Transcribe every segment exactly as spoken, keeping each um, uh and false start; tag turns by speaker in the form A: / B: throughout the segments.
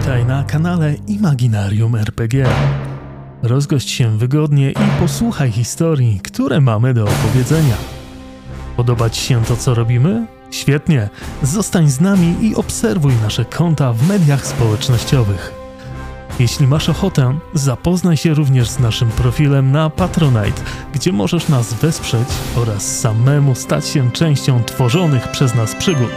A: Witaj na kanale Imaginarium R P G. Rozgość się wygodnie i posłuchaj historii, które mamy do opowiedzenia. Podoba Ci się to, co robimy? Świetnie! Zostań z nami i obserwuj nasze konta w mediach społecznościowych. Jeśli masz ochotę, zapoznaj się również z naszym profilem na Patronite, gdzie możesz nas wesprzeć oraz samemu stać się częścią tworzonych przez nas przygód.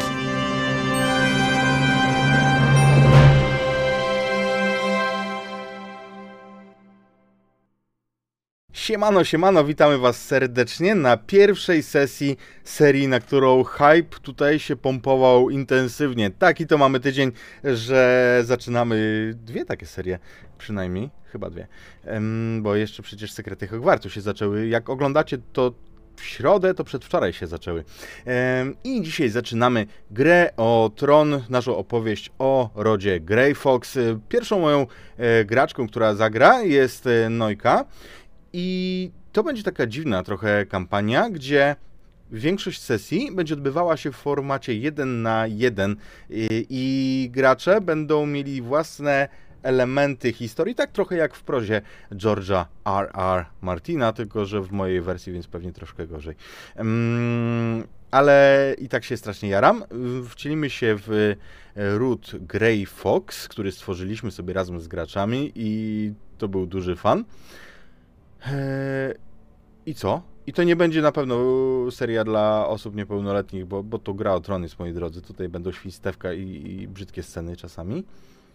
B: Siemano, siemano, witamy Was serdecznie na pierwszej sesji serii, na którą hype tutaj się pompował intensywnie. Taki to mamy tydzień, że zaczynamy dwie takie serie, przynajmniej, chyba dwie, um, bo jeszcze przecież Sekrety Hogwartu się zaczęły. Jak oglądacie to w środę, to przedwczoraj się zaczęły. Um, I dzisiaj zaczynamy grę o Tron, naszą opowieść o rodzie Grey Fox. Pierwszą moją e, graczką, która zagra, jest e, Nojka. I to będzie taka dziwna trochę kampania, gdzie większość sesji będzie odbywała się w formacie jeden na jeden i, i gracze będą mieli własne elementy historii, tak trochę jak w prozie George'a R R. Martina, tylko że w mojej wersji, więc pewnie troszkę gorzej. Um, ale i tak się strasznie jaram. Wcielimy się w ród Grey Fox, który stworzyliśmy sobie razem z graczami i to był duży fan. Eee, I co? I to nie będzie na pewno seria dla osób niepełnoletnich, bo, bo to gra o Tron jest, moi drodzy. Tutaj będą świństewka i, i brzydkie sceny czasami.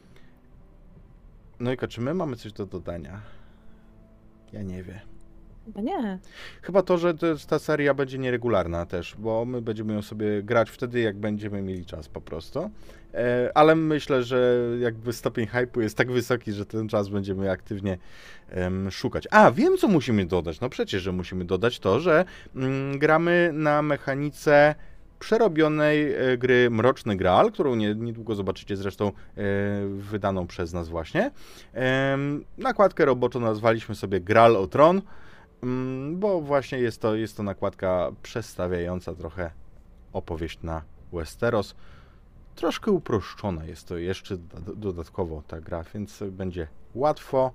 B: Nojka, czy my mamy coś do dodania? Ja nie wiem.
C: Chyba nie.
B: Chyba to, że to, ta seria będzie nieregularna też, bo my będziemy ją sobie grać wtedy, jak będziemy mieli czas po prostu. E, ale myślę, że jakby stopień hype'u jest tak wysoki, że ten czas będziemy aktywnie em, szukać. A, wiem, co musimy dodać. No przecież, że musimy dodać to, że mm, gramy na mechanice przerobionej e, gry Mroczny Graal, którą nie, niedługo zobaczycie zresztą e, wydaną przez nas właśnie. E, nakładkę roboczą nazwaliśmy sobie Graal o Tron, bo właśnie jest to, jest to nakładka przedstawiająca trochę opowieść na Westeros. Troszkę uproszczona jest to jeszcze dodatkowo ta gra, więc będzie łatwo.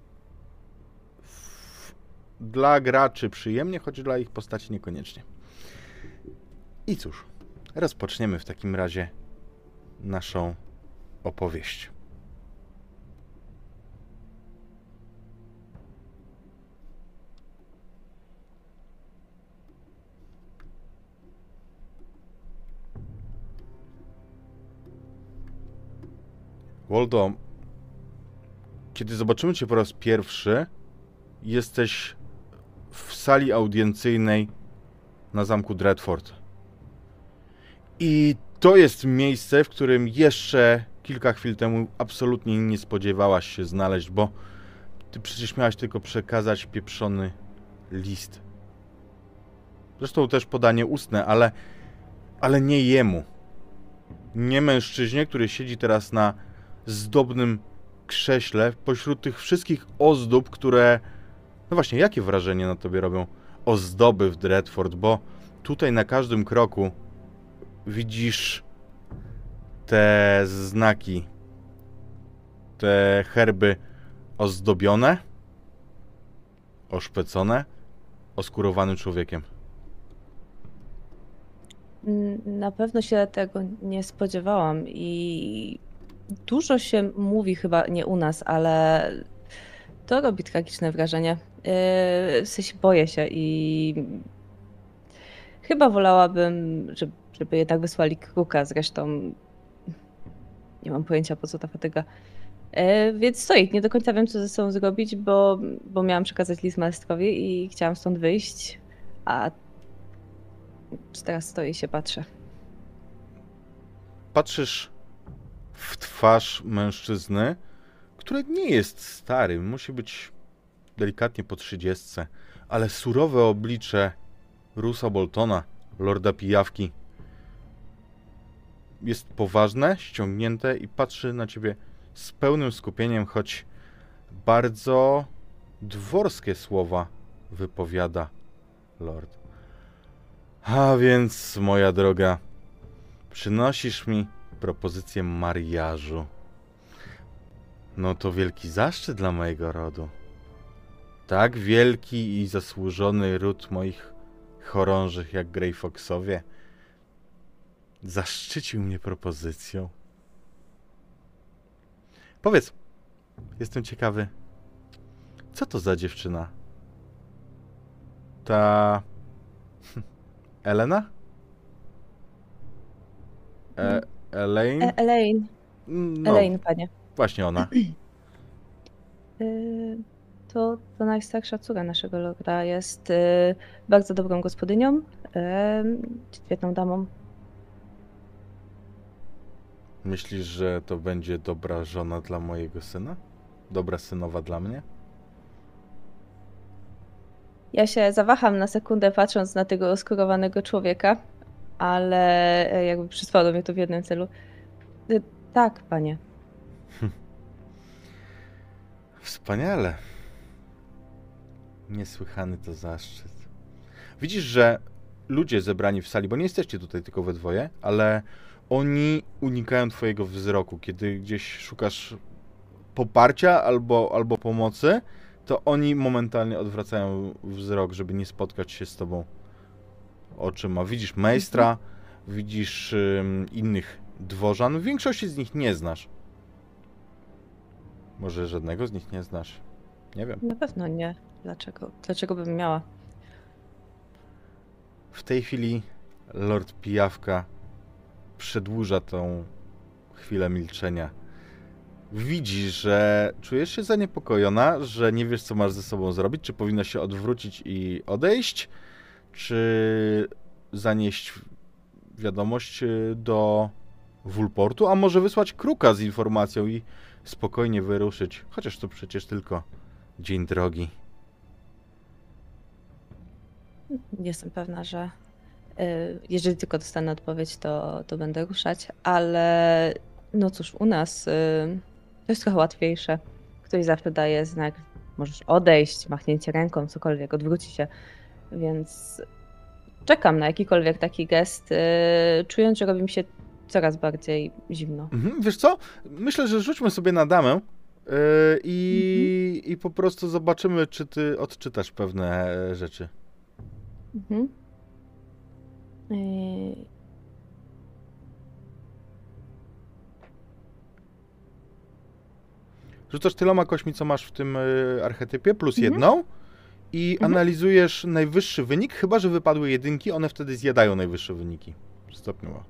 B: Dla graczy przyjemnie, choć dla ich postaci niekoniecznie. I cóż, rozpoczniemy w takim razie naszą opowieść. Waldo, kiedy zobaczymy Cię po raz pierwszy, jesteś w sali audiencyjnej na zamku Dreadfort. I to jest miejsce, w którym jeszcze kilka chwil temu absolutnie nie spodziewałaś się znaleźć, bo Ty przecież miałaś tylko przekazać pieprzony list. Zresztą też podanie ustne, ale, ale nie jemu. Nie mężczyźnie, który siedzi teraz na zdobnym krześle pośród tych wszystkich ozdób, które... No właśnie, jakie wrażenie na tobie robią ozdoby w Dreadfort, bo tutaj na każdym kroku widzisz te znaki, te herby ozdobione, oszpecone, oskurowanym człowiekiem.
C: Na pewno się tego nie spodziewałam i dużo się mówi, chyba nie u nas, ale to robi tragiczne wrażenie. Yy, w sensie boję się i chyba wolałabym, żeby, żeby jednak wysłali kruka, zresztą nie mam pojęcia, po co ta fatyga. Yy, więc stoi, nie do końca wiem, co ze sobą zrobić, bo, bo miałam przekazać list maestrowi i chciałam stąd wyjść, a teraz stoję i się patrzę.
B: Patrzysz w twarz mężczyzny, który nie jest stary, musi być delikatnie po trzydziestce, ale surowe oblicze Rusa Boltona, lorda pijawki, jest poważne, ściągnięte i patrzy na ciebie z pełnym skupieniem, choć bardzo dworskie słowa wypowiada lord. A więc, moja droga, przynosisz mi propozycję mariażu. No to wielki zaszczyt dla mojego rodu. Tak wielki i zasłużony ród moich chorążych jak Grey Foxowie zaszczycił mnie propozycją. Powiedz, jestem ciekawy, co to za dziewczyna? Ta... Elena? E Elaine?
C: E Elaine.
B: No,
C: Elaine, panie.
B: właśnie ona.
C: Y, To, to najstarsza córa naszego lorda. Jest y, bardzo dobrą gospodynią, y, świetną damą.
B: Myślisz, że to będzie dobra żona dla mojego syna? Dobra synowa dla mnie?
C: Ja się zawaham na sekundę, patrząc na tego oskurowanego człowieka, ale y, jakby przysłało mnie to w jednym celu. Y, Tak, panie.
B: Wspaniale. Niesłychany to zaszczyt. Widzisz, że ludzie zebrani w sali, bo nie jesteście tutaj tylko we dwoje, ale oni unikają twojego wzroku. Kiedy gdzieś szukasz poparcia albo, albo pomocy, to oni momentalnie odwracają wzrok, żeby nie spotkać się z tobą oczyma. Widzisz majstra, widzisz ym, innych dworzan. W większości z nich nie znasz. Może żadnego z nich nie znasz. Nie wiem.
C: Na pewno nie. Dlaczego? Dlaczego bym miała?
B: W tej chwili Lord Pijawka przedłuża tą chwilę milczenia. Widzisz, że czujesz się zaniepokojona, że nie wiesz, co masz ze sobą zrobić, czy powinnaś się odwrócić i odejść, czy zanieść wiadomość do Wulportu, a może wysłać kruka z informacją i spokojnie wyruszyć, chociaż to przecież tylko dzień drogi.
C: Jestem pewna, że y, jeżeli tylko dostanę odpowiedź, to, to będę ruszać, ale no cóż, u nas y, to jest trochę łatwiejsze. Ktoś zawsze daje znak, możesz odejść, machnięcie ręką, cokolwiek, odwróci się, więc czekam na jakikolwiek taki gest, y, czując, że robi mi się coraz bardziej zimno.
B: Mhm, wiesz co? Myślę, że rzućmy sobie na damę yy, i,
C: Mhm.
B: i po prostu zobaczymy, czy ty odczytasz pewne e, rzeczy.
C: Mhm. Y,
B: Rzucasz tyloma kośćmi, co masz w tym y, archetypie, plus
C: Mhm.
B: jedną i
C: Mhm.
B: analizujesz najwyższy wynik, chyba że wypadły jedynki, one wtedy zjadają najwyższe wyniki. Stopniowo.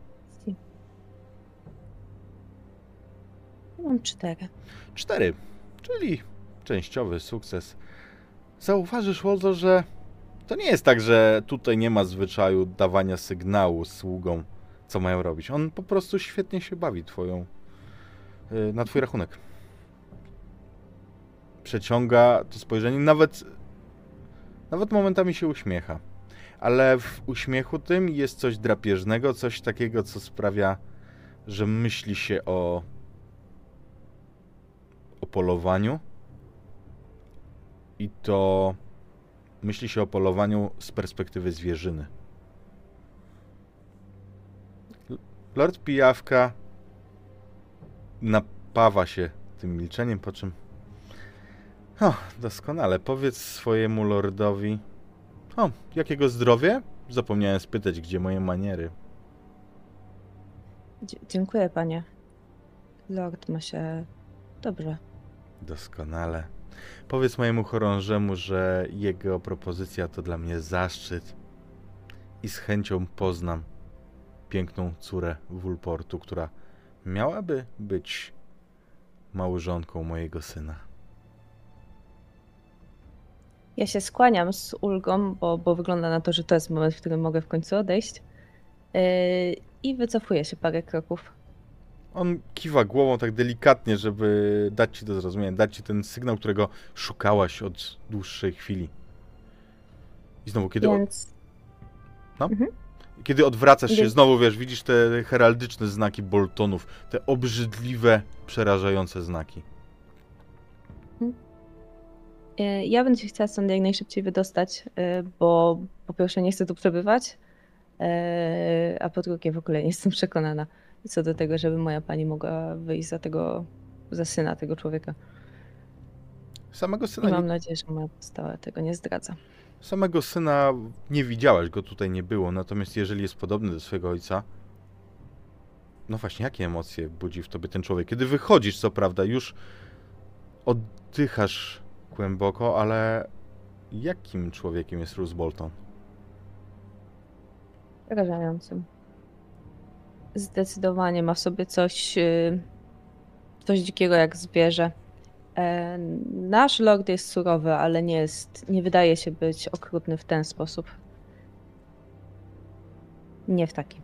C: Mam cztery.
B: Cztery, czyli częściowy sukces. Zauważysz, Waldo, że to nie jest tak, że tutaj nie ma zwyczaju dawania sygnału sługom, co mają robić. On po prostu świetnie się bawi twoją, y, na twój rachunek. Przeciąga to spojrzenie, nawet, nawet momentami się uśmiecha. Ale w uśmiechu tym jest coś drapieżnego, coś takiego, co sprawia, że myśli się o, o polowaniu. I to myśli się o polowaniu z perspektywy zwierzyny. Lord Pijawka napawa się tym milczeniem, po czym... O, doskonale. Powiedz swojemu lordowi... O, jakiego zdrowie? Zapomniałem spytać, gdzie moje maniery.
C: Dzie- dziękuję, panie. Lord ma się dobrze.
B: Doskonale. Powiedz mojemu chorążemu, że jego propozycja to dla mnie zaszczyt i z chęcią poznam piękną córę Wulportu, która miałaby być małżonką mojego syna.
C: Ja się skłaniam z ulgą, bo, bo wygląda na to, że to jest moment, w którym mogę w końcu odejść. Yy, I wycofuję się parę kroków.
B: On kiwa głową tak delikatnie, żeby dać ci do zrozumienia, dać ci ten sygnał, którego szukałaś od dłuższej chwili. I znowu, kiedy,
C: Więc
B: no?
C: Mhm.
B: kiedy odwracasz się,
C: Więc-
B: znowu wiesz, widzisz te heraldyczne znaki Boltonów, te obrzydliwe, przerażające znaki.
C: yy, ja będę się chciała stąd jak najszybciej wydostać, yy, bo po pierwsze nie chcę tu przebywać, yy, a po drugie w ogóle nie jestem przekonana co do tego, żeby moja pani mogła wyjść za tego za syna tego człowieka.
B: Samego
C: I
B: syna,
C: mam
B: nie,
C: nadzieję, że moja postawa tego nie zdradza.
B: samego syna nie widziałaś, go tutaj nie było, natomiast jeżeli jest podobny do swojego ojca, no właśnie, jakie emocje budzi w tobie ten człowiek? Kiedy wychodzisz, co prawda, już oddychasz głęboko, ale jakim człowiekiem jest Roose Bolton?
C: Przerażającym. Zdecydowanie ma w sobie coś, y, coś dzikiego jak zwierzę. E, Nasz lord jest surowy, ale nie jest, nie wydaje się być okrutny w ten sposób. Nie w taki.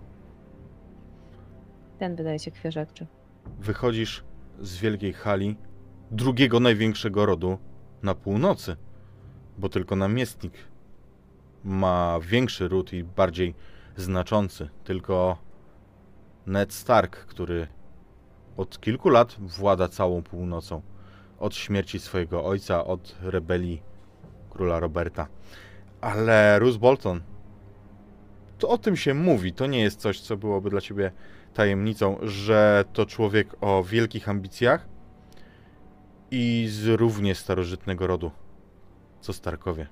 C: Ten wydaje się kwierzęczy.
B: Wychodzisz z wielkiej hali drugiego największego rodu na północy, bo tylko namiestnik ma większy ród i bardziej znaczący. Tylko Ned Stark, który od kilku lat włada całą północą. Od śmierci swojego ojca, od rebelii króla Roberta. Ale Roose Bolton, to o tym się mówi. To nie jest coś, co byłoby dla ciebie tajemnicą, że to człowiek o wielkich ambicjach i z równie starożytnego rodu, co Starkowie.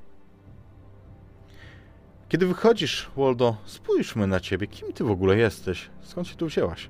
B: Kiedy wychodzisz, Waldo, spójrzmy na ciebie. Kim ty w ogóle jesteś? Skąd się tu wzięłaś?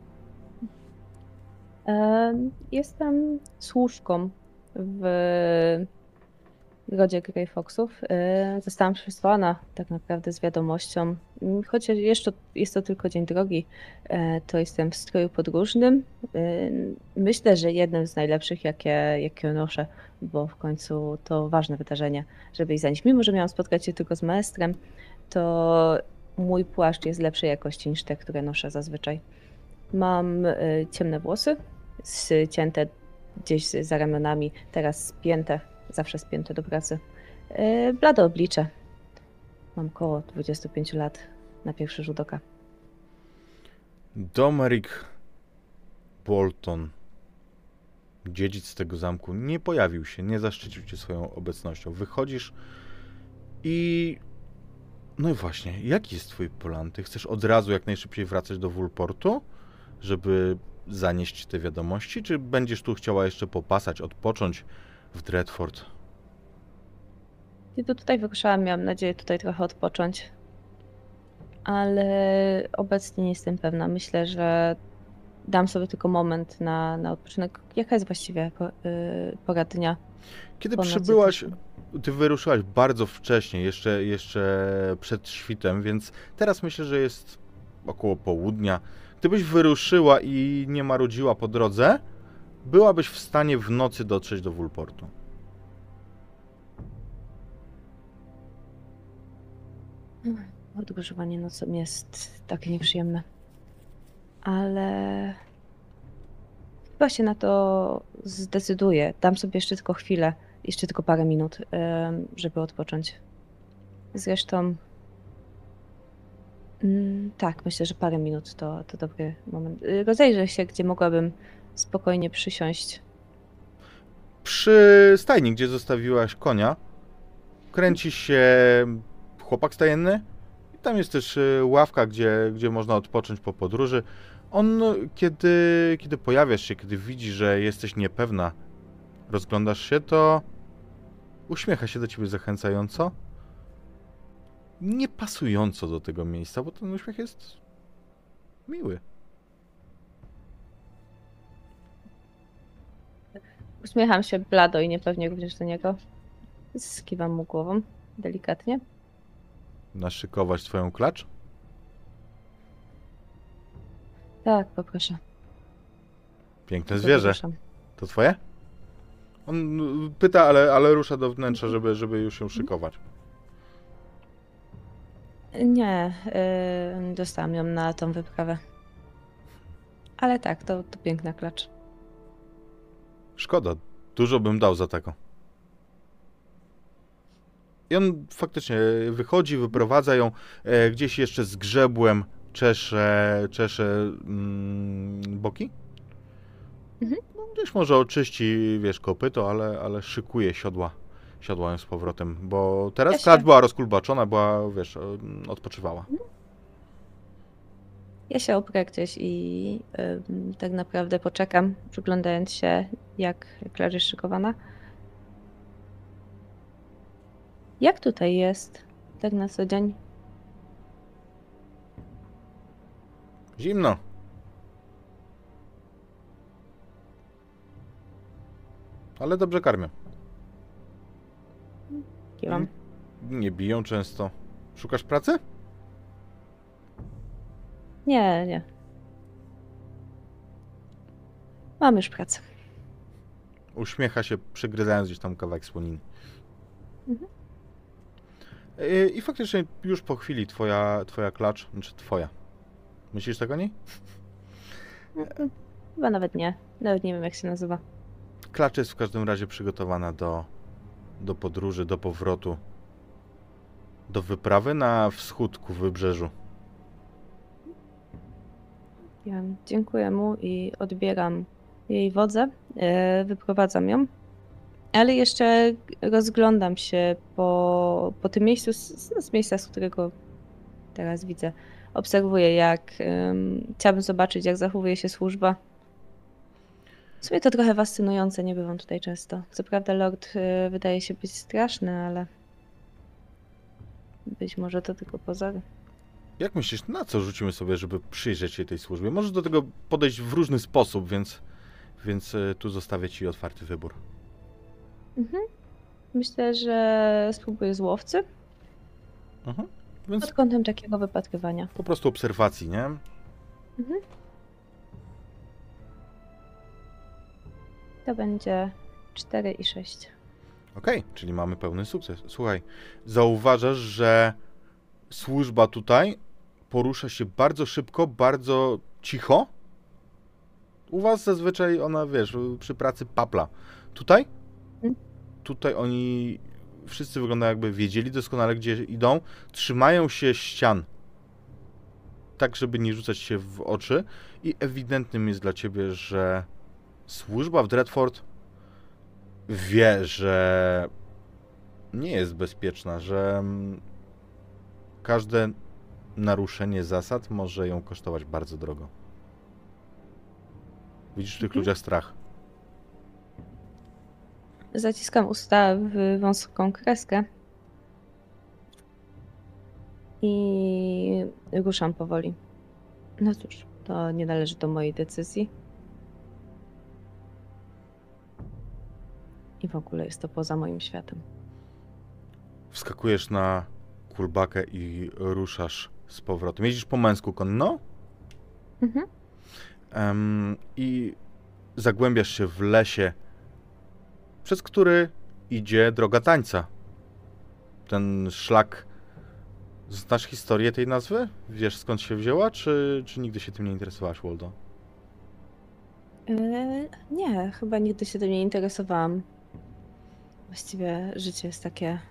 C: E, Jestem służką w rodzie Grey Foxów. E, Zostałam przesłana tak naprawdę z wiadomością, m, chociaż jeszcze jest to tylko dzień drogi, e, to jestem w stroju podróżnym. E, Myślę, że jednym z najlepszych, jakie, jakie noszę, bo w końcu to ważne wydarzenie, żeby ich zanieść. Mimo że miałam spotkać się tylko z maestrem, to mój płaszcz jest lepszej jakości niż te, które noszę zazwyczaj. Mam e, ciemne włosy, ścięte gdzieś za ramionami, teraz spięte, zawsze spięte do pracy. E, Blade oblicze. Mam około dwudziestu pięciu lat na pierwszy rzut oka.
B: Domeric Bolton, dziedzic tego zamku, nie pojawił się, nie zaszczycił cię swoją obecnością. Wychodzisz i... No i właśnie, jaki jest twój plan? Ty chcesz od razu jak najszybciej wracać do Woolportu, żeby zanieść te wiadomości, czy będziesz tu chciała jeszcze popasać, odpocząć w Dreadfort?
C: Kiedy tutaj wyruszałam, miałam nadzieję tutaj trochę odpocząć, ale obecnie nie jestem pewna. Myślę, że dam sobie tylko moment na, na odpoczynek. Jaka jest właściwie po- y, pora dnia?
B: Kiedy
C: Po nocy
B: przybyłaś,
C: też.
B: ty wyruszyłaś bardzo wcześnie, jeszcze, jeszcze przed świtem, więc teraz myślę, że jest około południa. Gdybyś wyruszyła i nie marudziła po drodze, byłabyś w stanie w nocy dotrzeć do Woolportu.
C: Podróżowanie nocą jest takie nieprzyjemne. Ale chyba się na to zdecyduję. Dam sobie jeszcze tylko chwilę, jeszcze tylko parę minut, em, żeby odpocząć. Zresztą mm, tak, myślę, że parę minut to, to dobry moment. Y, Rozejrzę się, gdzie mogłabym spokojnie przysiąść.
B: Przy stajni, gdzie zostawiłaś konia, kręci się chłopak stajenny. I tam jest też y, ławka, gdzie, gdzie można odpocząć po podróży. On, kiedy, kiedy pojawiasz się, kiedy widzi, że jesteś niepewna, rozglądasz się, to uśmiecha się do ciebie zachęcająco. Nie pasująco do tego miejsca, bo ten uśmiech jest miły.
C: Uśmiecham się blado i niepewnie również do niego. Skiwam mu głową delikatnie.
B: Naszykować twoją klacz?
C: Tak, poproszę.
B: Piękne zwierzę.
C: Poproszę.
B: To twoje? On y, pyta, ale, ale rusza do wnętrza, żeby, żeby już się szykować.
C: Nie, yy, dostałam ją na tą wyprawę. Ale tak, to, to piękna klacz.
B: Szkoda, dużo bym dał za taką. I on faktycznie wychodzi, wyprowadza ją e, gdzieś jeszcze z grzebłem, czesze, czesze mm, boki.
C: Mhm.
B: No, gdzieś może oczyści, wiesz, kopyto, ale, ale szykuje siodła, siodła ją z powrotem, bo teraz
C: Ja się-
B: klacz była rozkulbaczona, była, wiesz, o- odpoczywała.
C: Ja się oprę gdzieś i ym, tak naprawdę poczekam, przyglądając się, jak Klara jest szykowana. Jak tutaj jest, tak na co dzień?
B: Zimno. Ale dobrze karmią.
C: Kiwam.
B: Nie biją często. Szukasz pracy?
C: Nie, nie. Mam już pracę.
B: Uśmiecha się, przygryzając gdzieś tam kawałek słoniny.
C: Mhm.
B: I, I faktycznie już po chwili twoja, twoja klacz, znaczy twoja. Myślisz tak o niej?
C: Mhm. Chyba nawet nie. Nawet nie wiem, jak się nazywa.
B: Klacz jest w każdym razie przygotowana do, do podróży, do powrotu, do wyprawy na wschód ku wybrzeżu.
C: Ja dziękuję mu i odbieram jej wodzę, e, wyprowadzam ją, ale jeszcze rozglądam się po, po tym miejscu, z, z miejsca, z którego teraz widzę. Obserwuję, jak um, chciałabym zobaczyć, jak zachowuje się służba. W sumie to trochę fascynujące, nie bywam tutaj często. Co prawda lord e, wydaje się być straszny, ale być może to tylko pozory.
B: Jak myślisz, na co rzucimy sobie, żeby przyjrzeć się tej służbie? Możesz do tego podejść w różny sposób, więc, więc e, tu zostawię ci otwarty wybór.
C: Mhm. Myślę, że spróbuję z łowcy
B: Mhm. Więc
C: pod kątem takiego wypatrywania.
B: po prostu obserwacji, nie?
C: Mhm. To będzie cztery i sześć.
B: Okej, czyli mamy pełny sukces. Słuchaj, zauważasz, że służba tutaj porusza się bardzo szybko, bardzo cicho. U was zazwyczaj ona, wiesz, przy pracy papla. Tutaj?
C: Hmm?
B: Tutaj oni wszyscy wyglądają, jakby wiedzieli doskonale, gdzie idą. Trzymają się ścian. Tak, żeby nie rzucać się w oczy. I ewidentnym jest dla ciebie, że służba w Dreadfort wie, że nie jest bezpieczna, że każde naruszenie zasad może ją kosztować bardzo drogo. Widzisz w tych
C: Mhm.
B: ludziach strach.
C: Zaciskam usta w wąską kreskę i ruszam powoli. No cóż, to nie należy do mojej decyzji. I w ogóle jest to poza moim światem.
B: Wskakujesz na kulbakę i ruszasz z powrotem. Jeździsz po męsku konno
C: Mhm.
B: em, i zagłębiasz się w lesie, przez który idzie droga tańca. Ten szlak... Znasz historię tej nazwy? Wiesz, skąd się wzięła, czy, czy nigdy się tym nie interesowałaś, Waldo?
C: Yy, nie, chyba nigdy się tym nie interesowałam. Właściwie życie jest takie...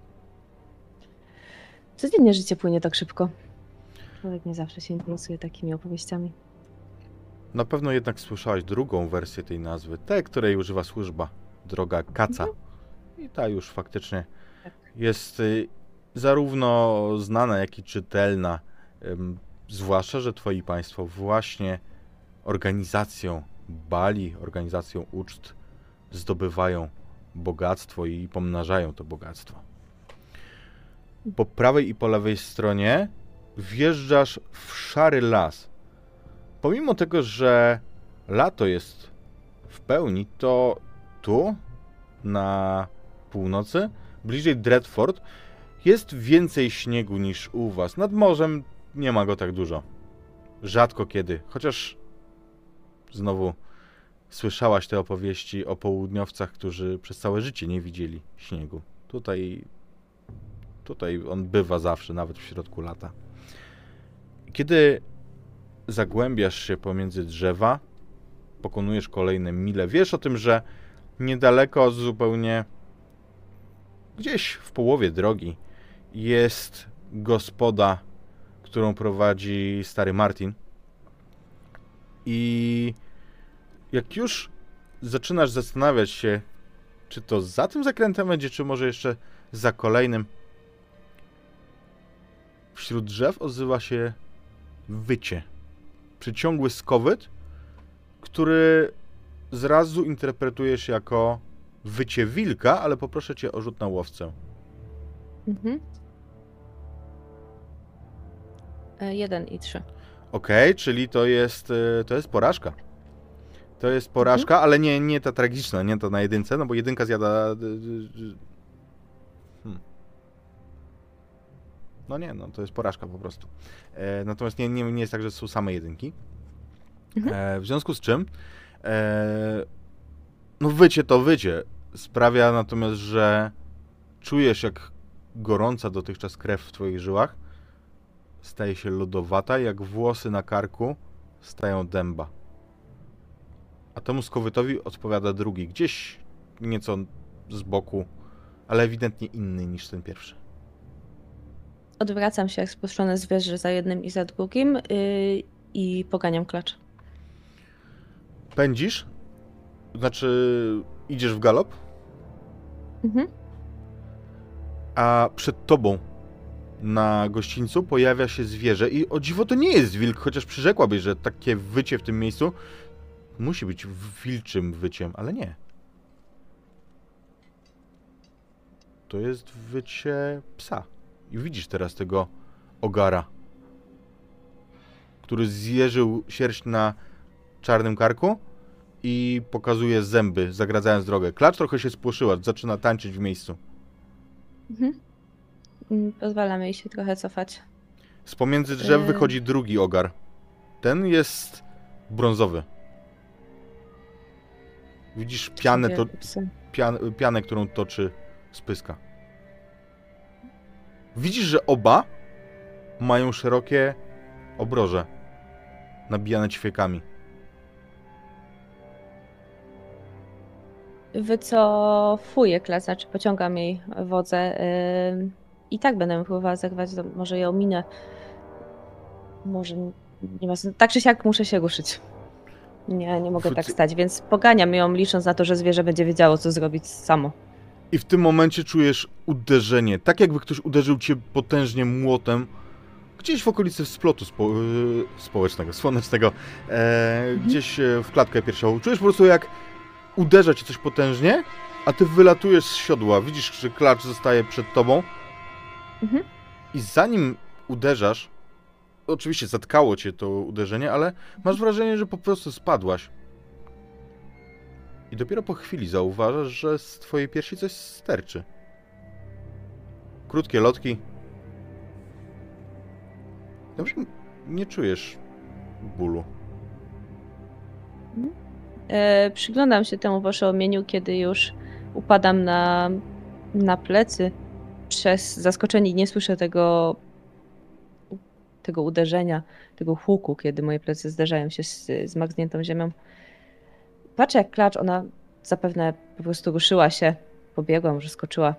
C: Codziennie życie płynie tak szybko. Człowiek nie zawsze się interesuje takimi opowieściami.
B: Na pewno jednak słyszałaś drugą wersję tej nazwy, tę, której używa służba, droga Kaca. I ta już faktycznie
C: Tak.
B: jest y, zarówno znana, jak i czytelna. Ym, zwłaszcza, że twoi państwo właśnie organizacją bali, organizacją uczt zdobywają bogactwo i pomnażają to bogactwo. Po prawej i po lewej stronie wjeżdżasz w szary las. Pomimo tego, że lato jest w pełni, to tu, na północy, bliżej Dreadfort, jest więcej śniegu niż u was. Nad morzem nie ma go tak dużo. Rzadko kiedy. Chociaż znowu słyszałaś te opowieści o południowcach, którzy przez całe życie nie widzieli śniegu. Tutaj, tutaj on bywa zawsze, nawet w środku lata. Kiedy zagłębiasz się pomiędzy drzewa, pokonujesz kolejne mile. Wiesz o tym, że niedaleko, zupełnie gdzieś w połowie drogi, jest gospoda, którą prowadzi stary Martin. I jak już zaczynasz zastanawiać się, czy to za tym zakrętem będzie, czy może jeszcze za kolejnym, wśród drzew odzywa się wycie. przyciągły skowyt, który zrazu interpretujesz jako wycie wilka, ale poproszę cię o rzut na łowcę.
C: Mhm. E, jeden i trzy.
B: Okej, okay, czyli to jest, y, to jest porażka. To jest porażka, mhm. ale nie, nie ta tragiczna, nie ta na jedynce, no bo jedynka zjada... Hmm. No nie, no to jest porażka po prostu. E, natomiast nie, nie, nie jest tak, że są same jedynki. Mhm. E, w związku z czym e, no wycie to wycie. Sprawia natomiast, że czujesz, jak gorąca dotychczas krew w twoich żyłach staje się lodowata, jak włosy na karku stają dęba. A temu skowytowi odpowiada drugi, gdzieś nieco z boku, ale ewidentnie inny niż ten pierwszy.
C: Odwracam się jak spuszczone zwierzę za jednym i za drugim yy, i poganiam klacz.
B: Pędzisz? Znaczy idziesz w galop?
C: Mhm.
B: A przed tobą na gościńcu pojawia się zwierzę i o dziwo to nie jest wilk, chociaż przyrzekłabyś, że takie wycie w tym miejscu musi być wilczym wyciem, ale nie. To jest wycie psa. I widzisz teraz tego ogara, który zjeżył sierść na czarnym karku i pokazuje zęby, zagradzając drogę. Klacz trochę się spłoszyła, zaczyna tańczyć w miejscu.
C: Mhm. Pozwalamy jej się trochę cofać.
B: Z pomiędzy drzew
C: Yy...
B: wychodzi drugi ogar. Ten jest brązowy. Widzisz pianę, to, pian, pianę, którą toczy z pyska. Widzisz, że oba mają szerokie obroże nabijane ćwiekami.
C: Wycofuję klacz, znaczy pociągam jej wodze. Yy, I tak będę próbowała zerwać, może ją ominę. Może nie ma sensu. Tak czy siak muszę się ruszyć. Nie, nie mogę
B: Wyc...
C: tak stać, więc poganiam ją, licząc na to, że zwierzę będzie wiedziało, co zrobić samo.
B: I w tym momencie czujesz uderzenie, tak jakby ktoś uderzył cię potężnie młotem, gdzieś w okolicy splotu spo, yy, społecznego, słonecznego, e, mhm. gdzieś w klatkę piersiową. Czujesz po prostu, jak uderza cię coś potężnie, a ty wylatujesz z siodła. Widzisz, że klacz zostaje przed tobą.
C: Mhm.
B: I zanim uderzasz, oczywiście zatkało cię to uderzenie, ale masz wrażenie, że po prostu spadłaś. I dopiero po chwili zauważasz, że z twojej piersi coś sterczy. Krótkie lotki. Dobrze, nie czujesz bólu.
C: E, przyglądam się temu oszołomieniu, kiedy już upadam na, na plecy. Przez zaskoczenie nie słyszę tego, tego uderzenia, tego huku, kiedy moje plecy zderzają się z, z magniętą ziemią. Patrzę, jak klacz, ona zapewne po prostu ruszyła się, pobiegła, może skoczyła.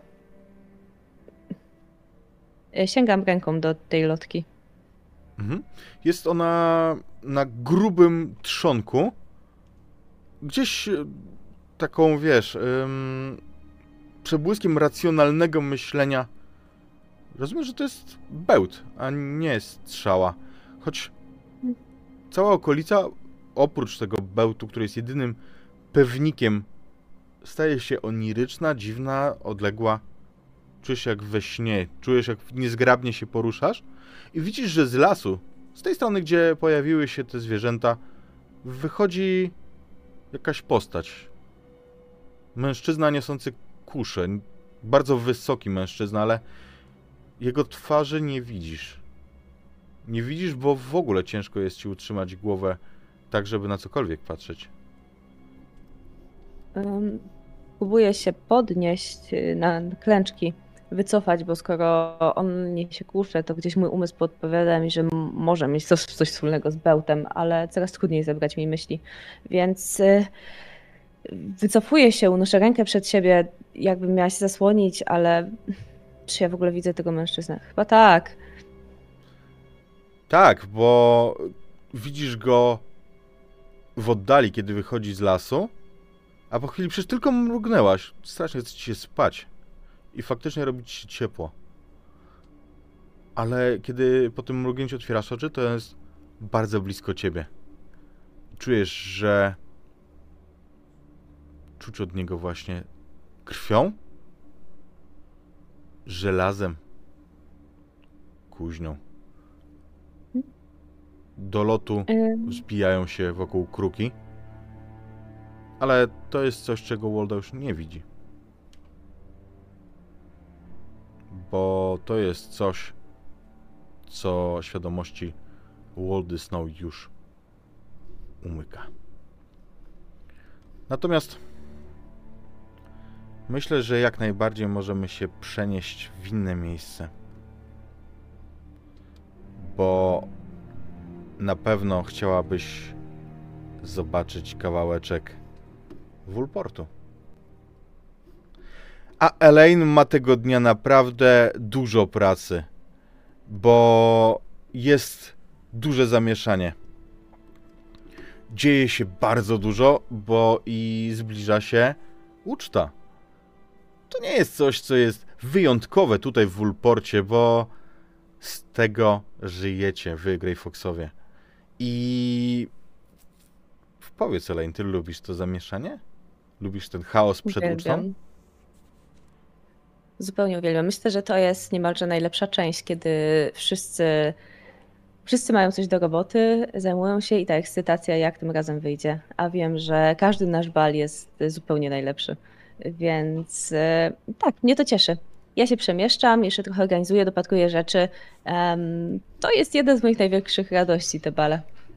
C: Sięgam ręką do tej lotki.
B: Mhm. Jest ona na grubym trzonku. Gdzieś taką, wiesz, ym, przebłyskiem racjonalnego myślenia. Rozumiem, że to jest bełt, a nie strzała. Choć cała okolica, oprócz tego bełtu, który jest jedynym pewnikiem, staje się oniryczna, dziwna, odległa. Czujesz się jak we śnie, czujesz, jak niezgrabnie się poruszasz i widzisz, że z lasu, z tej strony, gdzie pojawiły się te zwierzęta, wychodzi jakaś postać. Mężczyzna niosący kuszę. Bardzo wysoki mężczyzna, ale jego twarzy nie widzisz. Nie widzisz, bo w ogóle ciężko jest ci utrzymać głowę tak, żeby na cokolwiek patrzeć.
C: Um, próbuję się podnieść na klęczki, wycofać, bo skoro on niesie kuszę, to gdzieś mój umysł podpowiada mi, że może mieć coś, coś wspólnego z bełtem, ale coraz trudniej zebrać mi myśli. Więc y, wycofuję się, unoszę rękę przed siebie, jakbym miała się zasłonić, ale czy ja w ogóle widzę tego mężczyznę? Chyba tak.
B: Tak, bo widzisz go w oddali, kiedy wychodzi z lasu, a po chwili przecież tylko mrugnęłaś. Strasznie chce ci się spać. I faktycznie robi ci się ciepło. Ale kiedy po tym mrugnięciu otwierasz oczy, to jest bardzo blisko ciebie. Czujesz, że czuć od niego właśnie krwią, żelazem, kuźnią. Do lotu wzbijają się wokół kruki, ale to jest coś, czego Walda już nie widzi. Bo to jest coś, co świadomości Waldy Snow już umyka. Natomiast myślę, że jak najbardziej możemy się przenieść w inne miejsce. Bo na pewno chciałabyś zobaczyć kawałeczek Wulportu. A Elaine ma tego dnia naprawdę dużo pracy, bo jest duże zamieszanie. Dzieje się bardzo dużo, bo i zbliża się uczta. To nie jest coś, co jest wyjątkowe tutaj w Wulporcie, bo z tego żyjecie wy, Grey Foxowie. I powiedz, Elaine, ty lubisz to zamieszanie? Lubisz ten chaos przed
C: Uwielbiam.
B: ucztą?
C: Zupełnie uwielbiam. Myślę, że to jest niemalże najlepsza część, kiedy wszyscy, wszyscy mają coś do roboty, zajmują się i ta ekscytacja jak tym razem wyjdzie. A wiem, że każdy nasz bal jest zupełnie najlepszy. Więc e, tak, mnie to cieszy. Ja się przemieszczam, jeszcze trochę organizuję, dopatruję rzeczy. Em, to jest jeden z moich największych radości, te bale.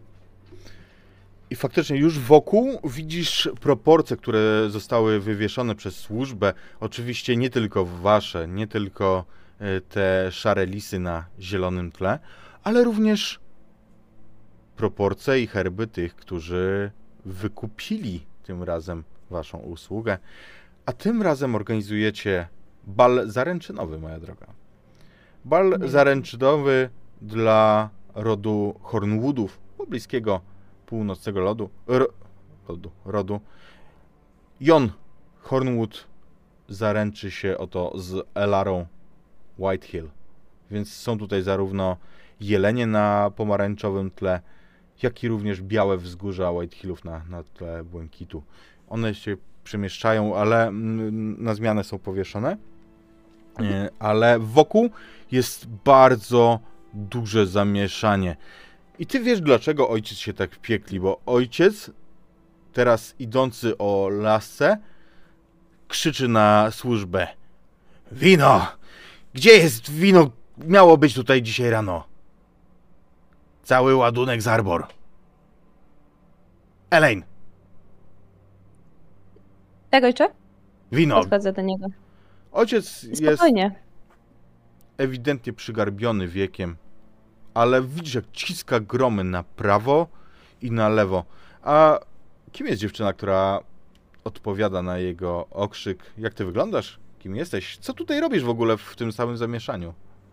B: I faktycznie już wokół widzisz proporcje, które zostały wywieszone przez służbę. Oczywiście nie tylko wasze, nie tylko y, te szare lisy na zielonym tle, ale również proporcje i herby tych, którzy wykupili tym razem waszą usługę. A tym razem organizujecie bal zaręczynowy, moja droga. Bal
C: Mhm.
B: zaręczynowy dla rodu Hornwoodów, pobliskiego północnego lodu, ro, lodu, rodu. Jon Hornwood zaręczy się oto z Elarą Whitehill. Więc są tutaj zarówno jelenie na pomarańczowym tle, jak i również białe wzgórza Whitehillów na, na tle błękitu. One się przemieszczają, ale mm, na zmianę są powieszone. E, ale wokół jest bardzo duże zamieszanie. I ty wiesz, dlaczego ojciec się tak piekli, bo ojciec, teraz idący o lasce, krzyczy na służbę: wino! Gdzie jest wino? Miało być tutaj dzisiaj rano. Cały ładunek z Arbor. Elaine,
C: Tak, ojcze?
B: wino!
C: Podchodzę do niego.
B: Ojciec jest
C: Spokojnie.
B: ewidentnie przygarbiony wiekiem, ale widzisz, jak ciska gromy na prawo i na lewo. A kim jest dziewczyna, która odpowiada na jego okrzyk? Jak ty wyglądasz? Kim jesteś? Co tutaj robisz w ogóle w tym samym zamieszaniu?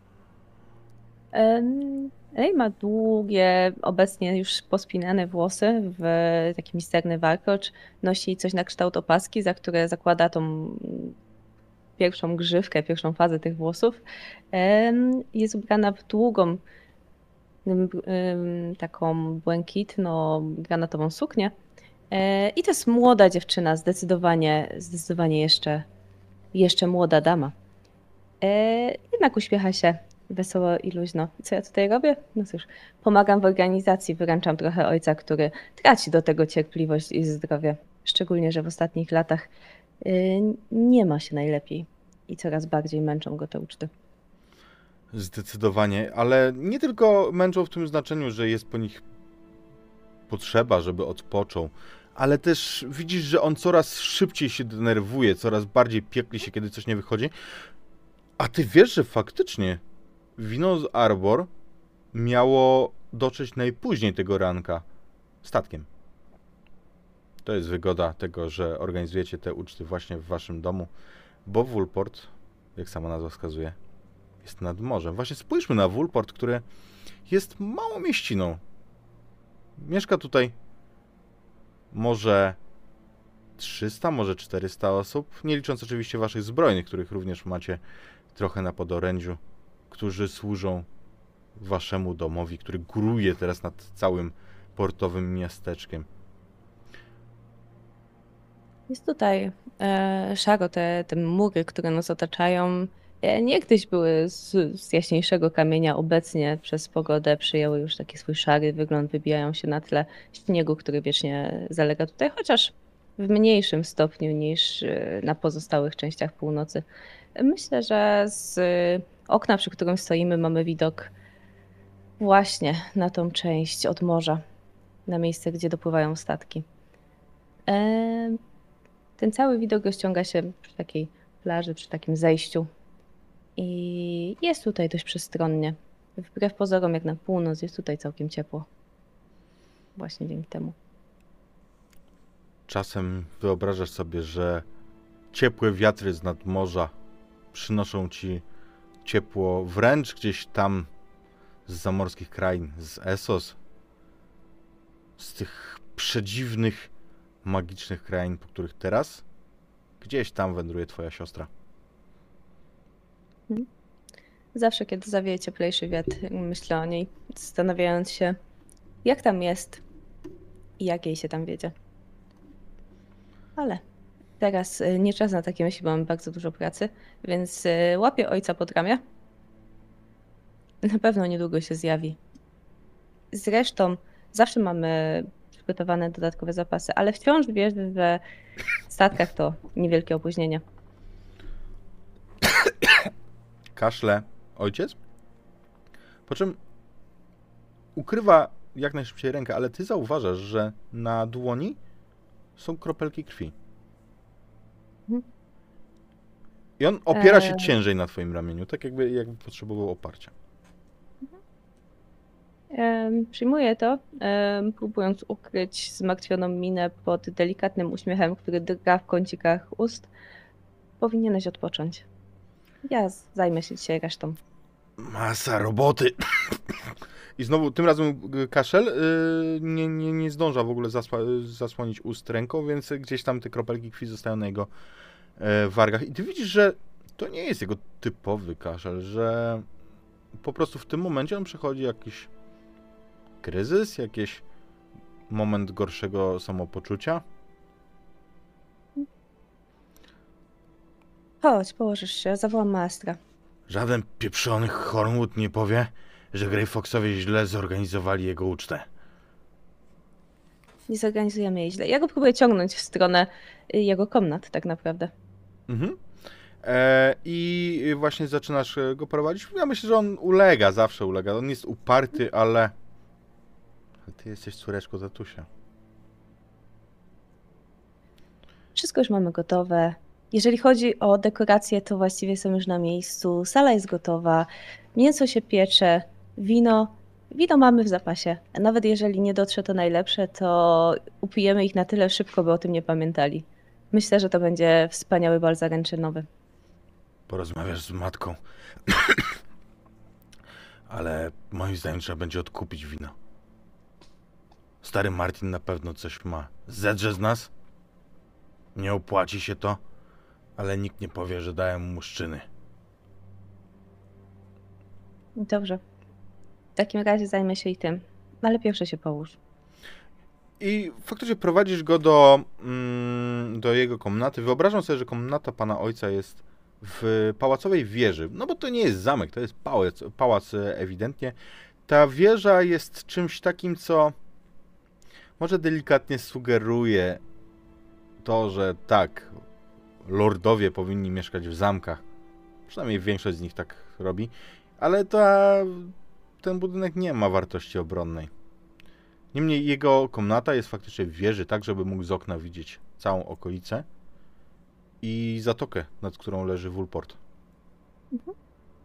C: Em, Ej, ma długie, obecnie już pospinane włosy w taki misterny warkocz. Nosi coś na kształt opaski, za które zakłada tą pierwszą grzywkę, pierwszą fazę tych włosów. Em, Jest ubrana w długą, em, em, taką błękitno-granatową suknię. E, I to jest młoda dziewczyna, zdecydowanie, zdecydowanie jeszcze, jeszcze młoda dama. E, Jednak uśmiecha się wesoło i luźno. I co ja tutaj robię? No cóż, pomagam w organizacji, wyręczam trochę ojca, który traci do tego cierpliwość i zdrowie. Szczególnie, że w ostatnich latach y, nie ma się najlepiej i coraz bardziej męczą go te uczty.
B: Zdecydowanie, ale nie tylko męczą w tym znaczeniu, że jest po nich potrzeba, żeby odpoczął, ale też widzisz, że on coraz szybciej się denerwuje, coraz bardziej piekli się, kiedy coś nie wychodzi. A ty wiesz, że faktycznie wino z Arbor miało dotrzeć najpóźniej tego ranka statkiem. To jest wygoda tego, że organizujecie te uczty właśnie w waszym domu, bo Wulport, jak sama nazwa wskazuje, jest nad morzem. Właśnie spójrzmy na Wulport, który jest małą mieściną. Mieszka tutaj może trzysta, może czterysta osób, nie licząc oczywiście waszych zbrojnych, których również macie trochę na podorędziu, którzy służą waszemu domowi, który góruje teraz nad całym portowym miasteczkiem.
C: Jest tutaj e, szaro, te, te mury, które nas otaczają, e, niegdyś były z, z jaśniejszego kamienia, obecnie przez pogodę przyjęły już taki swój szary wygląd, wybijają się na tle śniegu, który wiecznie zalega tutaj, chociaż w mniejszym stopniu niż e, na pozostałych częściach północy. Myślę, że z okna, przy którym stoimy, mamy widok właśnie na tą część od morza, na miejsce, gdzie dopływają statki. E, Ten cały widok rozciąga się przy takiej plaży, przy takim zejściu i jest tutaj dość przestronnie. Wbrew pozorom, jak na północ, jest tutaj całkiem ciepło. Właśnie dzięki temu.
B: Czasem wyobrażasz sobie, że ciepłe wiatry z nadmorza przynoszą ci ciepło wręcz gdzieś tam z zamorskich krain, z Essos, z tych przedziwnych, magicznych krain, po których teraz gdzieś tam wędruje twoja siostra.
C: Zawsze, kiedy zawieje cieplejszy wiatr, myślę o niej, zastanawiając się, jak tam jest i jak jej się tam wiedzie. Ale teraz y, nie czas na takie myśli, bo mam bardzo dużo pracy, więc y, łapię ojca pod ramię. Na pewno niedługo się zjawi. Zresztą zawsze mamy przygotowane dodatkowe zapasy, ale wciąż wierzę, że w statkach to niewielkie opóźnienie.
B: Kaszle ojciec, po czym ukrywa jak najszybciej rękę, ale ty zauważasz, że na dłoni są kropelki krwi.
C: Mhm.
B: I on opiera się
C: Eee.
B: ciężej na twoim ramieniu, tak jakby, jakby potrzebował oparcia.
C: Em, Przyjmuję to, em, próbując ukryć zmartwioną minę pod delikatnym uśmiechem, który drga w kącikach ust. Powinieneś odpocząć. Ja z- zajmę się dzisiaj resztą.
B: Masa roboty. I znowu, tym razem y, kaszel y, nie, nie, nie zdąża w ogóle zasła- zasłonić ust ręką, więc gdzieś tam te kropelki krwi zostają na jego e, wargach. I ty widzisz, że to nie jest jego typowy kaszel, że po prostu w tym momencie on przechodzi jakiś kryzys, jakiś moment gorszego samopoczucia.
C: Chodź, położysz się, zawołam maestra.
B: Żaden pieprzony Hornwood nie powie, że Grey Foxowie źle zorganizowali jego ucztę.
C: Nie zorganizujemy jej źle. Ja go próbuję ciągnąć w stronę y, jego komnat, tak naprawdę.
B: Mhm. E, I właśnie zaczynasz e, go prowadzić. Ja myślę, że on ulega, zawsze ulega. On jest uparty, ale... Ty jesteś córeczką tatusia.
C: Wszystko już mamy gotowe. Jeżeli chodzi o dekoracje, to właściwie są już na miejscu. Sala jest gotowa, mięso się piecze, wino. Wino mamy w zapasie. A nawet jeżeli nie dotrze to najlepsze, to upijemy ich na tyle szybko, by o tym nie pamiętali. Myślę, że to będzie wspaniały bal zaręczynowy.
B: Porozmawiasz z matką. Ale moim zdaniem trzeba będzie odkupić wino. Stary Martin na pewno coś ma. Zedrze z nas? Nie opłaci się to, ale nikt nie powie, że dałem mu szczyny.
C: Dobrze. W takim razie zajmę się i tym. Ale pierwsze się połóż.
B: I faktycznie prowadzisz go do, mm, do jego komnaty. Wyobrażam sobie, że komnata pana ojca jest w pałacowej wieży. No bo to nie jest zamek, to jest pałac, pałac ewidentnie. Ta wieża jest czymś takim, co może delikatnie sugeruje to, że tak, lordowie powinni mieszkać w zamkach. Przynajmniej większość z nich tak robi. Ale ta, ten budynek nie ma wartości obronnej. Niemniej jego komnata jest faktycznie w wieży, tak żeby mógł z okna widzieć całą okolicę i zatokę, nad którą leży Woolport.
C: Mhm.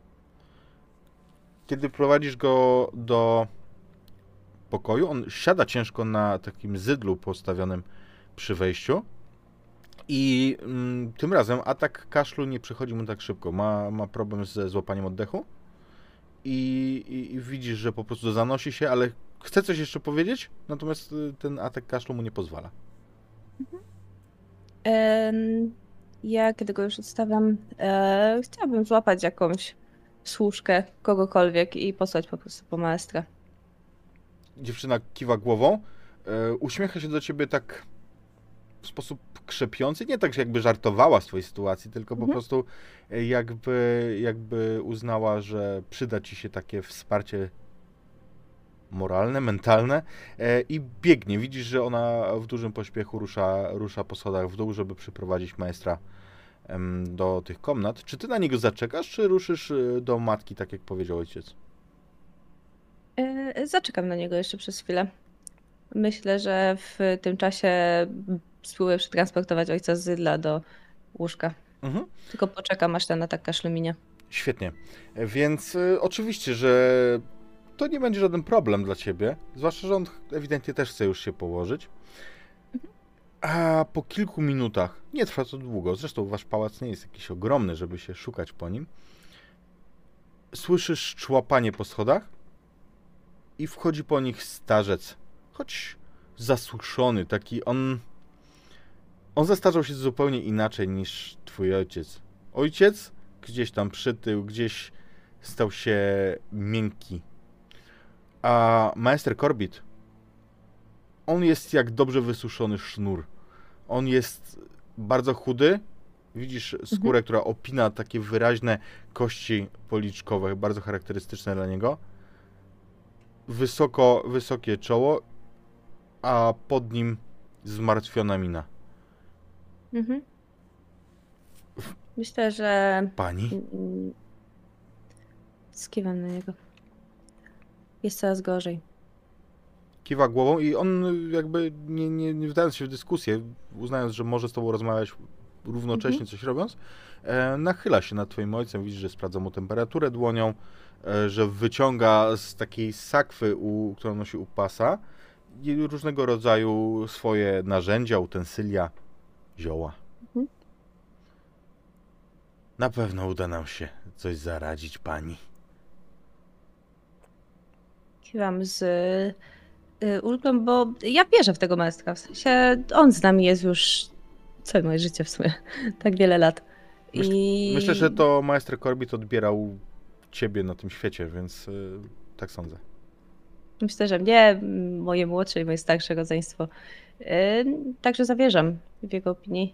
B: Kiedy prowadzisz go do pokoju, on siada ciężko na takim zydlu postawionym przy wejściu i mm, tym razem atak kaszlu nie przychodzi mu tak szybko. Ma, ma problem ze złapaniem oddechu i, i, i widzisz, że po prostu zanosi się, ale chce coś jeszcze powiedzieć, natomiast y, ten atak kaszlu mu nie pozwala.
C: Em, Ja, kiedy go już odstawiam, e, chciałabym złapać jakąś służkę kogokolwiek i posłać po prostu po maestra.
B: Dziewczyna kiwa głową, e, uśmiecha się do ciebie tak w sposób krzepiący, nie tak, że jakby żartowała z twojej sytuacji, tylko po
C: Mhm.
B: prostu e, jakby, jakby uznała, że przyda ci się takie wsparcie moralne, mentalne e, i biegnie. Widzisz, że ona w dużym pośpiechu rusza, rusza po schodach w dół, żeby przyprowadzić maestra em, do tych komnat. Czy ty na niego zaczekasz, czy ruszysz e, do matki, tak jak powiedział ojciec?
C: E, Zaczekam na niego jeszcze przez chwilę. Myślę, że w tym czasie spróbuję przetransportować ojca z Zydla do łóżka.
B: Mhm.
C: Tylko poczekam, aż ten atak kaszlu minie.
B: Świetnie. E, Więc e, oczywiście, że to nie będzie żaden problem dla ciebie, zwłaszcza, że on ewidentnie też chce już się położyć. A po kilku minutach, nie trwa to długo, zresztą wasz pałac nie jest jakiś ogromny, żeby się szukać po nim, słyszysz człapanie po schodach i wchodzi po nich starzec, choć zasuszony, taki on... On zestarzał się zupełnie inaczej niż twój ojciec. Ojciec gdzieś tam przytył, gdzieś stał się miękki. A maester Corbett, on jest jak dobrze wysuszony sznur. On jest bardzo chudy. Widzisz skórę,
C: Mhm.
B: która opina takie wyraźne kości policzkowe, bardzo charakterystyczne dla niego. Wysoko, wysokie czoło, a pod nim zmartwiona mina.
C: Mhm. Myślę, że
B: Pani?
C: mm, skiwam na niego. Jest coraz gorzej.
B: Kiwa głową i on jakby nie, nie, nie wdając się w dyskusję, uznając, że może z tobą rozmawiać równocześnie,
C: Mhm.
B: coś robiąc, e, nachyla się nad twoim ojcem, widzisz, że sprawdza mu temperaturę dłonią, e, że wyciąga z takiej sakwy, u, którą nosi u pasa, i różnego rodzaju swoje narzędzia, utensylia, zioła.
C: Mhm.
B: Na pewno uda nam się coś zaradzić, pani.
C: Kiwam z y, ulgą, bo ja wierzę w tego maestra. W sensie on z nami jest już całe moje życie w sumie. Tak wiele lat.
B: Myśl,
C: I
B: Myślę, że to maester Corbett odbierał ciebie na tym świecie, więc y, tak sądzę.
C: myślę, że mnie, moje młodsze i moje starsze rodzeństwo, y, także zawierzam w jego opinii.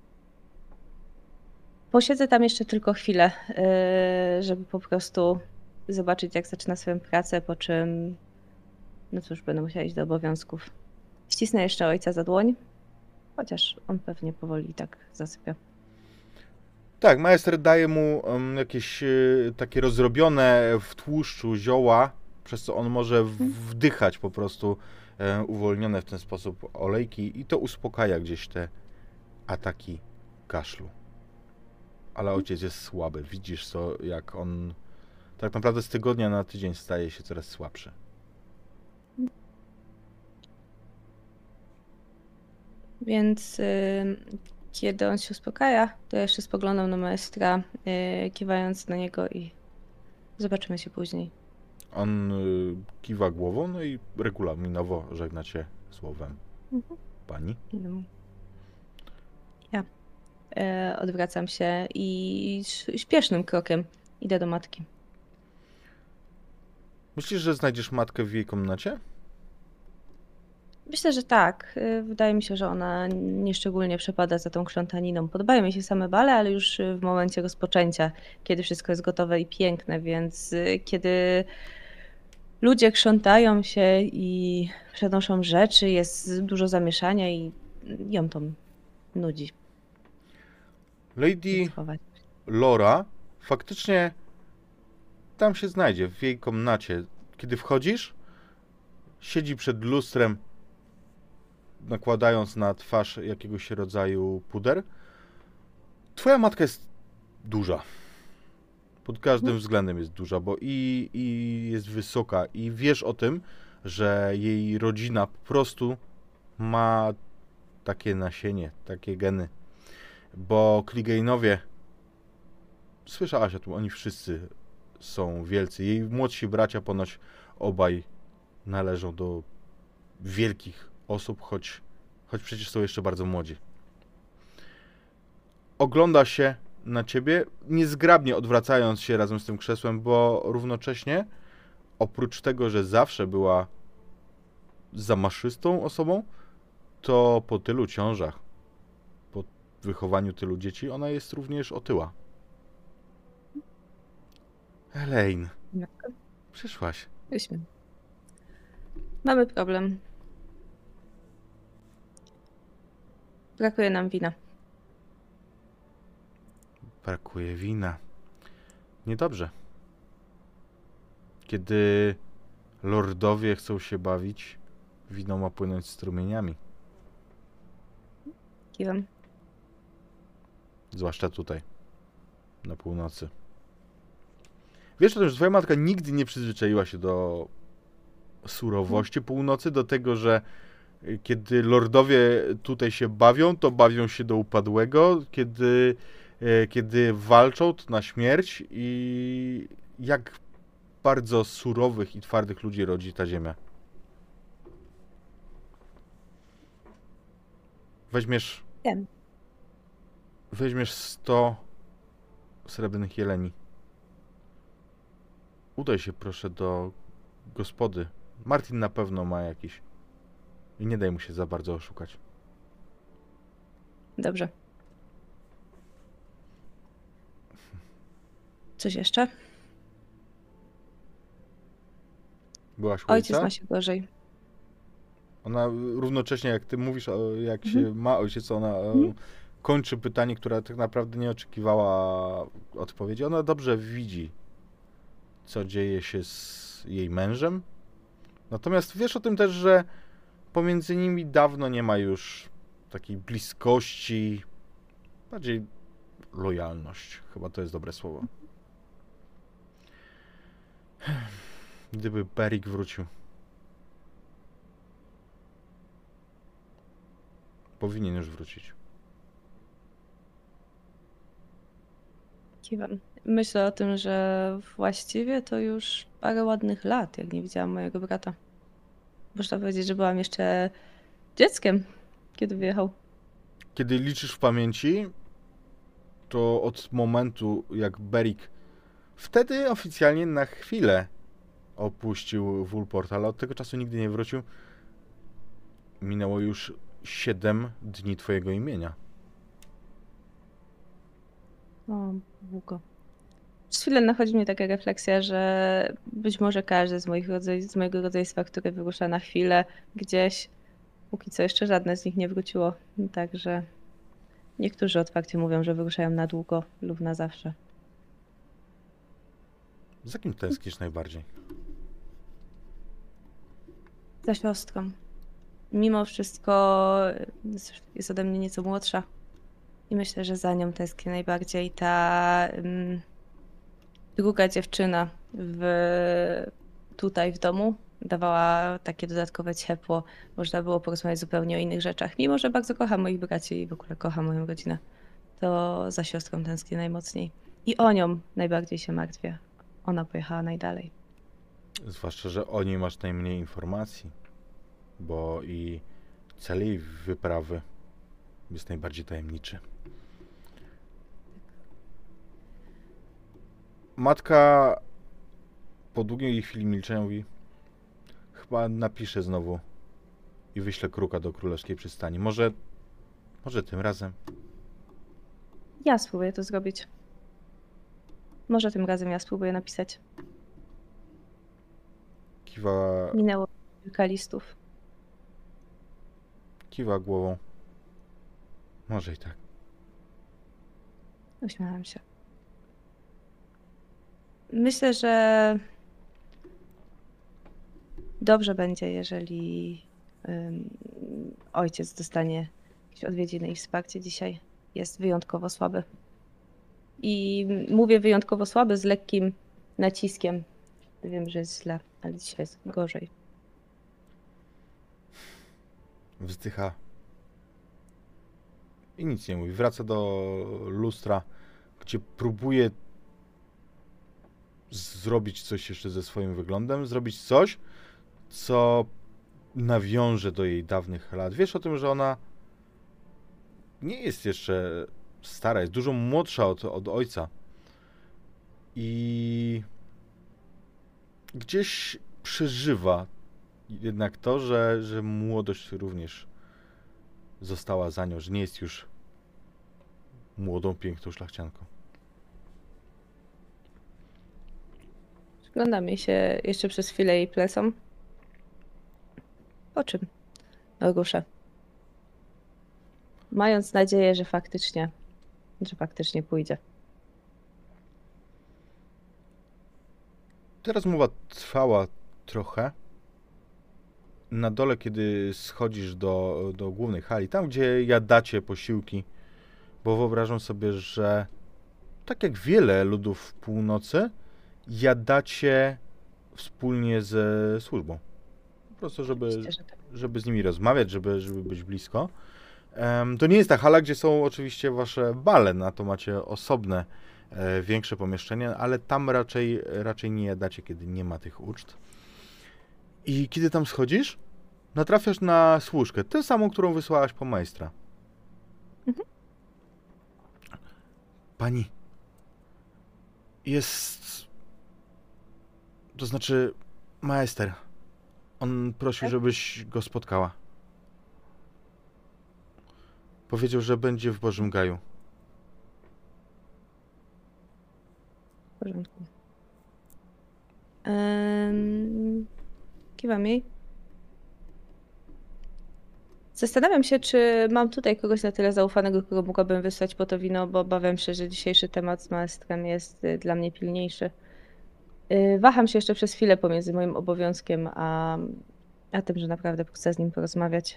C: Posiedzę tam jeszcze tylko chwilę, y, żeby po prostu zobaczyć, jak zaczyna swoją pracę, po czym, no cóż, będę musiała iść do obowiązków. Ścisnę jeszcze ojca za dłoń, chociaż on pewnie powoli i tak zasypia.
B: Tak, majster daje mu um, jakieś y, takie rozrobione w tłuszczu zioła, przez co on może w- wdychać po prostu e, uwolnione w ten sposób olejki i to uspokaja gdzieś te ataki kaszlu. Ale ojciec jest słaby. Widzisz to, jak on tak naprawdę z tygodnia na tydzień staje się coraz słabszy.
C: Więc y, kiedy on się uspokaja, to ja jeszcze spoglądam na maestra, y, kiwając na niego i zobaczymy się później.
B: On y, kiwa głową, no i regulaminowo żegna cię słowem
C: Mhm.
B: pani.
C: No. Ja e, odwracam się i ś- śpiesznym krokiem idę do matki.
B: Myślisz, że znajdziesz matkę w jej komnacie?
C: Myślę, że tak. Y, Wydaje mi się, że ona nieszczególnie przepada za tą krzątaniną. Podobają mi się same bale, ale już y, w momencie rozpoczęcia, kiedy wszystko jest gotowe i piękne, więc y, kiedy ludzie krzątają się i przenoszą rzeczy, jest dużo zamieszania i ją to nudzi.
B: Lady
C: Schować.
B: Laura faktycznie tam się znajdzie, w jej komnacie. Kiedy wchodzisz, siedzi przed lustrem, nakładając na twarz jakiegoś rodzaju puder. Twoja matka jest duża. Pod każdym
C: Mhm.
B: względem jest duża, bo i, i jest wysoka, i wiesz o tym, że jej rodzina po prostu ma takie nasienie, takie geny. Bo Clegane'owie, słyszałaś o tym, oni wszyscy są wielcy. Jej młodsi bracia ponoć obaj należą do wielkich osób, choć, choć przecież są jeszcze bardzo młodzi. Ogląda się na ciebie, niezgrabnie odwracając się razem z tym krzesłem, bo równocześnie, oprócz tego, że zawsze była zamaszystą osobą, to po tylu ciążach, po wychowaniu tylu dzieci, ona jest również otyła. Elaine, przyszłaś.
C: Byliśmy. Mamy problem. Brakuje nam wina.
B: Brakuje wina. Niedobrze. Kiedy lordowie chcą się bawić, wino ma płynąć strumieniami.
C: Kiwam.
B: Zwłaszcza tutaj, na północy. Wiesz o tym, że twoja matka nigdy nie przyzwyczaiła się do surowości północy, do tego, że kiedy lordowie tutaj się bawią, to bawią się do upadłego, kiedy, kiedy walczą, to na śmierć i jak bardzo surowych i twardych ludzi rodzi ta ziemia. Weźmiesz...
C: Wiem.
B: Weźmiesz sto srebrnych jeleni. Udaj się proszę do gospody. Martin na pewno ma jakiś. I nie daj mu się za bardzo oszukać.
C: Dobrze. Coś jeszcze?
B: Byłaś u
C: Ojciec
B: ojca?
C: ma się gorzej.
B: Ona równocześnie, jak ty mówisz, o, jak
C: Mhm.
B: się ma ojciec, ona e,
C: Mhm.
B: kończy pytanie, które tak naprawdę nie oczekiwała odpowiedzi. Ona dobrze widzi, co dzieje się z jej mężem. Natomiast wiesz o tym też, że pomiędzy nimi dawno nie ma już takiej bliskości, bardziej lojalność. Chyba to jest dobre słowo. Gdyby Beric wrócił. Powinien już wrócić.
C: Kiwam. Myślę o tym, że właściwie to już parę ładnych lat, jak nie widziałam mojego brata. Można powiedzieć, że byłam jeszcze dzieckiem, kiedy wyjechał.
B: Kiedy liczysz w pamięci, to od momentu, jak Beric wtedy oficjalnie na chwilę opuścił Woolport, ale od tego czasu nigdy nie wrócił, minęło już siedem dni twojego imienia.
C: O, długo. Przez chwilę nachodzi mnie taka refleksja, że być może każdy z moich rodzaj, z mojego rodzeństwa, które wyrusza na chwilę gdzieś, póki co jeszcze żadne z nich nie wróciło. Także niektórzy otwarcie mówią, że wyruszają na długo lub na zawsze.
B: Za kim tęsknisz najbardziej?
C: Za siostrą. Mimo wszystko jest ode mnie nieco młodsza. I myślę, że za nią tęsknię najbardziej. Ta um, druga dziewczyna w, tutaj w domu dawała takie dodatkowe ciepło. Można było porozmawiać zupełnie o innych rzeczach. Mimo że bardzo kocham moich braci i w ogóle kocham moją rodzinę, to za siostrą tęsknię najmocniej. I o nią najbardziej się martwię. Ona pojechała najdalej.
B: Zwłaszcza, że o niej masz najmniej informacji, bo i cel jej wyprawy jest najbardziej tajemniczy. Matka po długiej chwili milczenia mówi: chyba napiszę znowu i wyślę kruka do królewskiej przystani. Może, może tym razem.
C: Ja spróbuję to zrobić. Może tym razem ja spróbuję napisać.
B: Kiwa,
C: Minęło kilka listów.
B: kiwa głową. Może i tak.
C: Uśmiecham się. Myślę, że dobrze będzie, jeżeli um, ojciec dostanie jakieś odwiedziny i wsparcie dzisiaj. Jest wyjątkowo słaby. I mówię wyjątkowo słaby z lekkim naciskiem. Wiem, że jest źle, ale dzisiaj jest gorzej.
B: Wzdycha i nic nie mówi. Wraca do lustra, gdzie próbuje zrobić coś jeszcze ze swoim wyglądem, zrobić coś, co nawiąże do jej dawnych lat. Wiesz o tym, że ona nie jest jeszcze stara, jest dużo młodsza od, od ojca. I gdzieś przeżywa jednak to, że, że młodość również została za nią, że nie jest już młodą, piękną szlachcianką.
C: Przyglądam jej się jeszcze przez chwilę jej plesom. Po czym ruszę? Mając nadzieję, że faktycznie, że faktycznie pójdzie.
B: Ta rozmowa trwała trochę. Na dole, kiedy schodzisz do, do głównej hali, tam gdzie jadacie posiłki, bo wyobrażam sobie, że tak jak wiele ludów północy, jadacie wspólnie ze służbą. Po prostu, żeby,
C: Oczywiście, że tak.
B: żeby z nimi rozmawiać, żeby, żeby być blisko. Em, to nie jest ta hala, gdzie są oczywiście wasze bale, na to macie osobne, e, większe pomieszczenie, ale tam raczej, raczej nie jadacie, kiedy nie ma tych uczt. I kiedy tam schodzisz, natrafiasz na służkę, tę samą, którą wysłałaś po majstra.
C: Mhm.
B: Pani, jest... To znaczy, majster. On prosił,
C: Tak?
B: żebyś go spotkała. Powiedział, że będzie w Bożym Gaju.
C: W porządku. Um, kiwam jej. Zastanawiam się, czy mam tutaj kogoś na tyle zaufanego, kogo mogłabym wysłać po to wino, bo obawiam się, że dzisiejszy temat z maestrem jest y, dla mnie pilniejszy. Y, Waham się jeszcze przez chwilę pomiędzy moim obowiązkiem a, a tym, że naprawdę chcę z nim porozmawiać.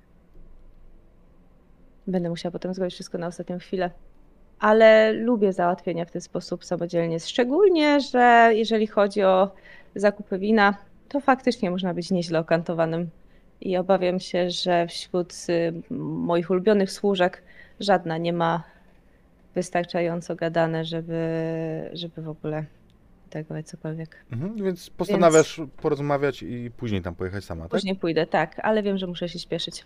C: Będę musiała potem zrobić wszystko na ostatnią chwilę. Ale lubię załatwienia w ten sposób samodzielnie. Szczególnie, że jeżeli chodzi o zakupy wina, to faktycznie można być nieźle okantowanym. I obawiam się, że wśród y, moich ulubionych służek żadna nie ma wystarczająco gadane, żeby, żeby w ogóle targować cokolwiek.
B: Mhm, więc postanawiasz porozmawiać i później tam pojechać sama, tak?
C: Później pójdę, tak, ale wiem, że muszę się śpieszyć.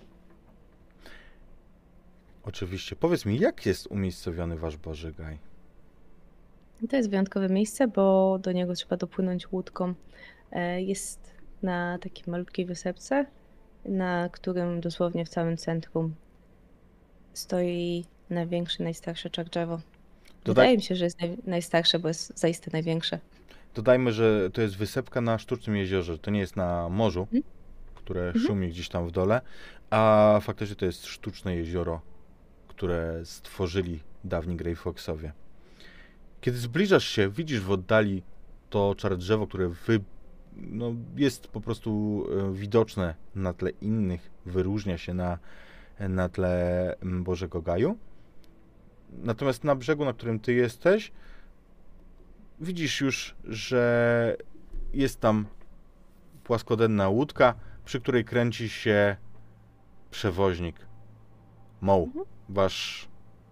B: Oczywiście. Powiedz mi, jak jest umiejscowiony wasz Boży Gaj?
C: To jest wyjątkowe miejsce, bo do niego trzeba dopłynąć łódką. E, Jest na takiej malutkiej wysepce, na którym dosłownie w całym centrum stoi największe, najstarsze czak-drzewo. Wydaje mi się, że jest naj, najstarsze, bo jest zaiste największe.
B: Dodajmy, że to jest wysepka na sztucznym jeziorze. To nie jest na morzu,
C: Mhm.
B: które
C: Mhm.
B: szumi gdzieś tam w dole, a faktycznie to jest sztuczne jezioro, które stworzyli dawni Grey Foxowie. Kiedy zbliżasz się, widzisz w oddali to czarne drzewo, które wy, no, jest po prostu e, widoczne na tle innych, wyróżnia się na, na tle mm, Bożego Gaju. Natomiast na brzegu, na którym ty jesteś, widzisz już, że jest tam płaskodenna łódka, przy której kręci się przewoźnik. Moł,
C: Mhm.
B: wasz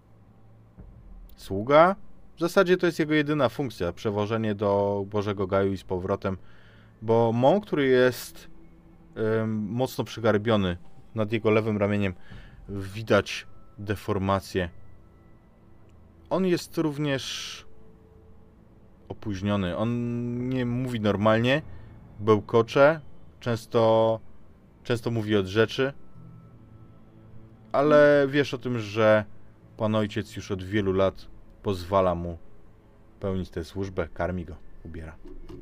B: sługa. W zasadzie to jest jego jedyna funkcja, przewożenie do Bożego Gaju i z powrotem, bo Moł, który jest ym, mocno przygarbiony, nad jego lewym ramieniem widać deformację. On jest również opóźniony. On nie mówi normalnie, bełkocze, często, często mówi od rzeczy, ale wiesz o tym, że pan ojciec już od wielu lat pozwala mu pełnić tę służbę, karmi go, ubiera.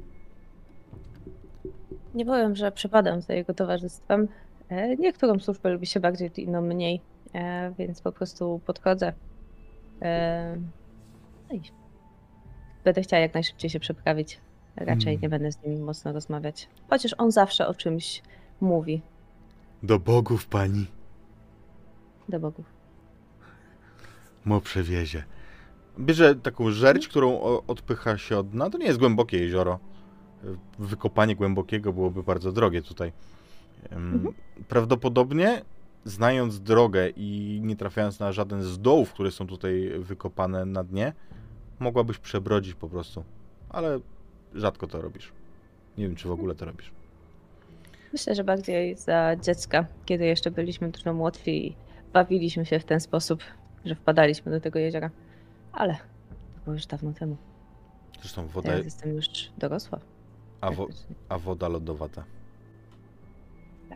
C: Nie powiem, że przepadam za jego towarzystwem. E, Niektórą służbę lubi się bardziej, inną mniej, e, więc po prostu podchodzę. E, No i będę chciała jak najszybciej się przeprawić. Raczej
B: Hmm.
C: nie będę z nim mocno rozmawiać. Chociaż on zawsze o czymś mówi
B: Do bogów, pani,
C: do bogów.
B: mo przewiezie. Bierze taką żerć, którą o- odpycha się od dna. To nie jest głębokie jezioro. Wykopanie głębokiego byłoby bardzo drogie tutaj. Ym,
C: Mhm.
B: Prawdopodobnie, znając drogę i nie trafiając na żaden z dołów, które są tutaj wykopane na dnie, mogłabyś przebrodzić po prostu. Ale rzadko to robisz. Nie wiem, czy w ogóle to robisz.
C: Myślę, że bardziej za dziecka, kiedy jeszcze byliśmy dużo młodsi i bawiliśmy się w ten sposób. że wpadaliśmy do tego jeziora. Ale to było już dawno temu.
B: Zresztą woda,
C: Teraz jestem już dorosła.
B: a, wo,
C: praktycznie.
B: a woda lodowata.
C: Tak.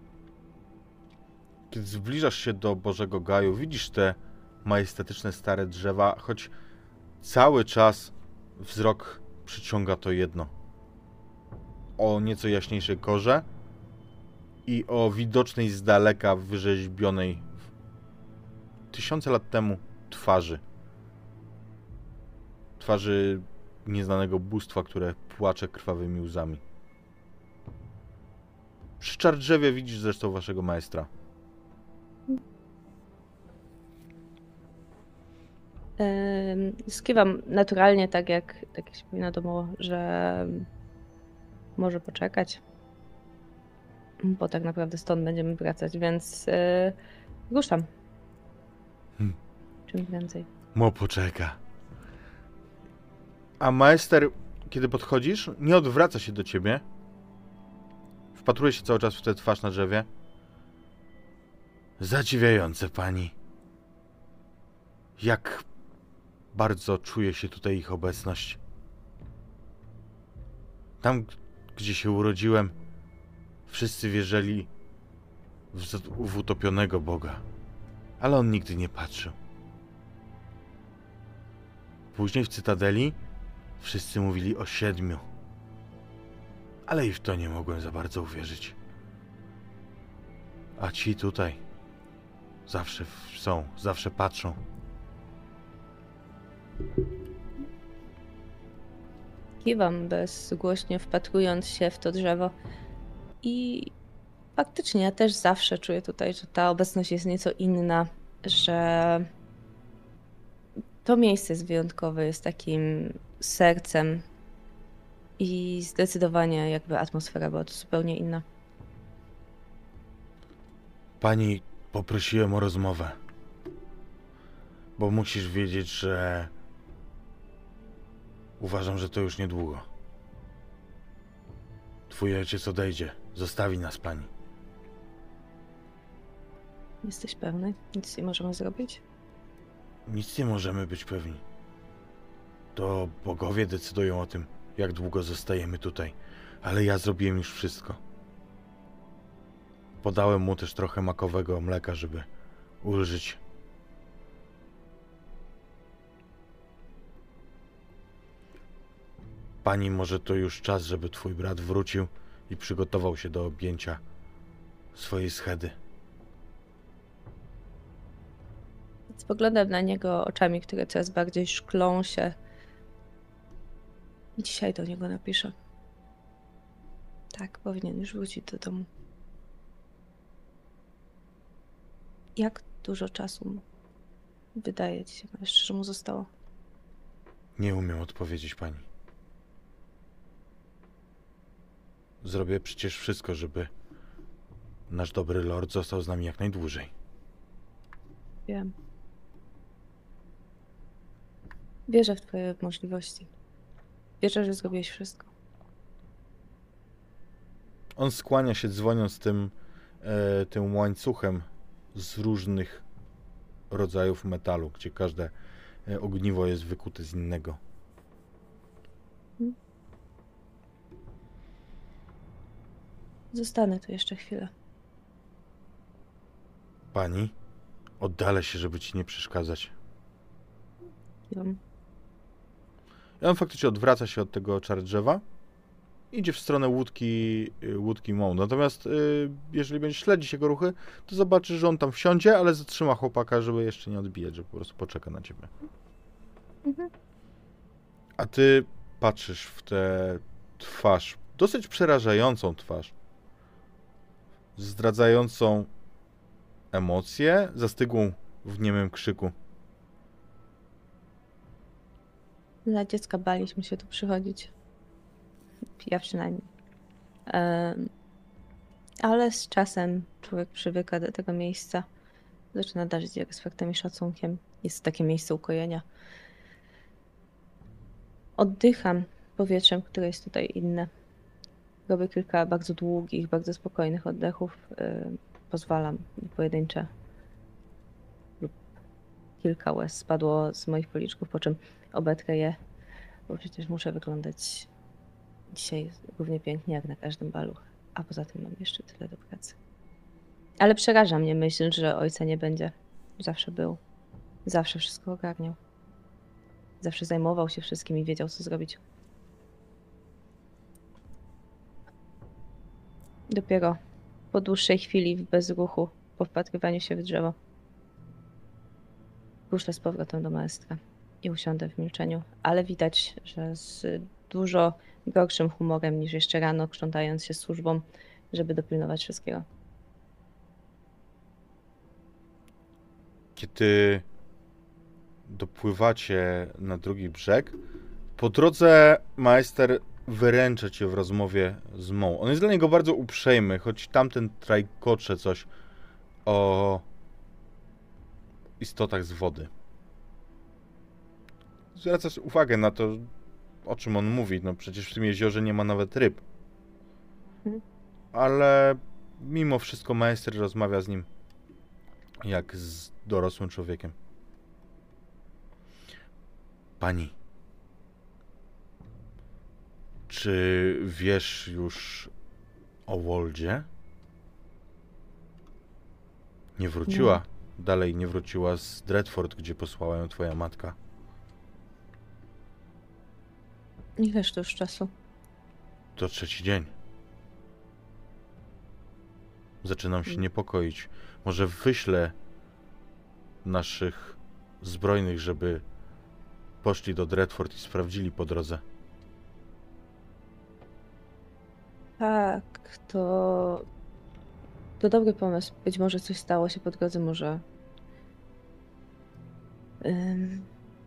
B: Kiedy zbliżasz się do Bożego Gaju, widzisz te majestatyczne stare drzewa, choć cały czas wzrok przyciąga to jedno. O nieco jaśniejszej korze i o widocznej z daleka wyrzeźbionej tysiące lat temu twarzy. Twarzy nieznanego bóstwa, które płacze krwawymi łzami. Przy czardrzewie widzisz zresztą waszego maestra.
C: Ym, Skiwam naturalnie, tak jak, tak jak się mi wiadomo, że może poczekać, bo tak naprawdę stąd będziemy wracać, więc yy, ruszam.
B: Hmm.
C: Czym więcej.
B: Mo poczeka. A maester, kiedy podchodzisz, nie odwraca się do ciebie. Wpatruje się cały czas w tę twarz na drzewie. Zadziwiające, pani. Jak bardzo czuje się tutaj ich obecność. Tam, gdzie się urodziłem, wszyscy wierzyli w, w utopionego Boga. Ale on nigdy nie patrzył. Później w Cytadeli wszyscy mówili o siedmiu. Ale i w to nie mogłem za bardzo uwierzyć. A ci tutaj zawsze są, zawsze patrzą.
C: Kiwam bezgłośnie, wpatrując się w to drzewo. I faktycznie ja też zawsze czuję tutaj, że ta obecność jest nieco inna, że to miejsce jest wyjątkowe, jest takim sercem i zdecydowanie jakby atmosfera była tu zupełnie inna.
B: Pani, poprosiłem o rozmowę. Bo musisz wiedzieć, że uważam, że to już niedługo. Twój ojciec odejdzie. Zostawi nas pani.
C: Jesteś pewny? Nic nie możemy zrobić?
B: Nic nie możemy być pewni. To bogowie decydują o tym, jak długo zostajemy tutaj. Ale ja zrobiłem już wszystko. Podałem mu też trochę makowego mleka, żeby ulżyć. Pani, może to już czas, żeby twój brat wrócił i przygotował się do objęcia swojej schedy.
C: Spoglądam na niego oczami, które coraz bardziej szklą się. I dzisiaj do niego napiszę. Tak, powinien już wrócić do domu. Jak dużo czasu mu, wydaje ci się, że mu zostało?
B: Nie umiem odpowiedzieć pani. Zrobię przecież wszystko, żeby nasz dobry lord został z nami jak najdłużej.
C: Wiem. Wierzę w twoje możliwości. Wierzę, że zrobiłeś wszystko.
B: On skłania się, dzwoniąc tym, e, tym łańcuchem z różnych rodzajów metalu, gdzie każde e, ogniwo jest wykute z innego.
C: Zostanę tu jeszcze chwilę.
B: Pani, oddalę się, żeby ci nie przeszkadzać.
C: Wiem.
B: I on faktycznie odwraca się od tego czardrzewa, idzie w stronę łódki, y, łódki Moł. Natomiast y, jeżeli będziesz śledzić jego ruchy, to zobaczysz, że on tam wsiądzie, ale zatrzyma chłopaka, żeby jeszcze nie odbijać, że po prostu poczeka na ciebie.
C: Mhm.
B: A ty patrzysz w tę twarz, dosyć przerażającą twarz, zdradzającą emocje, zastygłą w niemym krzyku.
C: Dla dziecka baliśmy się tu przychodzić. Ja przynajmniej. Um, ale z czasem człowiek przywyka do tego miejsca. Zaczyna darzyć je respektem i szacunkiem. Jest to takie miejsce ukojenia. Oddycham powietrzem, które jest tutaj inne. Robię kilka bardzo długich, bardzo spokojnych oddechów. Yy, pozwalam pojedyncze lub kilka łez spadło z moich policzków, po czym obetrę je, bo przecież muszę wyglądać dzisiaj równie pięknie jak na każdym balu. A poza tym mam jeszcze tyle do pracy. Ale przeraża mnie myśl, że ojca nie będzie. Zawsze był. Zawsze wszystko ogarniał. Zawsze zajmował się wszystkim i wiedział, co zrobić. Dopiero po dłuższej chwili w bezruchu, po wpatrywaniu się w drzewo, ruszę z powrotem do maestra i usiądę w milczeniu, ale widać, że z dużo gorszym humorem niż jeszcze rano, krzątając się służbą, żeby dopilnować wszystkiego.
B: Kiedy dopływacie na drugi brzeg, po drodze majster wyręcza cię w rozmowie z Mą. On jest dla niego bardzo uprzejmy, choć tamten trajkocze coś o istotach z wody. Zwracasz uwagę na to, o czym on mówi. No przecież w tym jeziorze nie ma nawet ryb. Ale mimo wszystko majster rozmawia z nim jak z dorosłym człowiekiem. Pani, czy wiesz już o Woldzie? Nie wróciła. Nie. Dalej nie wróciła z Dreadfort, gdzie posłała ją twoja matka.
C: Ileż to już czasu?
B: To trzeci dzień. Zaczynam się niepokoić. Może wyślę naszych zbrojnych, żeby poszli do Dreadfort i sprawdzili po drodze.
C: Tak, to... To dobry pomysł. Być może coś stało się po drodze, może... Ym...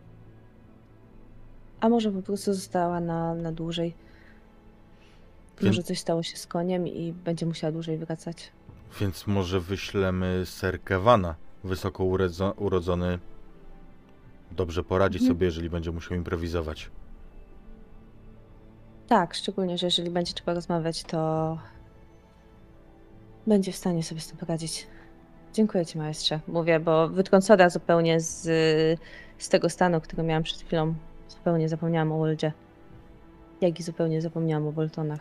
C: A może po prostu została na, na dłużej.
B: Więc...
C: Może coś stało się z koniem i będzie musiała dłużej wracać.
B: Więc może wyślemy Ser Kevana, wysoko urodzo urodzony. Dobrze poradzi mhm. sobie, jeżeli będzie musiał improwizować.
C: Tak, szczególnie, że jeżeli będzie trzeba rozmawiać, to będzie w stanie sobie z tym poradzić. Dziękuję ci, maestrze. Mówię, bo wytrącona zupełnie z, z tego stanu, który miałam przed chwilą. Zupełnie zapomniałam o Woldzie. Jak i zupełnie zapomniałam o Boltonach.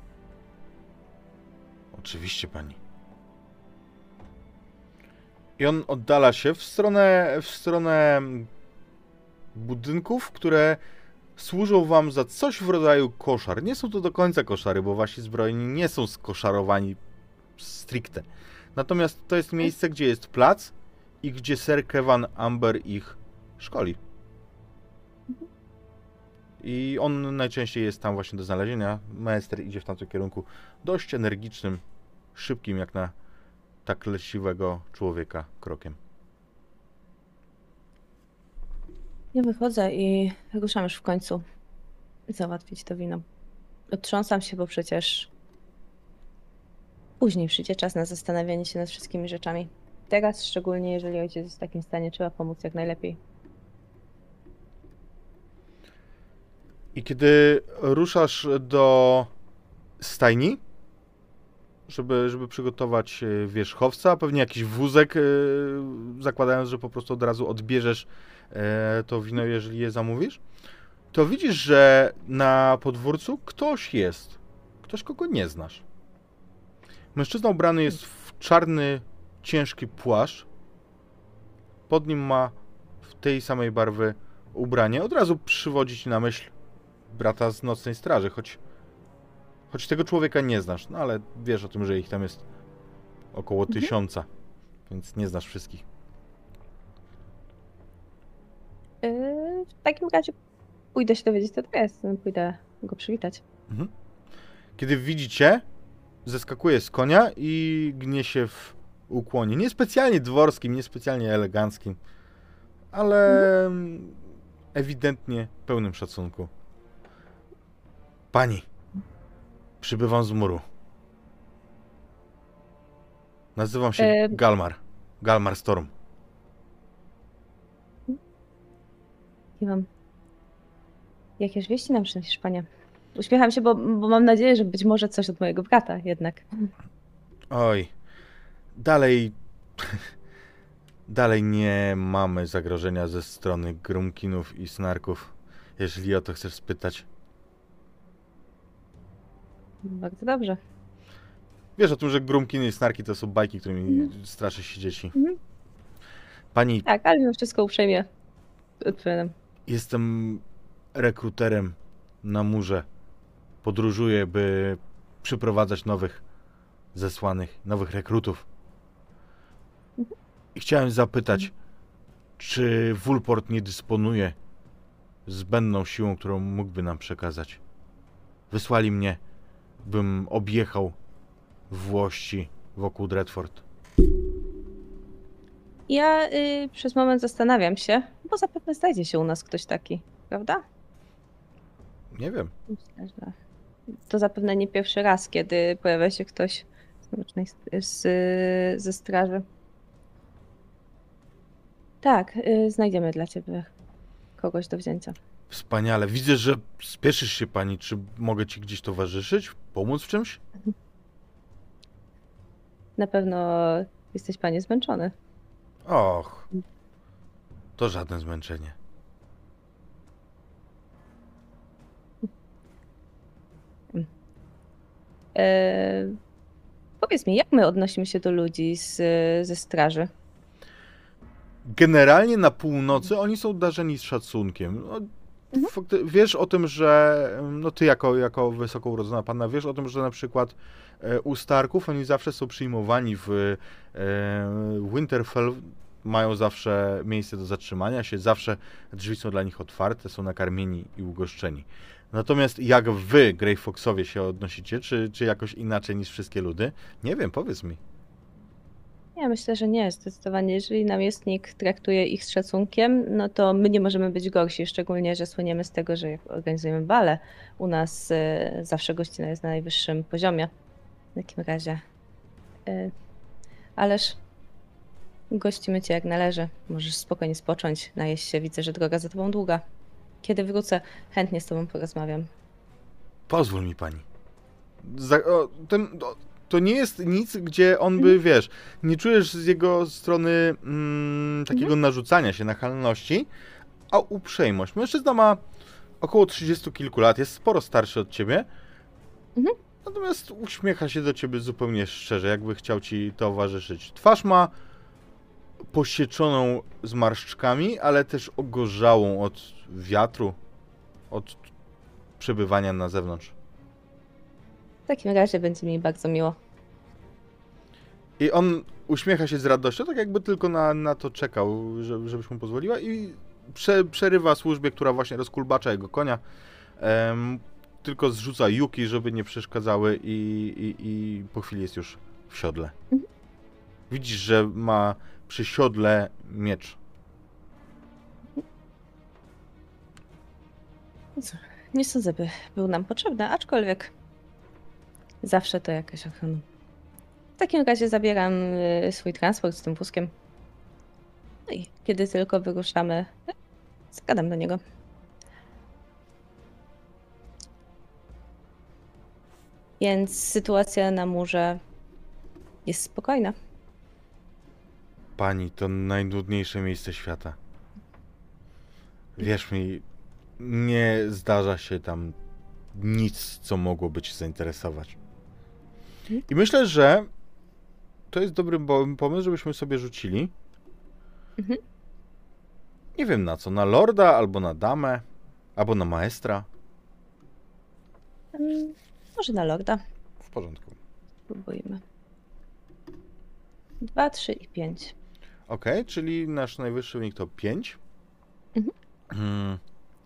B: Oczywiście, pani. I on oddala się w stronę, w stronę budynków, które służą wam za coś w rodzaju koszar. Nie są to do końca koszary, bo wasi zbrojni nie są skoszarowani stricte. Natomiast to jest miejsce, gdzie jest plac i gdzie Ser Kevan Amber ich szkoli. I on najczęściej jest tam właśnie do znalezienia. Maester idzie w tamtym kierunku dość energicznym, szybkim jak na tak leciwego człowieka krokiem.
C: Ja wychodzę i ruszam już w końcu załatwić to wino. Otrząsam się, bo przecież później przyjdzie czas na zastanawianie się nad wszystkimi rzeczami. Teraz, szczególnie jeżeli ojciec jest w takim stanie, trzeba pomóc jak najlepiej.
B: I kiedy ruszasz do stajni, żeby, żeby przygotować wierzchowca, pewnie jakiś wózek, zakładając, że po prostu od razu odbierzesz to wino, jeżeli je zamówisz, to widzisz, że na podwórcu ktoś jest. Ktoś, kogo nie znasz. Mężczyzna ubrany jest w czarny, ciężki płaszcz. Pod nim ma w tej samej barwy ubranie. Od razu przywodzi ci na myśl brata z nocnej straży, choć, choć tego człowieka nie znasz, no ale wiesz o tym, że ich tam jest około mhm. tysiąca, więc nie znasz wszystkich.
C: Yy, w takim razie pójdę się dowiedzieć, co to jest, pójdę go przywitać.
B: Mhm. Kiedy widzicie, zeskakuje z konia i gnie się w ukłonie. Niespecjalnie dworskim, niespecjalnie eleganckim, ale mhm. ewidentnie pełnym szacunku. Pani, przybywam z muru. Nazywam się e... Galmar. Galmar Storm.
C: Nie mam. Jakież wieści nam przynosisz, panie? Uśmiecham się, bo, bo mam nadzieję, że być może coś od mojego brata jednak.
B: Oj, dalej Dalej nie mamy zagrożenia ze strony Grumkinów i Snarków, jeżeli o to chcesz spytać.
C: Bardzo dobrze.
B: Wiesz o tym, że Grumkiny i Snarki to są bajki, którymi
C: Mhm.
B: straszy się dzieci.
C: Mhm.
B: Pani,
C: Tak, ale mimo wszystko uprzejmie odpowiadam.
B: jestem rekruterem na murze. Podróżuję, by przyprowadzać nowych zesłanych, nowych rekrutów.
C: Mhm.
B: I chciałem zapytać, czy Wulport nie dysponuje zbędną siłą, którą mógłby nam przekazać? Wysłali mnie, bym objechał włości wokół Dreadfort.
C: Ja y, przez moment zastanawiam się, bo zapewne znajdzie się u nas ktoś taki, prawda?
B: Nie wiem.
C: Myślę, że to zapewne nie pierwszy raz, kiedy pojawia się ktoś z, mrocznej st- z, ze straży. Tak, y, znajdziemy dla ciebie kogoś do wzięcia.
B: Wspaniale. Widzę, że spieszysz się, pani. Czy mogę ci gdzieś towarzyszyć? Pomóc w czymś?
C: Na pewno jesteś panie zmęczony.
B: Och, to żadne zmęczenie.
C: E, powiedz mi, jak my odnosimy się do ludzi z, ze straży?
B: Generalnie na północy oni są darzeni z szacunkiem. No,
C: Mhm.
B: fakty- wiesz o tym, że no ty jako, jako wysoko urodzona panna, wiesz o tym, że na przykład e, u Starków oni zawsze są przyjmowani w e, Winterfell, mają zawsze miejsce do zatrzymania się, zawsze drzwi są dla nich otwarte, są nakarmieni i ugoszczeni. Natomiast jak wy, Grey Foxowie, się odnosicie, czy, czy jakoś inaczej niż wszystkie ludy? Nie wiem, powiedz mi.
C: Ja myślę, że nie, zdecydowanie. Jeżeli namiestnik traktuje ich z szacunkiem, no to my nie możemy być gorsi, szczególnie, że słyniemy z tego, że jak organizujemy bale, u nas y, zawsze gościna jest na najwyższym poziomie. W takim razie. Y, ależ gościmy cię jak należy. Możesz spokojnie spocząć, najeść się. Widzę, że droga za tobą długa. Kiedy wrócę, chętnie z tobą porozmawiam.
B: Pozwól mi pani. Za, o, ten, o, to nie jest nic, gdzie on by, wiesz, nie czujesz z jego strony mm, takiego
C: Mhm.
B: narzucania się, nachalności, a uprzejmość. Mężczyzna ma około trzydziestu kilku lat, jest sporo starszy od ciebie,
C: Mhm.
B: natomiast uśmiecha się do ciebie zupełnie szczerze, jakby chciał ci towarzyszyć. Twarz ma posieczoną zmarszczkami, ale też ogorzałą od wiatru, od przebywania na zewnątrz.
C: W takim razie będzie mi bardzo miło.
B: I on uśmiecha się z radością, tak jakby tylko na, na to czekał, że, żebyś mu pozwoliła i prze, przerywa służbie, która właśnie rozkulbacza jego konia. Em, tylko zrzuca juki, żeby nie przeszkadzały i, i, i po chwili jest już w siodle.
C: Mhm.
B: Widzisz, że ma przy siodle miecz.
C: No co, nie sądzę, by był nam potrzebny, aczkolwiek zawsze to jakaś ochrona. W takim razie zabieram y, swój transport z tym wózkiem. No i kiedy tylko wyruszamy, y, zagadam do niego. Więc sytuacja na murze jest spokojna.
B: Pani, to najnudniejsze miejsce świata. Wierz mi, nie zdarza się tam nic, co mogłoby cię zainteresować. I myślę, że to jest dobry bo- pomysł, żebyśmy sobie rzucili.
C: Mhm.
B: Nie wiem na co, na lorda, albo na damę, albo na maestra.
C: Mm, może na lorda.
B: W porządku.
C: Spróbujmy. Dwa, trzy i pięć.
B: Okej, czyli nasz najwyższy wynik to pięć.
C: Mhm.
B: Hmm.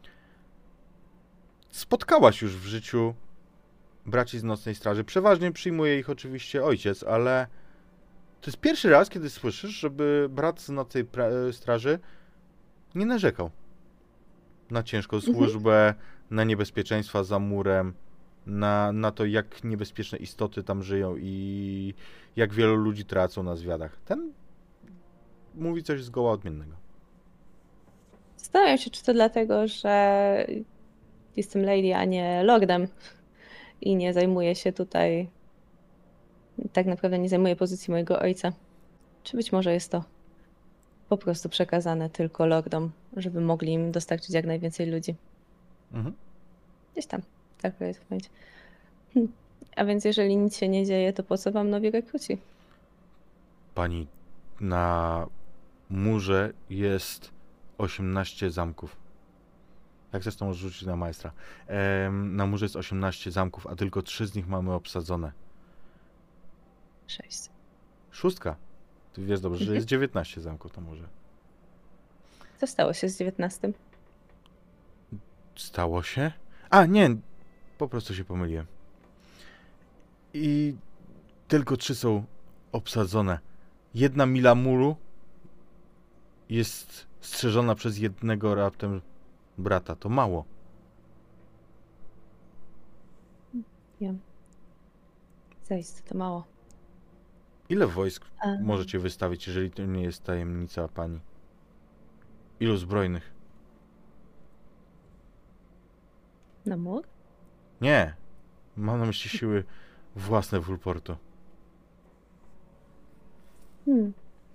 B: Spotkałaś już w życiu braci z Nocnej Straży. Przeważnie przyjmuje ich oczywiście ojciec, ale to jest pierwszy raz, kiedy słyszysz, żeby brat z Nocnej pra- Straży nie narzekał na ciężką
C: Mhm.
B: służbę, na niebezpieczeństwa za murem, na, na to, jak niebezpieczne istoty tam żyją i jak wielu ludzi tracą na zwiadach. Ten mówi coś zgoła odmiennego.
C: Zastanawiam się, czy to dlatego, że jestem lady, a nie lordem i nie zajmuję się tutaj, tak naprawdę nie zajmuję pozycji mojego ojca. Czy być może jest to po prostu przekazane tylko lordom, żeby mogli im dostarczyć jak najwięcej ludzi.
B: Mhm.
C: Gdzieś tam, tak jest powiedzieć. Hm. A więc jeżeli nic się nie dzieje, to po co wam nowi rekruci?
B: Pani, na murze jest osiemnaście zamków. Jak chcesz, to możesz rzucić na majstra. Em, na murze jest osiemnaście zamków, a tylko trzy z nich mamy obsadzone.
C: Sześć.
B: Szóstka. Ty wiesz dobrze, że
C: Mhm.
B: jest dziewiętnaście zamków na murze.
C: Co stało się z dziewiętnastym?
B: Stało się? A, nie, po prostu się pomyliłem. I tylko trzy są obsadzone. Jedna mila muru jest strzeżona przez jednego raptem brata. To mało.
C: Wiem. Zaiste, to mało.
B: Ile wojsk
C: A,
B: możecie wystawić, jeżeli to nie jest tajemnica pani? Ilu zbrojnych?
C: na mur?
B: Nie. Mam na myśli siły własne Wulportu.
C: Hmm.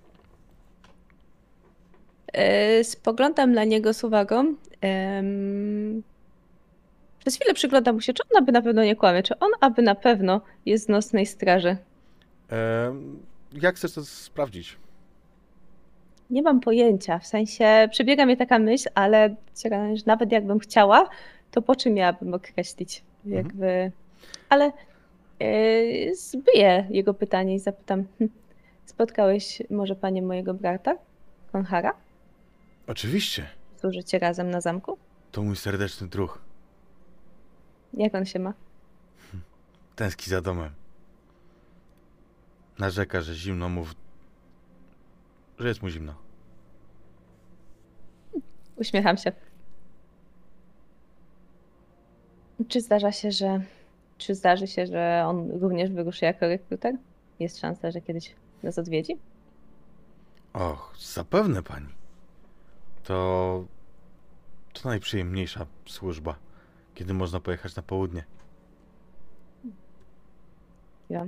C: E, Spoglądam na niego z uwagą. Em, Przez chwilę przyglądam mu się, czy on aby na pewno nie kłamie, czy on aby na pewno jest z nocnej straży.
B: Em, jak chcesz to sprawdzić?
C: Nie mam pojęcia, w sensie przebiega mnie taka myśl, ale że nawet jakbym chciała, to po czym miałabym określić, jakby... Ale e, zbyję jego pytanie i zapytam, hm, spotkałeś może panie mojego brata, Konhara?
B: Oczywiście.
C: Służycie razem na zamku?
B: To mój serdeczny druh.
C: Jak on się ma?
B: Tęskni za domem. Narzeka, że zimno mu... W... że jest mu zimno.
C: Uśmiecham się. Czy zdarza się, że... Czy zdarzy się, że on również wyruszy jako rekruter? Jest szansa, że kiedyś nas odwiedzi?
B: Och, zapewne pani. To... to najprzyjemniejsza służba, kiedy można pojechać na południe.
C: Ja.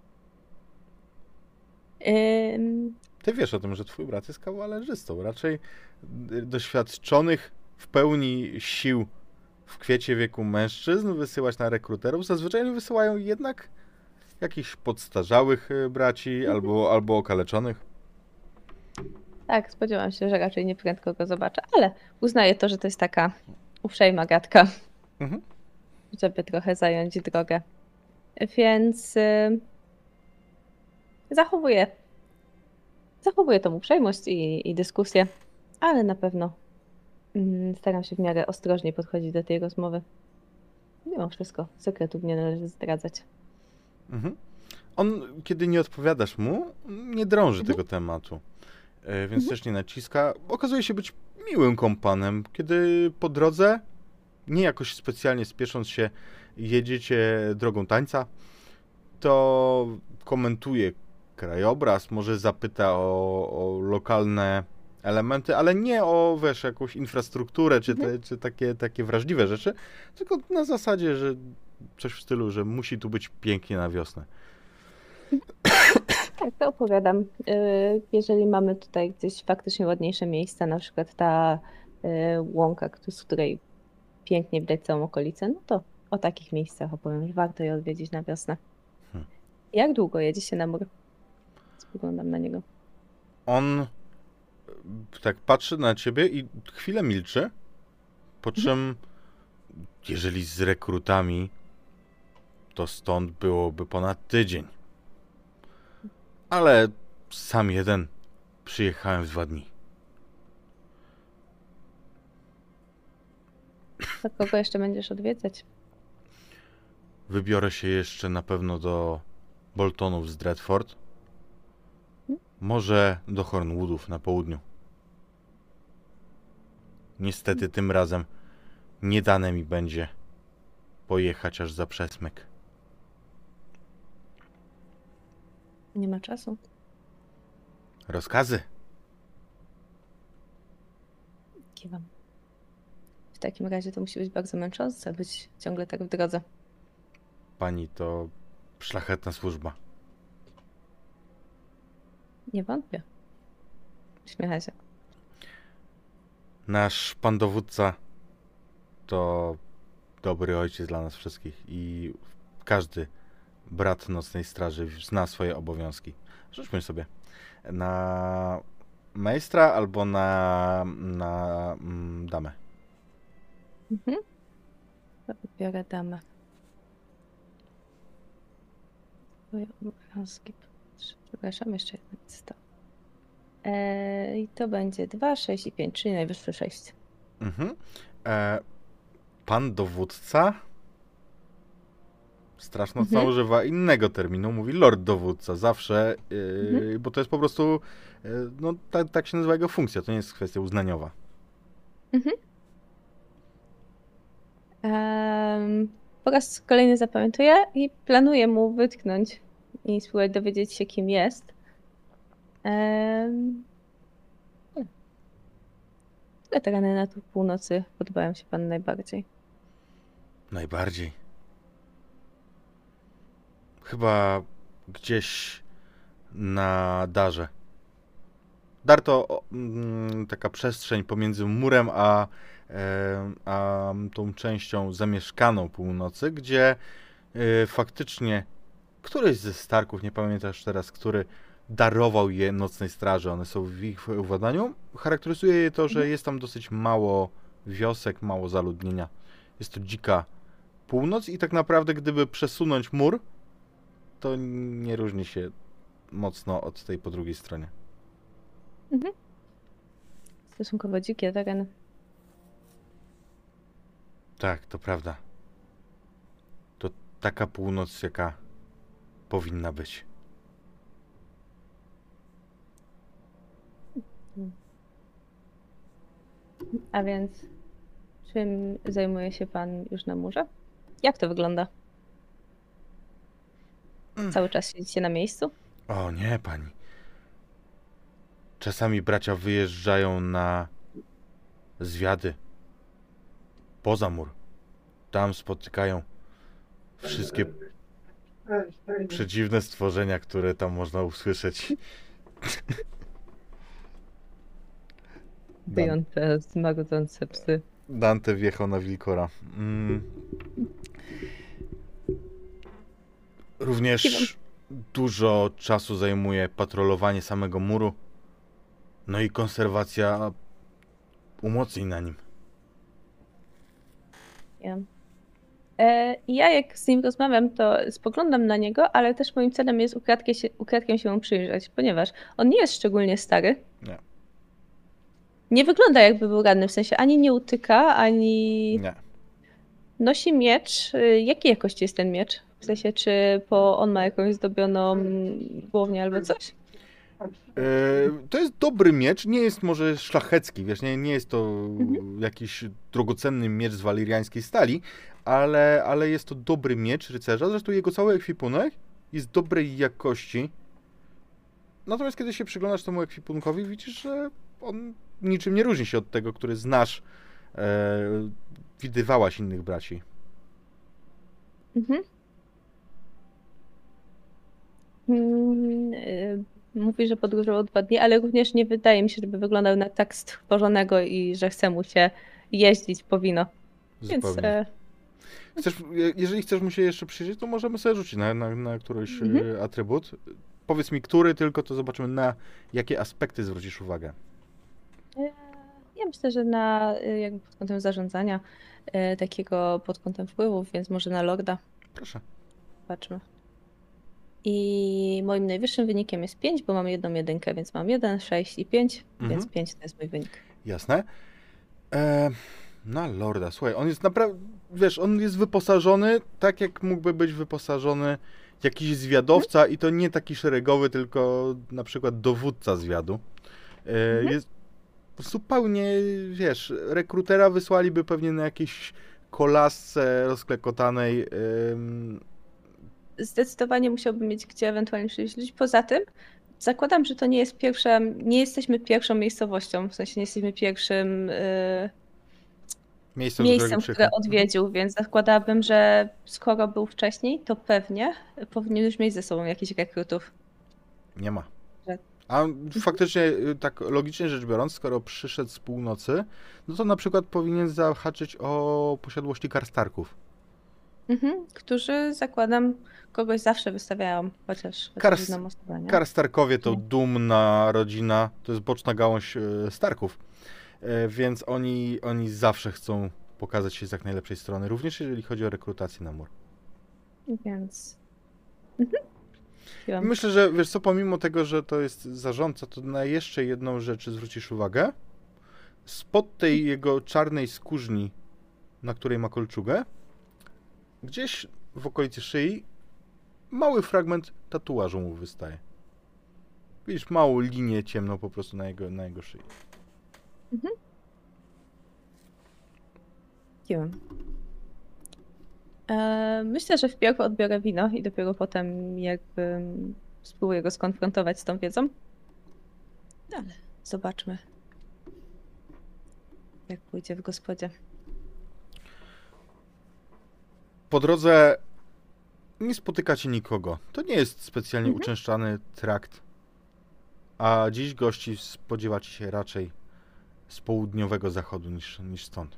C: Ym,
B: Ty wiesz o tym, że twój brat jest kawalerzystą. Raczej y, doświadczonych w pełni sił w kwiecie wieku mężczyzn wysyłać na rekruterów. Zazwyczaj oni wysyłają jednak jakichś podstarzałych y, braci albo, albo okaleczonych.
C: tak, spodziewałam się, że raczej nieprędko go zobaczę, ale uznaję to, że to jest taka uprzejma gadka,
B: Mhm.
C: żeby trochę zająć drogę. Więc y, zachowuję, zachowuję tą uprzejmość i, i dyskusję, ale na pewno mm, staram się w miarę ostrożnie podchodzić do tej rozmowy. Mimo wszystko, sekretów nie należy zdradzać.
B: Mhm. On, kiedy nie odpowiadasz mu, nie drąży
C: Mhm.
B: tego tematu, e, więc
C: Mhm.
B: też nie naciska. Okazuje się być miłym kompanem, kiedy po drodze, nie jakoś specjalnie spiesząc się, jedziecie drogą tańca, to komentuje krajobraz, może zapyta o, o lokalne elementy, ale nie o, wiesz, jakąś infrastrukturę, czy, te, czy takie, takie wrażliwe rzeczy, tylko na zasadzie, że coś w stylu, że musi tu być pięknie na wiosnę.
C: Tak, to opowiadam. Y, Jeżeli mamy tutaj gdzieś faktycznie ładniejsze miejsca, na przykład ta y, łąka, k- z której pięknie widać całą okolicę, no to o takich miejscach opowiem, że warto je odwiedzić na wiosnę.
B: Hmm.
C: Jak długo jedzie się na mur? Spoglądam na niego.
B: On y, tak patrzy na ciebie i chwilę milczy, po czym, jeżeli z rekrutami, to stąd byłoby ponad tydzień. Ale sam jeden przyjechałem w dwa dni.
C: To kogo jeszcze będziesz odwiedzać?
B: Wybiorę się jeszcze na pewno do Boltonów z Dreadfort. Może do Hornwoodów na południu. Niestety tym razem nie dane mi będzie pojechać aż za przesmyk.
C: Nie ma czasu.
B: Rozkazy?
C: Kiwam. W takim razie to musi być bardzo męczące, być ciągle tak w drodze.
B: Pani, to szlachetna służba.
C: Nie wątpię. Uśmiecha się.
B: Nasz pan dowódca to dobry ojciec dla nas wszystkich i każdy brat nocnej straży zna swoje obowiązki. Rzućmy sobie na majstra albo na, na mm, damę.
C: Mhm. To Biorę damę. Twoje obowiązki. Przepraszam, jeszcze jedno jest. Eee, I to będzie dwa, sześć i pięć, czyli najwyższe sześć.
B: Mhm. E, pan dowódca straszno
C: Mhm.
B: używa innego terminu, mówi lord dowódca zawsze, yy,
C: Mhm.
B: bo to jest po prostu, yy, no tak, tak się nazywa jego funkcja, to nie jest kwestia uznaniowa.
C: Mhm. Em, po raz kolejny zapamiętuję i planuję mu wytknąć i spróbować dowiedzieć się, kim jest. Um, które tereny na tu północy podobają się panu najbardziej?
B: Najbardziej. Chyba gdzieś na Darze. Dar to o, mm, taka przestrzeń pomiędzy murem a, e, a tą częścią zamieszkaną północy, gdzie e, faktycznie któryś ze Starków, nie pamiętasz teraz, który darował je Nocnej Straży, one są w ich władaniu. Charakteryzuje je to, że
C: Mhm.
B: jest tam dosyć mało wiosek, mało zaludnienia. Jest to dzika północ i tak naprawdę gdyby przesunąć mur, to nie różni się mocno od tej po drugiej stronie.
C: Mhm. Stosunkowo dzikie tereny.
B: Tak, to prawda. To taka północ, jaka powinna być.
C: A więc czym zajmuje się pan już na murze? Jak to wygląda? Cały czas siedzicie na miejscu?
B: O nie, pani. Czasami bracia wyjeżdżają na zwiady poza mur. Tam spotykają wszystkie przedziwne stworzenia, które tam można usłyszeć. Dan-
C: Wyjąte, zmagodzące psy.
B: Dante wjechał na Wilkora. Mm. Również
C: Kiwam.
B: dużo czasu zajmuje patrolowanie samego muru, no i konserwacja umocnień na nim.
C: Ja. E, ja jak z nim rozmawiam, to spoglądam na niego, ale też moim celem jest ukradkiem się, ukradkiem się mu przyjrzeć, ponieważ on nie jest szczególnie stary.
B: Nie.
C: Nie wygląda jakby był ranny, w sensie ani nie utyka, ani
B: Nie.
C: nosi miecz. Y, Jakiej jakości jest ten miecz? W sensie, czy po, on ma jakąś zdobioną głownię albo coś?
B: E, to jest dobry miecz, nie jest może szlachecki, wiesz, nie, nie jest to
C: Mhm.
B: jakiś drogocenny miecz z waliriańskiej stali, ale, ale jest to dobry miecz rycerza, zresztą jego cały ekwipunek jest dobrej jakości. Natomiast kiedy się przyglądasz temu ekwipunkowi, widzisz, że on niczym nie różni się od tego, który znasz, e, widywałaś innych braci.
C: Mhm. Mm, y, Mówi, że podróżował dwa dni, ale również nie wydaje mi się, żeby wyglądał na tak stworzonego i że chce mu się jeździć po wino. Więc
B: Zupełnie.
C: e,
B: Chcesz, je- jeżeli chcesz mu się jeszcze przyjrzeć, to możemy sobie rzucić na, na, na któryś
C: Mhm.
B: e, atrybut. Powiedz mi, który tylko, to zobaczymy, na jakie aspekty zwrócisz uwagę.
C: e, ja myślę, że na y, jakby pod kątem zarządzania, y, takiego pod kątem wpływów, więc może na lorda.
B: Proszę.
C: Patrzmy. I moim najwyższym wynikiem jest pięć, bo mam jedną jedynkę, więc mam jeden, sześć i pięć,
B: Mhm.
C: więc pięć to jest mój wynik.
B: Jasne. E, na lorda, słuchaj, on jest naprawdę, wiesz, on jest wyposażony tak, jak mógłby być wyposażony jakiś zwiadowca i to nie taki szeregowy, tylko na przykład dowódca zwiadu. E,
C: Mhm.
B: jest zupełnie, wiesz, rekrutera wysłaliby pewnie na jakiejś kolasce rozklekotanej. Ym,
C: Zdecydowanie musiałbym mieć gdzie ewentualnie przyjść. Poza tym zakładam, że to nie jest pierwsza, nie jesteśmy pierwszą miejscowością, w sensie nie jesteśmy pierwszym y,
B: miejscem, do którego
C: miejscem, które
B: przyjechał.
C: odwiedził, więc zakładałabym, że skoro był wcześniej, to pewnie powinien już mieć ze sobą jakichś rekrutów.
B: Nie ma.
C: Że-
B: A faktycznie, y, tak logicznie rzecz biorąc, skoro przyszedł z północy, no to na przykład powinien zahaczyć o posiadłości Karstarków.
C: Mhm. Którzy, zakładam, kogoś zawsze wystawiają, chociaż, chociaż
B: Kars-
C: jedną osobę, nie?
B: Karstarkowie to
C: Nie.
B: dumna rodzina, to jest boczna gałąź y, Starków, y, więc oni, oni zawsze chcą pokazać się z jak najlepszej strony, również jeżeli chodzi o rekrutację na mur.
C: Więc... Mhm. Wiem.
B: Myślę, że wiesz co, pomimo tego, że to jest zarządca, to na jeszcze jedną rzecz zwrócisz uwagę. Spod tej jego czarnej skórzni, na której ma kolczugę, gdzieś w okolicy szyi, mały fragment tatuażu mu wystaje. Widzisz małą linię ciemną po prostu na jego, na jego szyi.
C: Mhm. Wiem. E, myślę, że wpierw odbiorę wino i dopiero potem jakby spróbuję go skonfrontować z tą wiedzą. No ale zobaczmy, jak pójdzie w gospodzie.
B: Po drodze nie spotykacie nikogo. To nie jest specjalnie
C: Mhm.
B: uczęszczany trakt. A dziś gości spodziewacie się raczej z południowego zachodu niż, niż stąd.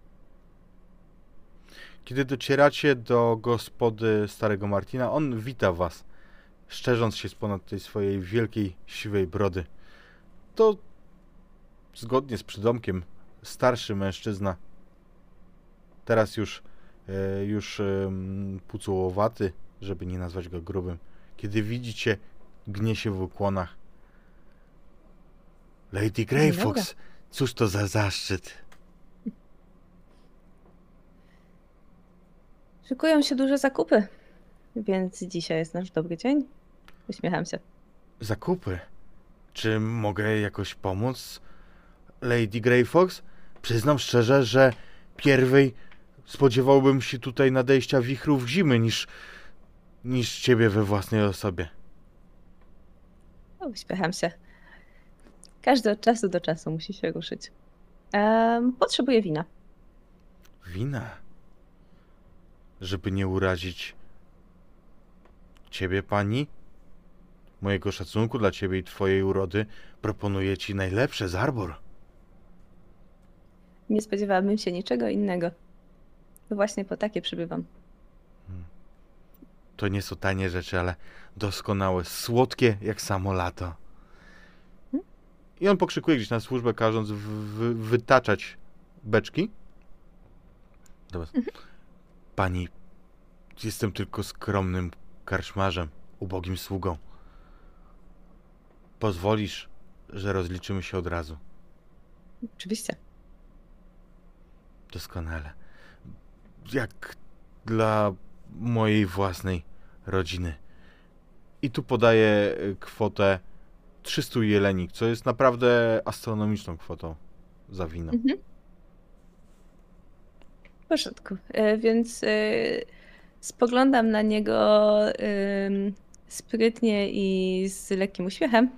B: Kiedy docieracie do gospody starego Martina, on wita was, szczerząc się spod tej swojej wielkiej, siwej brody. To zgodnie z przydomkiem starszy mężczyzna. Teraz już, e, już e, pucułowaty, żeby nie nazwać go grubym. Kiedy widzicie, gnie się w ukłonach. Lady Greyfox, cóż to za zaszczyt.
C: Szykują się duże zakupy, więc dzisiaj jest nasz dobry dzień. Uśmiecham się.
B: Zakupy? Czy mogę jakoś pomóc, Lady Greyfox? Przyznam szczerze, że pierwej spodziewałbym się tutaj nadejścia wichrów zimy niż, niż ciebie we własnej osobie.
C: O, uśmiecham się. Każdy od czasu do czasu musi się ruszyć. Um, potrzebuję wina.
B: Wina? Żeby nie urazić ciebie, pani? Mojego szacunku dla ciebie i twojej urody proponuję ci najlepsze z Arbor.
C: Nie spodziewałabym się niczego innego. To właśnie po takie przybywam.
B: To nie są tanie rzeczy, ale doskonałe, słodkie jak samo lato. I on pokrzykuje gdzieś na służbę, każąc w, w, wytaczać beczki. Dobra. Pani, jestem tylko skromnym karczmarzem, ubogim sługą. Pozwolisz, że rozliczymy się od razu.
C: Oczywiście.
B: Doskonale. Jak dla mojej własnej rodziny. I tu podaję kwotę trzysta jelenik, co jest naprawdę astronomiczną kwotą za wino.
C: Mhm. W porządku. E, więc e, spoglądam na niego ym, sprytnie i z lekkim uśmiechem.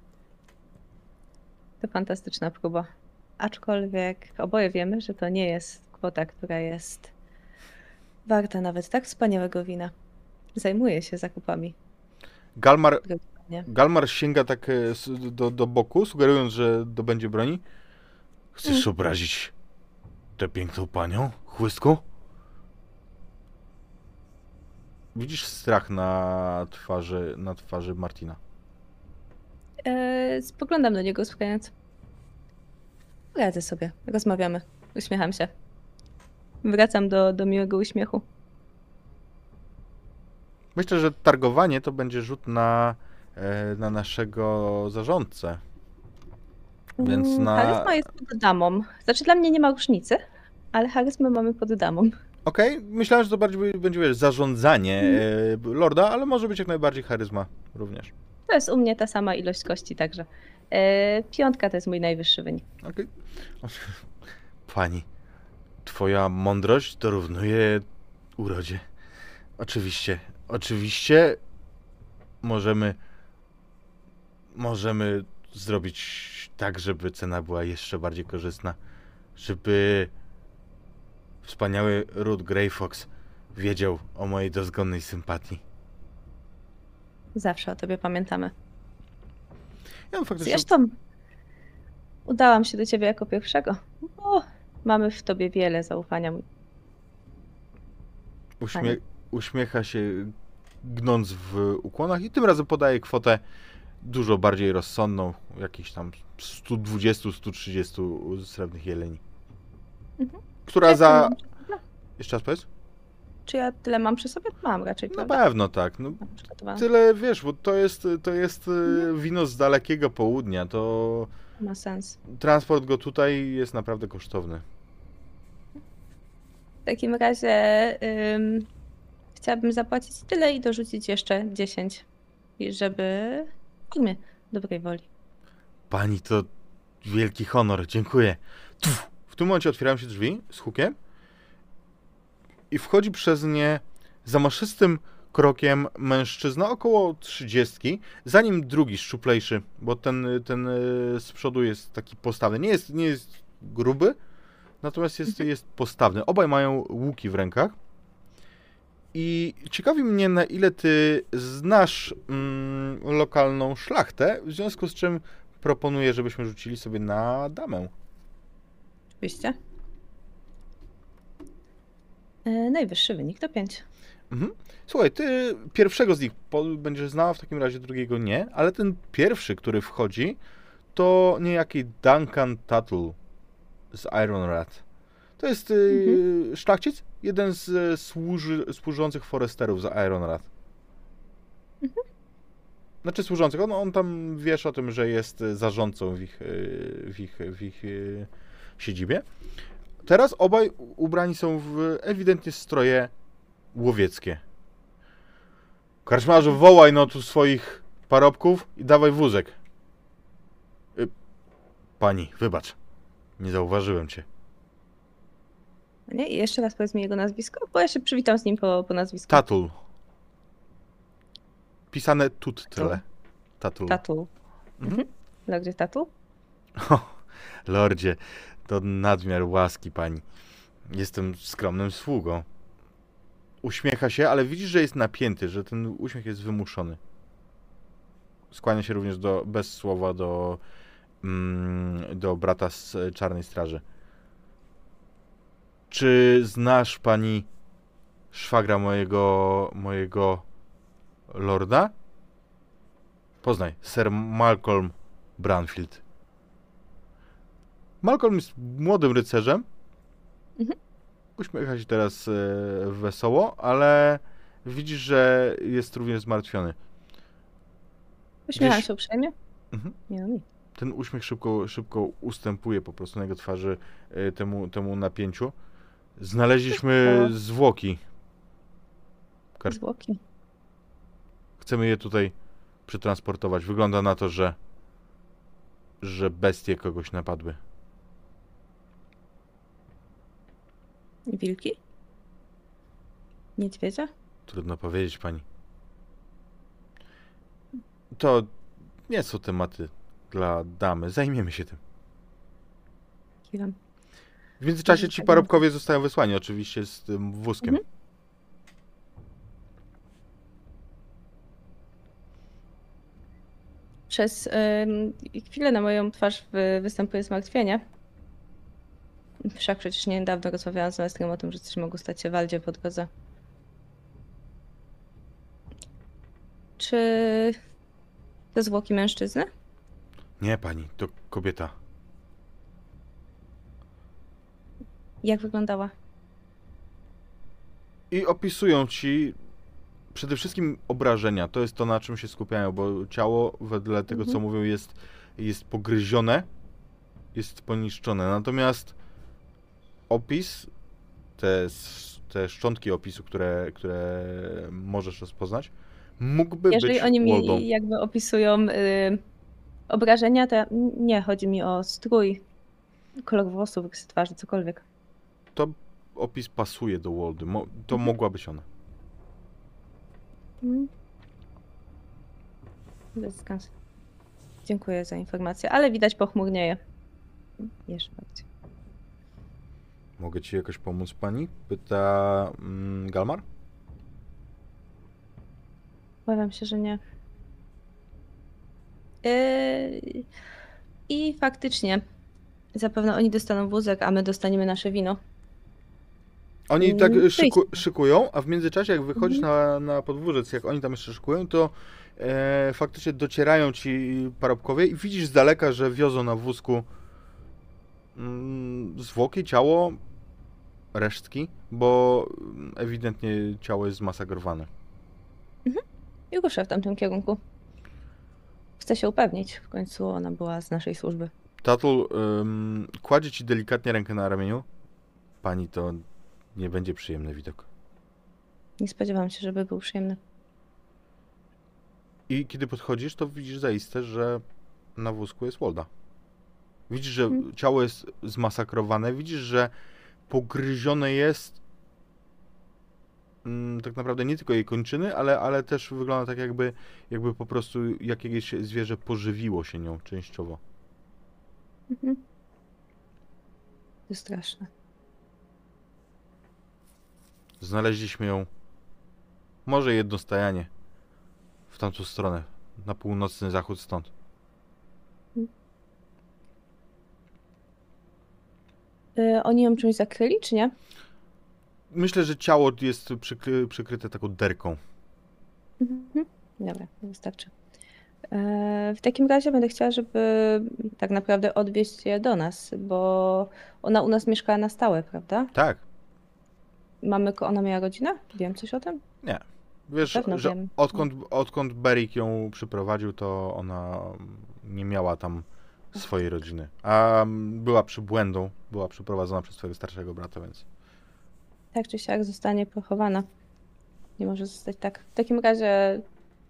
C: To fantastyczna próba. Aczkolwiek oboje wiemy, że to nie jest kwota, która jest warta nawet tak wspaniałego wina. Zajmuję się zakupami.
B: Galmar,
C: Nie.
B: Galmar sięga tak e, s- do, do boku, sugerując, że dobędzie broni. Chcesz obrazić tę piękną panią, chłystku? Widzisz strach na twarzy, na twarzy Martina.
C: E, spoglądam na niego, słuchając. Radzę sobie, rozmawiamy. Uśmiecham się. Wracam do, do miłego uśmiechu.
B: Myślę, że targowanie to będzie rzut na, e, na naszego zarządcę. Więc
C: Mm,
B: na...
C: Charyzma jest pod damą. Znaczy dla mnie nie ma różnicy, ale charyzmę mamy pod damą.
B: Okej, myślałem, że to bardziej będzie, wiesz, zarządzanie e, lorda, ale może być jak najbardziej charyzma również.
C: To jest u mnie ta sama ilość kości, także e, piątka to jest mój najwyższy wynik.
B: Okej. Pani, twoja mądrość dorównuje urodzie. Oczywiście, oczywiście możemy możemy zrobić tak, żeby cena była jeszcze bardziej korzystna, żeby wspaniały Ruth Greyfox wiedział o mojej dozgonnej sympatii.
C: Zawsze o tobie pamiętamy.
B: Ja no, faktycznie...
C: Zresztą udałam się do ciebie jako pierwszego. O, mamy w tobie wiele zaufania.
B: Uśmie uśmiecha się, gnąc w ukłonach i tym razem podaje kwotę dużo bardziej rozsądną, jakieś tam sto dwadzieścia sto trzydzieści srebrnych jeleni.
C: Mhm.
B: Która
C: Jak
B: za...
C: mam przy sobie?
B: Jeszcze raz powiedz?
C: Czy ja tyle mam przy sobie? Mam raczej,
B: Na
C: prawda?
B: pewno tak. No,
C: Mam przygotowane.
B: tyle, wiesz, bo to jest, to jest
C: Mhm.
B: wino z dalekiego południa, to
C: Ma sens.
B: transport go tutaj jest naprawdę kosztowny.
C: W takim razie ym, chciałabym zapłacić tyle i dorzucić jeszcze dziesięć. I żeby w formie dobrej woli.
B: Pani, to wielki honor, dziękuję. Tuf. W tym momencie otwierają się drzwi z hukiem i wchodzi przez nie zamaszystym krokiem mężczyzna około trzydziestki, za nim drugi szczuplejszy, bo ten, ten z przodu jest taki postawny. Nie jest, nie jest gruby, natomiast jest, jest postawny. Obaj mają łuki w rękach. I ciekawi mnie, na ile ty znasz mm, lokalną szlachtę, w związku z czym proponuję, żebyśmy rzucili sobie na damę.
C: Oczywiście. Yy, najwyższy wynik to pięć.
B: Mhm. Słuchaj, ty pierwszego z nich będziesz znała, w takim razie drugiego nie, ale ten pierwszy, który wchodzi, to niejaki Duncan Tuttle z Ironrath. To jest yy, mhm. szlachcic, jeden z służy, służących foresterów z Ironrath.
C: Mhm. Znaczy
B: służących, on, on tam wiesz o tym, że jest zarządcą w ich, w ich, w ich siedzibie. Teraz obaj ubrani są w ewidentnie stroje łowieckie. Karczmarzu, wołaj no tu swoich parobków i dawaj wózek. Y, pani, wybacz, nie zauważyłem cię.
C: Nie? I jeszcze raz powiedz mi jego nazwisko, bo ja się przywitam z nim po, po nazwisku.
B: Tatul. Pisane tut tyle. Tatul.
C: Tatul. Mhm. Lordzie Tatul?
B: O, lordzie, to nadmiar łaski pani. Jestem skromnym sługą. Uśmiecha się, ale widzisz, że jest napięty, że ten uśmiech jest wymuszony. Skłania się również do, bez słowa do, mm, do brata z Czarnej Straży. Czy znasz pani szwagra mojego, mojego lorda? Poznaj, Sir Malcolm Branfield. Malcolm jest młodym rycerzem.
C: Mhm.
B: Uśmiecha się teraz e, wesoło, ale widzisz, że jest również zmartwiony.
C: Uśmiecham
B: Gdzieś...
C: się uprzejmie.
B: Mhm.
C: Nie, nie.
B: Ten uśmiech szybko, szybko ustępuje po prostu na jego twarzy e, temu, temu napięciu. Znaleźliśmy zwłoki. Kar...
C: Zwłoki.
B: Chcemy je tutaj przetransportować. Wygląda na to, że że bestie kogoś napadły.
C: Wilki? Niedźwiedzia?
B: Trudno powiedzieć, pani. To nie są tematy dla damy. Zajmiemy się tym.
C: Kiwam.
B: W międzyczasie ci parobkowie zostają wysłani, oczywiście z tym wózkiem. Mhm.
C: Przez y, chwilę na moją twarz wy, występuje zmartwienie. Wszak przecież nie niedawno rozmawiałam z maestrem o tym, że coś mogło stać się Waldzie po drodze. Czy to zwłoki mężczyzny?
B: Nie, pani, to kobieta.
C: Jak wyglądała?
B: I opisują ci przede wszystkim obrażenia. To jest to, na czym się skupiają, bo ciało, wedle tego, mhm. co mówią, jest, jest pogryzione, jest poniszczone. Natomiast opis, te, te szczątki opisu, które, które możesz rozpoznać, mógłby
C: Jeżeli
B: być
C: oni
B: Waldą.
C: mi jakby opisują y, obrażenia, to nie, chodzi mi o strój, kolor włosów, rysy twarzy, cokolwiek.
B: To opis pasuje do Waldy. Mo, to mhm. mogła być ona.
C: Hmm. Bez skans. Dziękuję za informację, ale widać pochmurnieje. Jeszcze bardziej.
B: Mogę ci jakoś pomóc, pani? Pyta mm, Galmar?
C: Obawiam się, że nie. Yy, I faktycznie, zapewne oni dostaną wózek, a my dostaniemy nasze wino.
B: Oni tak
C: Mm,
B: szyku,
C: wyjdźmy.
B: szykują, a w międzyczasie jak wychodzisz
C: Mhm.
B: na, na podwórzec, jak oni tam jeszcze szykują, to e, faktycznie docierają ci parobkowie i widzisz z daleka, że wiozą na wózku mm, zwłoki, ciało, resztki, bo ewidentnie ciało jest zmasakrowane.
C: Mhm. I ruszę w tamtym kierunku. Chcę się upewnić, w końcu ona była z naszej służby.
B: Tatul ym, kładzie ci delikatnie rękę na ramieniu. Pani, to nie będzie przyjemny widok.
C: Nie spodziewałam się, żeby był przyjemny.
B: I kiedy podchodzisz, to widzisz zaiste, że na wózku jest Walda. Widzisz, że
C: Mhm.
B: ciało jest zmasakrowane, widzisz, że pogryzione jest mm, tak naprawdę nie tylko jej kończyny, ale, ale też wygląda tak, jakby, jakby po prostu jakieś zwierzę pożywiło się nią częściowo.
C: Mhm. To straszne.
B: Znaleźliśmy ją może jedno stajanie w tamtą stronę, na północny zachód stąd.
C: Yy, oni ją czymś zakryli, czy nie?
B: Myślę, że ciało jest przykry, przykryte taką derką.
C: Mhm. Dobra, wystarczy. Yy, w takim razie będę chciała, żeby tak naprawdę odwieźć je do nas, bo ona u nas mieszkała na stałe, prawda?
B: Tak,
C: Mamy, ko- ona miała rodzinę? Wiem coś o tym?
B: nie. Wiesz,
C: Na pewno
B: że
C: wiem.
B: odkąd, odkąd Beric ją przyprowadził, to ona nie miała tam swojej rodziny. A była przybłędą, była przyprowadzona przez swojego starszego brata, więc...
C: Tak czy siak zostanie pochowana. Nie może zostać tak. W takim razie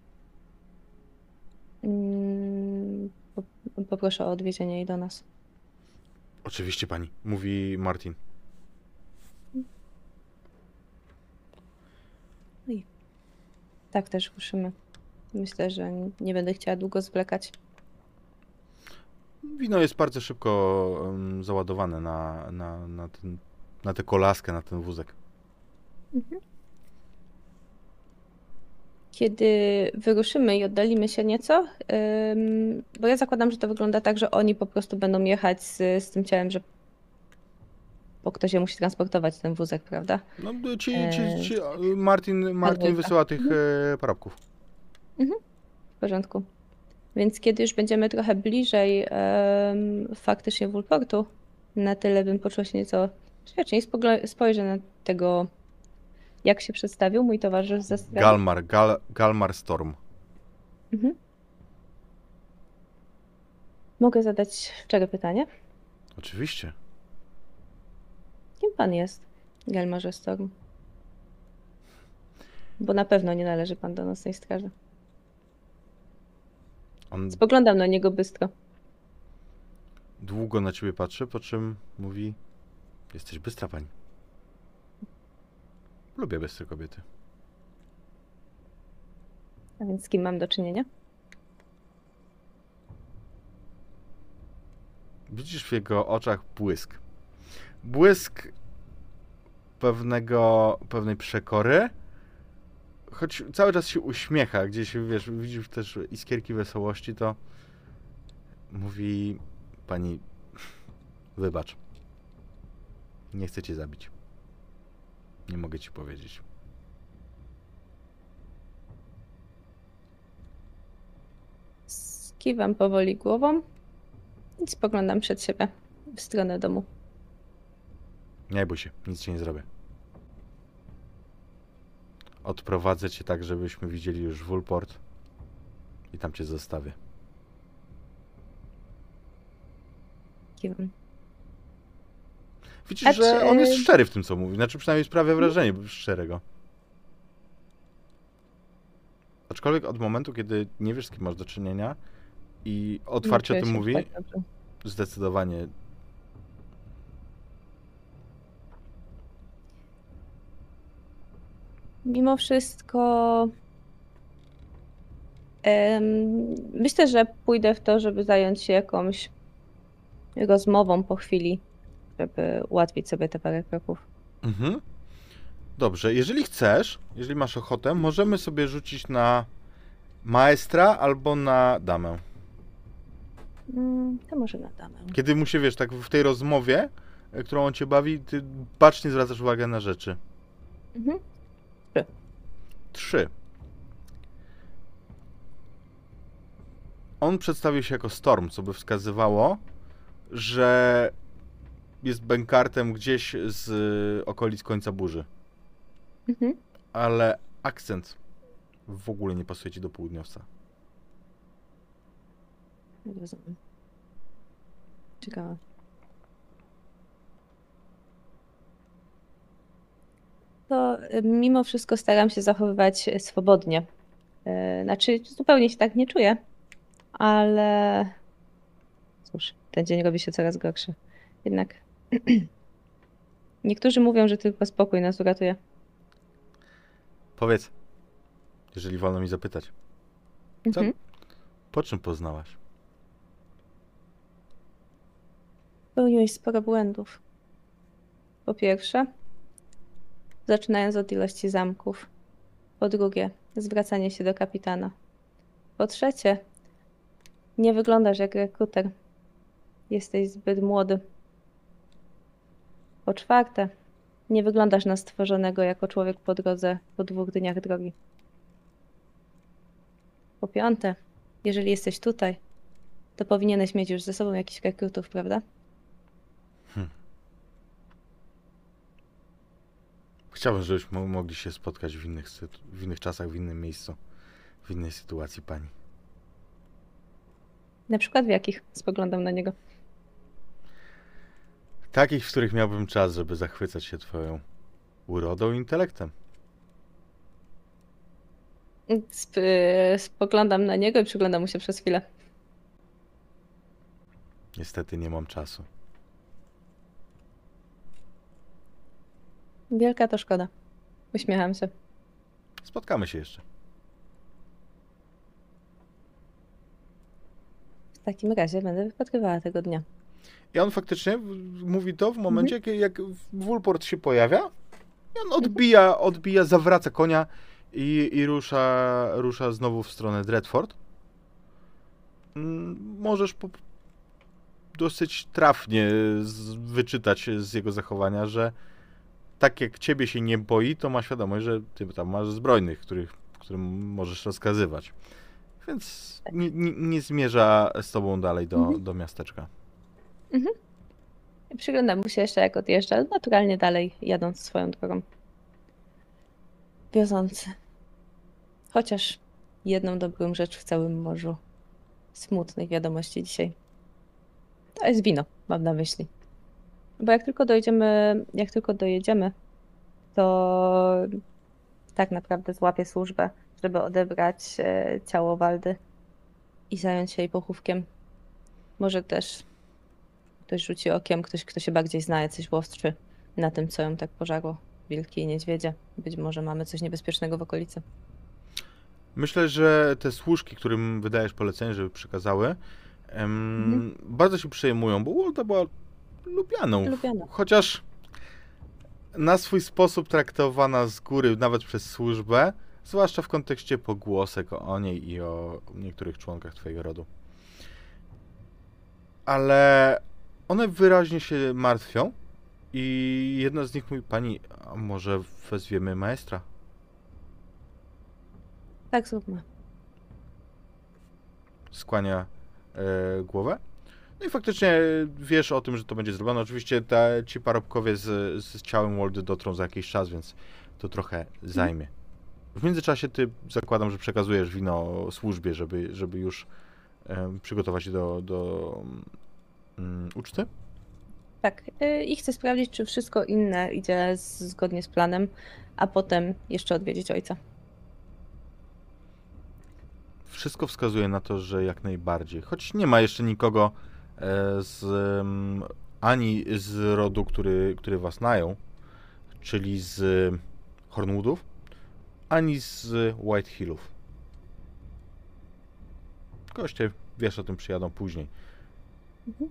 C: mm, po- poproszę o odwiezienie jej do nas.
B: Oczywiście pani, mówi Martin.
C: Tak też ruszymy. Myślę, że nie będę chciała długo zwlekać.
B: Wino jest bardzo szybko um, załadowane na, na, na, ten, na tę kolaskę, na ten wózek.
C: Mhm. Kiedy wyruszymy i oddalimy się nieco, ym, bo ja zakładam, że to wygląda tak, że oni po prostu będą jechać z, z tym ciałem, że bo ktoś je musi transportować, ten wózek, prawda?
B: No, ci, ci,
C: Eee,
B: ci, Martin, Martin
C: dwójka.
B: wysyła tych
C: Mhm.
B: e, parobków.
C: W porządku. Więc kiedy już będziemy trochę bliżej em, faktycznie Woolportu, na tyle bym poczuła się nieco bezpieczniej. Spogl- spojrzę na tego, jak się przedstawił mój towarzysz ze straży.
B: Galmar, Gal, Galmar Storm.
C: Mhm. Mogę zadać szczere pytanie?
B: Oczywiście.
C: Kim pan jest, Gelmarze Storm? Bo na pewno nie należy pan do nocnej straży.
B: On
C: Spoglądam na niego bystro.
B: długo na ciebie patrzy, po czym mówi: jesteś bystra, pani. Lubię bystre kobiety.
C: A więc z kim mam do czynienia?
B: Widzisz w jego oczach błysk. Błysk pewnego, pewnej przekory, choć cały czas się uśmiecha, gdzieś, wiesz, widzisz też iskierki wesołości, to mówi: pani, wybacz. Nie chcę cię zabić. Nie mogę ci powiedzieć.
C: Skiwam powoli głową i spoglądam przed siebie w stronę domu.
B: Nie bój się, nic ci nie zrobię. Odprowadzę cię tak, żebyśmy widzieli już Woolport i tam cię zostawię.
C: Kiwam.
B: Widzisz,
C: A
B: że
C: czy-
B: on jest szczery w tym, co mówi. Znaczy przynajmniej sprawia wrażenie szczerego. Aczkolwiek od momentu, kiedy nie wiesz, z kim masz do czynienia i otwarcie o
C: Nie
B: tym
C: czuję się
B: mówi,
C: tak dobrze.
B: zdecydowanie
C: Mimo wszystko em, myślę, że pójdę w to, żeby zająć się jakąś rozmową po chwili, żeby ułatwić sobie te parę kroków.
B: Mhm. Dobrze, jeżeli chcesz, jeżeli masz ochotę, możemy sobie rzucić na maestra albo na damę.
C: Mm, to może na damę.
B: Kiedy mu się, wiesz, tak w tej rozmowie, e, którą on cię bawi, ty bacznie zwracasz uwagę na rzeczy.
C: Mhm.
B: Trzy. On przedstawił się jako Storm, co by wskazywało, że jest bękartem gdzieś z okolic końca burzy.
C: Mhm.
B: Ale akcent w ogóle nie pasuje ci do południowca.
C: Rozumiem. Ciekawe. To y, mimo wszystko staram się zachowywać swobodnie. Y, Znaczy, zupełnie się tak nie czuję, ale cóż, ten dzień robi się coraz gorszy. Jednak niektórzy mówią, że tylko spokój nas uratuje.
B: Powiedz, jeżeli wolno mi zapytać, co,
C: Mhm.
B: po czym poznałaś?
C: Popełniłeś sporo błędów. Po pierwsze, zaczynając od ilości zamków. Po drugie, zwracanie się do kapitana. Po trzecie, nie wyglądasz jak rekruter. Jesteś zbyt młody. Po czwarte, nie wyglądasz na stworzonego jako człowiek po drodze po dwóch dniach drogi. Po piąte, jeżeli jesteś tutaj, to powinieneś mieć już ze sobą jakichś rekrutów, prawda?
B: Chciałbym, żebyśmy mogli się spotkać w innych, sytu- w innych czasach, w innym miejscu, w innej sytuacji, pani.
C: Na przykład w jakich? Spoglądam na niego.
B: Takich, w których miałbym czas, żeby zachwycać się twoją urodą i intelektem.
C: Sp- y, spoglądam na niego i przyglądam mu się przez chwilę.
B: Niestety nie mam czasu.
C: Wielka to szkoda. Uśmiecham się.
B: Spotkamy się jeszcze.
C: W takim razie będę wypatrywała tego dnia.
B: I on faktycznie w- mówi to w momencie, jak, jak Wulport się pojawia i on odbija, odbija, zawraca konia i, i rusza, rusza znowu w stronę Dreadfort. Mm, Możesz po, dosyć trafnie z, wyczytać z jego zachowania, że tak jak ciebie się nie boi, to ma świadomość, że ty tam masz zbrojnych, których, którym możesz rozkazywać. Więc nie, nie, nie zmierza z tobą dalej do,
C: Mhm.
B: do miasteczka.
C: Przyglądam mu się jeszcze jak odjeżdża, naturalnie dalej jadąc swoją drogą. Wiozący. Chociaż jedną dobrą rzecz w całym morzu smutnych wiadomości dzisiaj. To jest wino, mam na myśli. Bo jak tylko dojdziemy, jak tylko dojedziemy, to tak naprawdę złapię służbę, żeby odebrać e, ciało Waldy i zająć się jej pochówkiem. Może też ktoś rzuci okiem, ktoś, kto się bardziej zna, jacyś łowczy na tym, co ją tak pożarło. Wilki i niedźwiedzie. Być może mamy coś niebezpiecznego w okolicy.
B: Myślę, że te służki, którym wydajesz polecenie, żeby przekazały, em,
C: Mhm.
B: bardzo się przejmują, bo Walda była lubianą.
C: Lubiana.
B: Chociaż na swój sposób traktowana z góry, nawet przez służbę, zwłaszcza w kontekście pogłosek o niej i o niektórych członkach twojego rodu. Ale one wyraźnie się martwią i jedna z nich mówi, pani, a może wezwiemy maestra?
C: Tak zróbmy.
B: Skłania e, głowę. No i faktycznie wiesz o tym, że to będzie zrobione. Oczywiście te, ci parobkowie z, z ciałem Waldy dotrą za jakiś czas, więc to trochę zajmie. W międzyczasie ty zakładam, że przekazujesz wino służbie, żeby, żeby już e, przygotować się do, do mm, uczty.
C: Tak. y, I chcę sprawdzić, czy wszystko inne idzie z, zgodnie z planem, a potem jeszcze odwiedzić ojca.
B: Wszystko wskazuje na to, że jak najbardziej. Choć nie ma jeszcze nikogo e, z, em, ani z rodu, który, który was najął, czyli z Hornwoodów, ani z White Hillów. Goście, wiesz o tym, przyjadą później.
C: Mhm.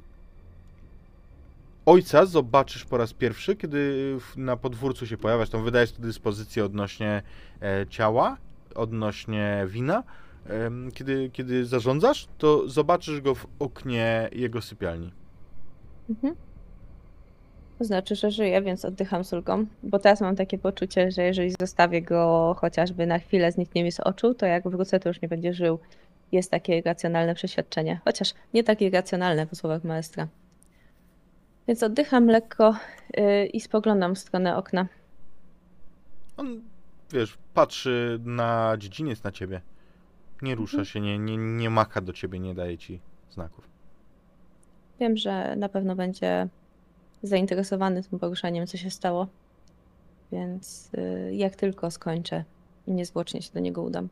B: Ojca zobaczysz po raz pierwszy, kiedy w- na podwórcu się pojawiasz, tam wydajesz dyspozycję odnośnie e, ciała, odnośnie wina, em, kiedy, kiedy zarządzasz, to zobaczysz go w oknie jego sypialni.
C: Mhm. To znaczy, że żyję, więc oddycham z ulgą, bo teraz mam takie poczucie, że jeżeli zostawię go chociażby na chwilę, zniknie mi z oczu, to jak wrócę, to już nie będzie żył. Jest takie irracjonalne przeświadczenie, chociaż nie tak irracjonalne po słowach maestra. Więc oddycham lekko yy, i spoglądam w stronę okna.
B: On, wiesz, patrzy na dziedziniec, na ciebie. Nie rusza
C: Mhm.
B: się, nie, nie, nie macha do ciebie, nie daje ci znaków.
C: Wiem, że na pewno będzie zainteresowany tym poruszaniem, co się stało, więc yy, jak tylko skończę, niezwłocznie się do niego udam.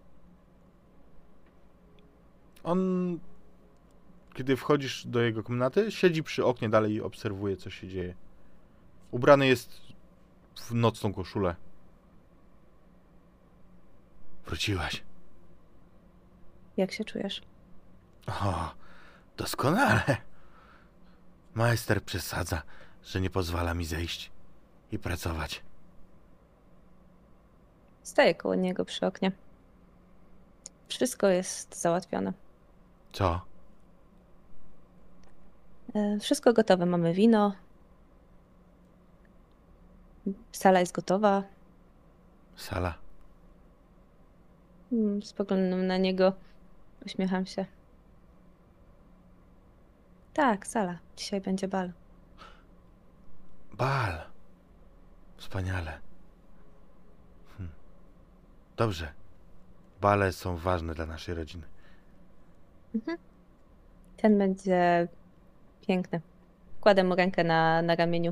B: On, kiedy wchodzisz do jego komnaty, siedzi przy oknie dalej i obserwuje, co się dzieje. Ubrany jest w nocną koszulę. Wróciłaś.
C: Jak się czujesz?
B: O, doskonale. Majster przesadza, że nie pozwala mi zejść i pracować.
C: Staję koło niego przy oknie. Wszystko jest załatwione.
B: Co?
C: E, Wszystko gotowe. Mamy wino. Sala jest gotowa.
B: Sala.
C: Mm, Spoglądam na niego. Uśmiecham się. Tak, sala. Dzisiaj będzie bal.
B: Bal. Wspaniale. Hm. Dobrze. Bale są ważne dla naszej rodziny.
C: Mhm. Ten będzie piękny. Kładę mu rękę na, na ramieniu.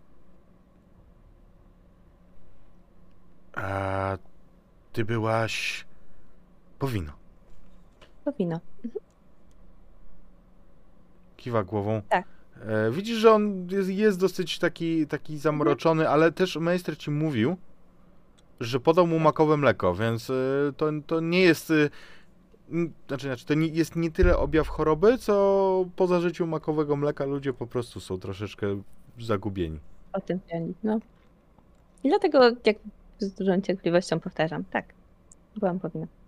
B: A ty byłaś po wino.
C: To wino.
B: Kiwa głową.
C: Tak.
B: E, widzisz, że on jest, jest dosyć taki, taki zamroczony, ale też majster ci mówił, że podał mu makowe mleko, więc e, to, to nie jest... E, n- znaczy, znaczy, to nie, jest nie tyle objaw choroby, co po zażyciu makowego mleka ludzie po prostu są troszeczkę zagubieni.
C: O tym piani. No. I dlatego jak z dużą cierpliwością powtarzam. Tak. Byłam po wino.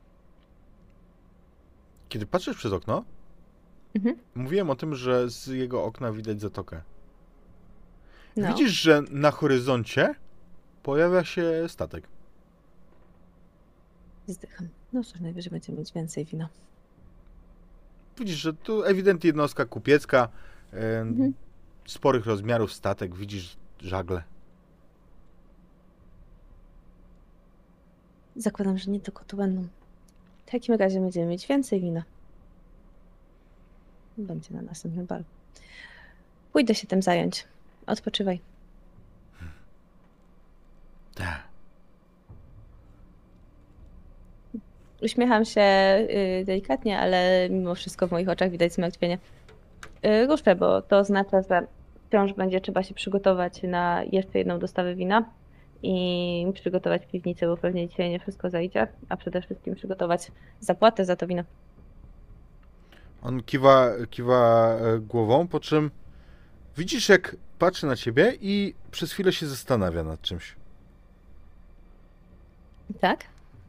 B: Kiedy patrzysz przez okno,
C: Mhm.
B: mówiłem o tym, że z jego okna widać zatokę.
C: No.
B: Widzisz, że na horyzoncie pojawia się statek.
C: Zdycham. No cóż, najwyżej będziemy mieć więcej wina.
B: Widzisz, że tu ewidentnie jednostka kupiecka, e,
C: Mhm.
B: sporych rozmiarów statek, widzisz żagle.
C: Zakładam, że nie tylko tu będą. W takim razie będziemy mieć więcej wina. Będzie na następny bal. Pójdę się tym zająć. Odpoczywaj.
B: Tak.
C: Uśmiecham się y, delikatnie, ale mimo wszystko w moich oczach widać zmartwienie. Y, ruszczę, bo to oznacza, że wciąż będzie trzeba się przygotować na jeszcze jedną dostawę wina i przygotować piwnicę, bo pewnie dzisiaj nie wszystko zajdzie, a przede wszystkim przygotować zapłatę za to wino.
B: On kiwa, kiwa e, głową, po czym widzisz, jak patrzy na ciebie i przez chwilę się zastanawia nad czymś.
C: Tak?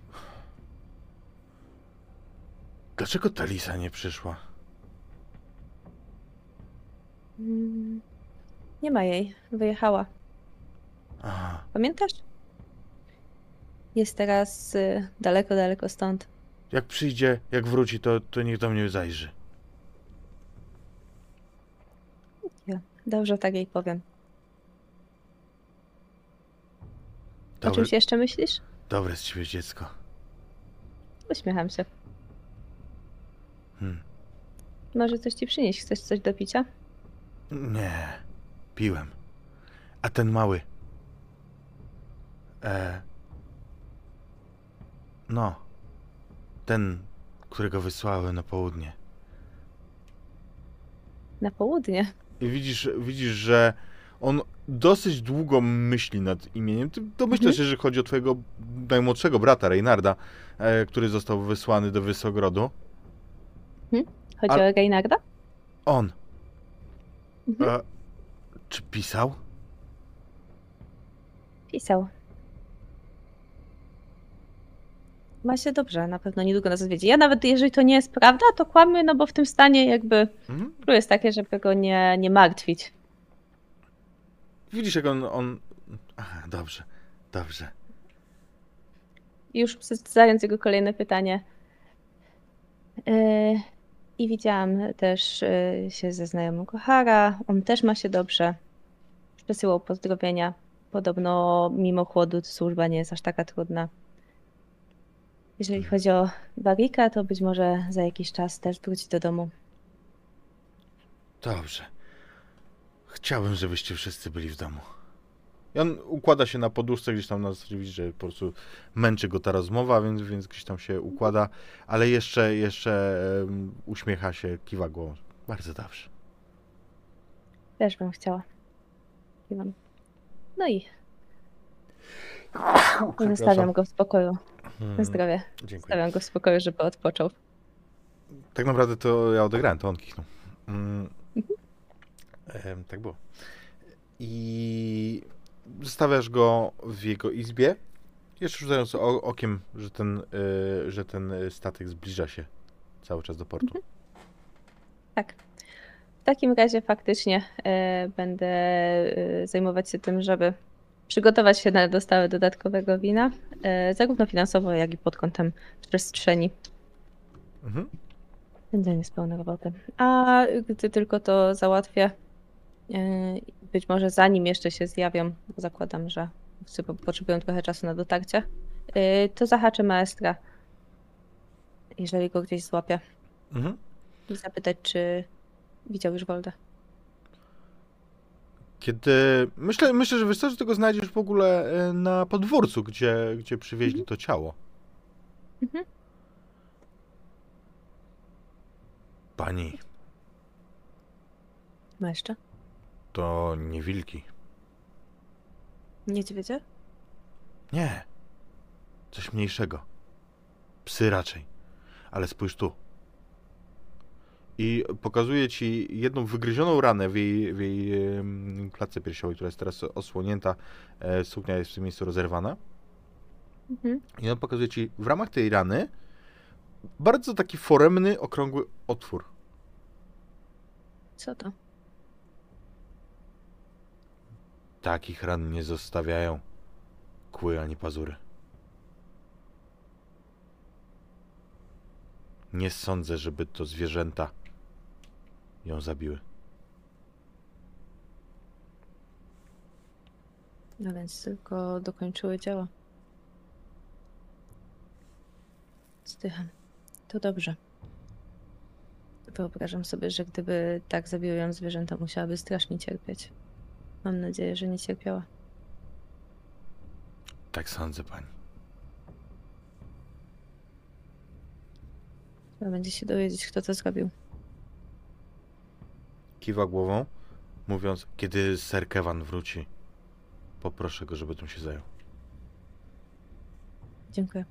B: Dlaczego ta Lisa nie przyszła?
C: Mm, Nie ma jej. Wyjechała.
B: Aha.
C: Pamiętasz? Jest teraz y, daleko, daleko stąd.
B: Jak przyjdzie, jak wróci, to, to niech do mnie zajrzy.
C: Ja. Dobrze, tak jej powiem. O
B: Dobre,
C: czymś jeszcze myślisz?
B: dobre z ciebie dziecko.
C: Uśmiecham się.
B: Hmm.
C: Może coś ci przynieść? Chcesz coś do picia?
B: Nie, piłem. A ten mały? E, no, ten, którego wysłałem na południe.
C: Na południe.
B: I widzisz, widzisz, że on dosyć długo myśli nad imieniem. Ty domyślasz
C: Mhm.
B: się, że chodzi o twojego najmłodszego brata, Reynarda, e, który został wysłany do Wysogrodu.
C: Chodzi
B: Ale-
C: o Reinarda?
B: On.
C: Mhm.
B: E, czy pisał?
C: Pisał. Ma się dobrze, na pewno niedługo nas odwiedzi. Ja nawet jeżeli to nie jest prawda, to kłamię, no bo w tym stanie jakby
B: Mhm.
C: clue jest takie, żeby go nie, nie martwić.
B: Widzisz, jak on... on... Aha, dobrze, dobrze.
C: I już zadając jego kolejne pytanie. Yy, I widziałam też yy, się ze znajomym Kohara. On też ma się dobrze. Przesyłał pozdrowienia. Podobno mimo chłodu służba nie jest aż taka trudna. Jeżeli chodzi o Barika, to być może za jakiś czas też wróci do domu.
B: Dobrze. Chciałbym, żebyście wszyscy byli w domu. I on układa się na poduszce, gdzieś tam na zasadzie widzi, że po prostu męczy go ta rozmowa, więc, więc gdzieś tam się układa, ale jeszcze, jeszcze um, uśmiecha się, kiwa głową. Bardzo dobrze.
C: Też bym chciała. Kiwam. No i zostawiam go w spokoju. Na zdrowie.
B: Dziękuję.
C: Zostawiam go w spokoju, żeby odpoczął.
B: Tak naprawdę to ja odegrałem, to on kichnął. Mm. Ehm, tak było. I zostawiasz go w jego izbie, jeszcze rzucając o- okiem, że ten, y, że ten statek zbliża się cały czas do portu.
C: Tak. W takim razie faktycznie e, będę e, zajmować się tym, żeby przygotować się na dostawę dodatkowego wina, e, zarówno finansowo, jak i pod kątem przestrzeni.
B: Mhm.
C: Będę z pełną roboty. A gdy tylko to załatwię, e, być może zanim jeszcze się zjawią, bo zakładam, że wszyscy po- potrzebują trochę czasu na dotarcie, e, to zahaczę maestra, jeżeli go gdzieś złapię,
B: Mhm.
C: i zapytać, czy widział już Woldę.
B: Kiedy... Myślę, myślę, że wiesz co, że tego znajdziesz w ogóle y, na podwórcu, gdzie, gdzie przywieźli to ciało.
C: Mhm.
B: Pani,
C: Ma jeszcze?
B: to nie wilki.
C: Niedźwiedzie?
B: Nie. Coś mniejszego. Psy raczej. Ale spójrz tu. I pokazuje ci jedną wygryzioną ranę w jej, w jej em, klatce piersiowej, która jest teraz osłonięta. E, suknia jest w tym miejscu rozerwana.
C: Mhm.
B: I on pokazuje ci w ramach tej rany bardzo taki foremny, okrągły otwór.
C: Co to?
B: Takich ran nie zostawiają kły ani pazury. Nie sądzę, żeby to zwierzęta ją zabiły.
C: No więc tylko dokończyły dzieło. Zdycham. To dobrze. Wyobrażam sobie, że gdyby tak zabiły ją zwierzęta, musiałaby strasznie cierpieć. Mam nadzieję, że nie cierpiała.
B: Tak sądzę, pani.
C: Trzeba będzie się dowiedzieć, kto to zrobił.
B: Kiwa głową, mówiąc, kiedy Ser Kevan wróci, poproszę go, żeby tym się zajął.
C: Dziękuję.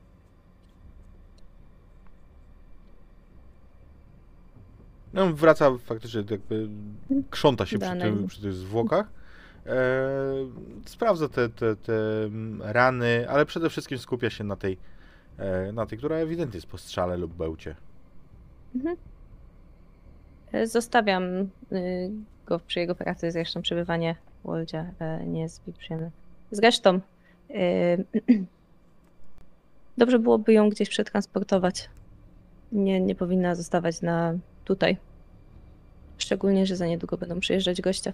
B: No, on wraca faktycznie, jakby krząta się przy,
C: Dalej.
B: tym, przy tych zwłokach. E, sprawdza te, te, te rany, ale przede wszystkim skupia się na tej, e, na tej, która ewidentnie jest po strzale lub bełcie.
C: Mhm. E, Zostawiam y, go przy jego pracy, zresztą przebywanie w Woldzie e, nie jest zbyt przyjemne. Zresztą y, dobrze byłoby ją gdzieś przetransportować. Nie, nie powinna zostawać na tutaj. Szczególnie, że za niedługo będą przyjeżdżać goście.